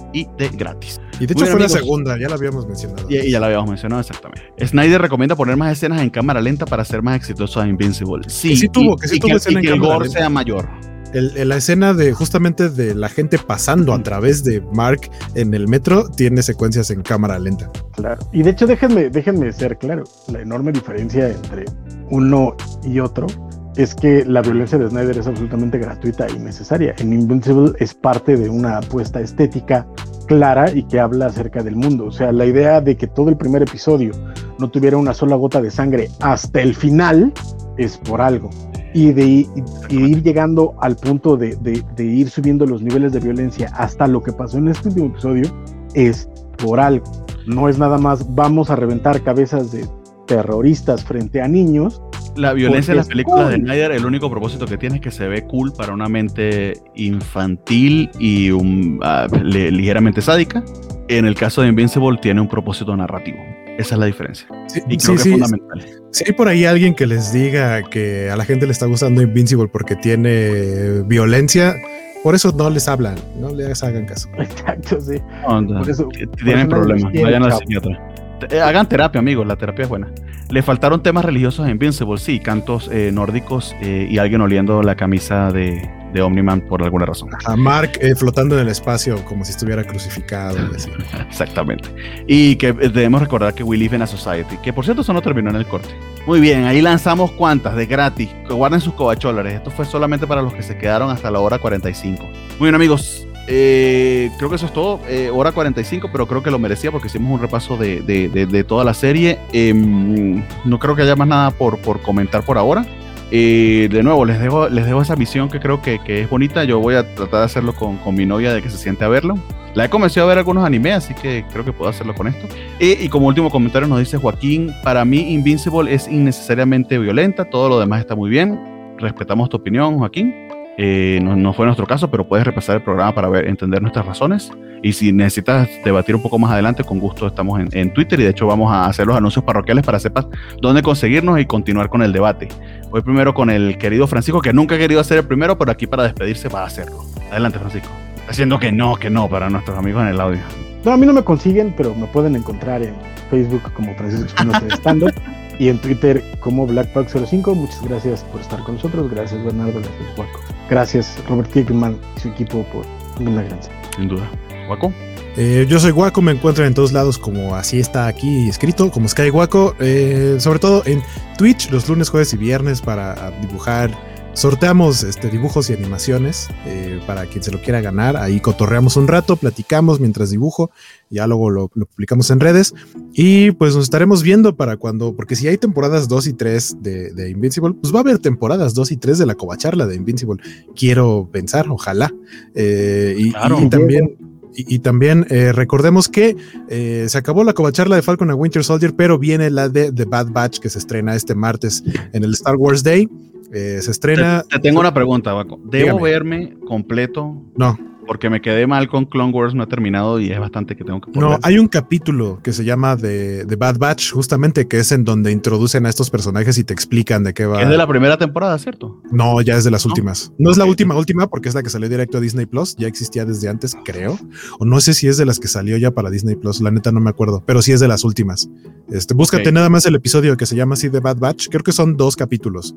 Speaker 1: y de gratis.
Speaker 2: Y de hecho fue la segunda, ya la habíamos mencionado.
Speaker 1: Y ya la habíamos mencionado, exactamente. Snyder recomienda poner más escenas en cámara lenta para hacer más exitoso a Invincible. Sí, tuvo escena en cámara lenta. Y que el gore sea mayor.
Speaker 2: La escena justamente de la gente pasando a través de Mark en el metro tiene secuencias en cámara lenta.
Speaker 3: Claro. Y de hecho, déjenme ser claro, la enorme diferencia entre uno y otro es que la violencia de Snyder es absolutamente gratuita y necesaria. En Invincible es parte de una apuesta estética clara y que habla acerca del mundo. O sea, la idea de que todo el primer episodio no tuviera una sola gota de sangre hasta el final es por algo. Y de ir llegando al punto de ir subiendo los niveles de violencia hasta lo que pasó en este último episodio es por algo. No es nada más vamos a reventar cabezas de terroristas frente a niños.
Speaker 1: La violencia de las películas de Snyder, el único propósito que tiene es que se ve cool para una mente infantil y ligeramente sádica. En el caso de Invincible tiene un propósito narrativo. Esa es la diferencia.
Speaker 2: Sí, y creo que es fundamental. Si hay por ahí alguien que les diga que a la gente le está gustando Invincible porque tiene violencia, por eso no les hablan, no les hagan caso.
Speaker 3: Exacto, sí.
Speaker 1: Por eso, tienen problemas, vayan al psiquiatra. Hagan terapia, amigos, la terapia es buena. Le faltaron temas religiosos a Invincible, sí, cantos nórdicos y alguien oliendo la camisa de Omni-Man por alguna razón.
Speaker 2: A Mark flotando en el espacio como si estuviera crucificado. Y así.
Speaker 1: Exactamente. Y que debemos recordar que we live in a society, que por cierto eso no terminó en el corte. Muy bien, ahí lanzamos cuantas de gratis. Guarden sus cobacholares. Esto fue solamente para los que se quedaron hasta la hora 45. Muy bien, amigos. Creo que eso es todo. Hora 45, pero creo que lo merecía porque hicimos un repaso de toda la serie. No creo que haya más nada por comentar por ahora. De nuevo, les dejo esa visión que creo que es bonita. Yo voy a tratar de hacerlo con mi novia de que se siente a verlo. La he convencido a ver algunos animes, así que creo que puedo hacerlo con esto. Y como último comentario nos dice Joaquín: para mí Invincible es innecesariamente violenta, todo lo demás está muy bien. Respetamos tu opinión, Joaquín. No fue nuestro caso, pero puedes repasar el programa para entender nuestras razones. Y si necesitas debatir un poco más adelante, con gusto estamos en Twitter. Y de hecho vamos a hacer los anuncios parroquiales para sepas dónde conseguirnos y continuar con el debate. Voy primero con el querido Francisco, que nunca ha querido hacer el primero, pero aquí para despedirse va a hacerlo. Adelante, Francisco. Haciendo que no para nuestros amigos en el audio.
Speaker 3: No, a mí no me consiguen, pero me pueden encontrar en Facebook como Francisco Espinosa de Stand-Up y en Twitter como BlackPack05. Muchas gracias por estar con nosotros. Gracias, Bernardo. Gracias, Waco. Gracias, Robert Kirkman y su equipo por una gran serie.
Speaker 1: Sin duda. Waco.
Speaker 2: Yo soy Waco, me encuentran en todos lados como así está aquí escrito, como Sky Waco, sobre todo en Twitch los lunes, jueves y viernes para dibujar. Sorteamos dibujos y animaciones para quien se lo quiera ganar. Ahí cotorreamos un rato, platicamos mientras dibujo, ya luego lo publicamos en redes y pues nos estaremos viendo para cuando, porque si hay temporadas 2 y 3 de Invincible, pues va a haber temporadas 2 y 3 de la covacharla de Invincible. Quiero pensar, ojalá. Claro. Y también recordemos que se acabó la covacharla de Falcon and Winter Soldier, pero viene la de The Bad Batch que se estrena este martes en el Star Wars Day. Se estrena.
Speaker 1: Te tengo una pregunta, Waco. ¿Debo verme completo?
Speaker 2: No.
Speaker 1: Porque me quedé mal con Clone Wars, no he terminado y es bastante que tengo que poner.
Speaker 2: No, hay un capítulo que se llama The Bad Batch, justamente, que es en donde introducen a estos personajes y te explican de qué va.
Speaker 1: Es de la primera temporada, ¿cierto?
Speaker 2: No, ya es de las últimas. No es la última porque es la que salió directo a Disney Plus, ya existía desde antes, creo. O no sé si es de las que salió ya para Disney Plus, la neta no me acuerdo, pero sí es de las últimas. Búscate nada más el episodio que se llama así The Bad Batch, creo que son 2 capítulos.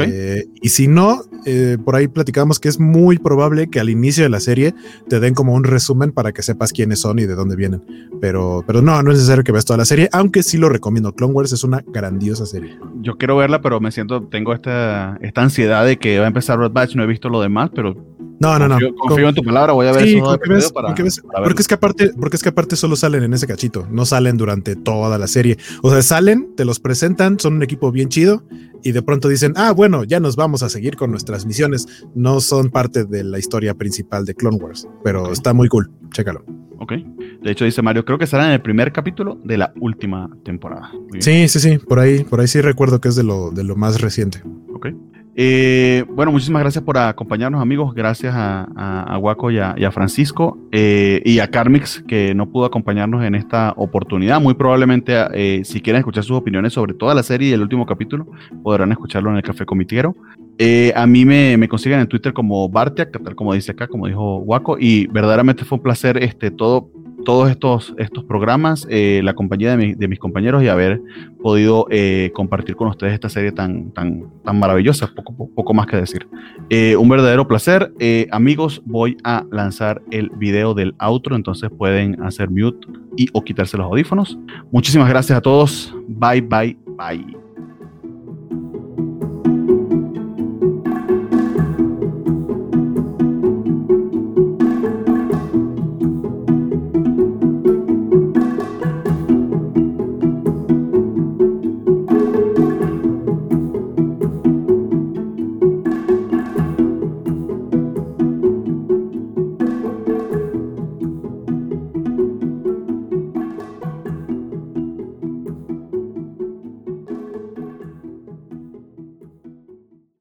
Speaker 2: Y si no, por ahí platicamos que es muy probable que al inicio de la serie te den como un resumen para que sepas quiénes son y de dónde vienen. Pero no es necesario que veas toda la serie, aunque sí lo recomiendo. Clone Wars es una grandiosa serie.
Speaker 1: Yo quiero verla, pero tengo esta ansiedad de que va a empezar Bad Batch, no he visto lo demás, pero confío en tu palabra, voy a ver esos 2 episodios
Speaker 2: porque es que aparte solo salen en ese cachito, no salen durante toda la serie. O sea, salen, te los presentan, son un equipo bien chido y de pronto dicen, bueno, ya nos vamos a seguir con nuestras misiones. No son parte de la historia principal de Clone Wars, pero está muy cool, chécalo.
Speaker 1: Ok, de hecho dice Mario, creo que estará en el primer capítulo de la última temporada.
Speaker 2: Sí, por ahí sí recuerdo que es de lo más reciente.
Speaker 1: Ok. Bueno, muchísimas gracias por acompañarnos, amigos. Gracias a Waco y a Francisco y a Carmix, que no pudo acompañarnos en esta oportunidad. Muy probablemente, si quieren escuchar sus opiniones sobre toda la serie y el último capítulo, podrán escucharlo en el Café Comitiero. A mí me consiguen en Twitter como Bartiak, tal como dice acá, como dijo Waco, y verdaderamente fue un placer todos estos programas, la compañía de mis compañeros y haber podido compartir con ustedes esta serie tan maravillosa, poco más que decir. Un verdadero placer. Amigos, voy a lanzar el video del outro, entonces pueden hacer mute o quitarse los audífonos. Muchísimas gracias a todos. Bye, bye, bye.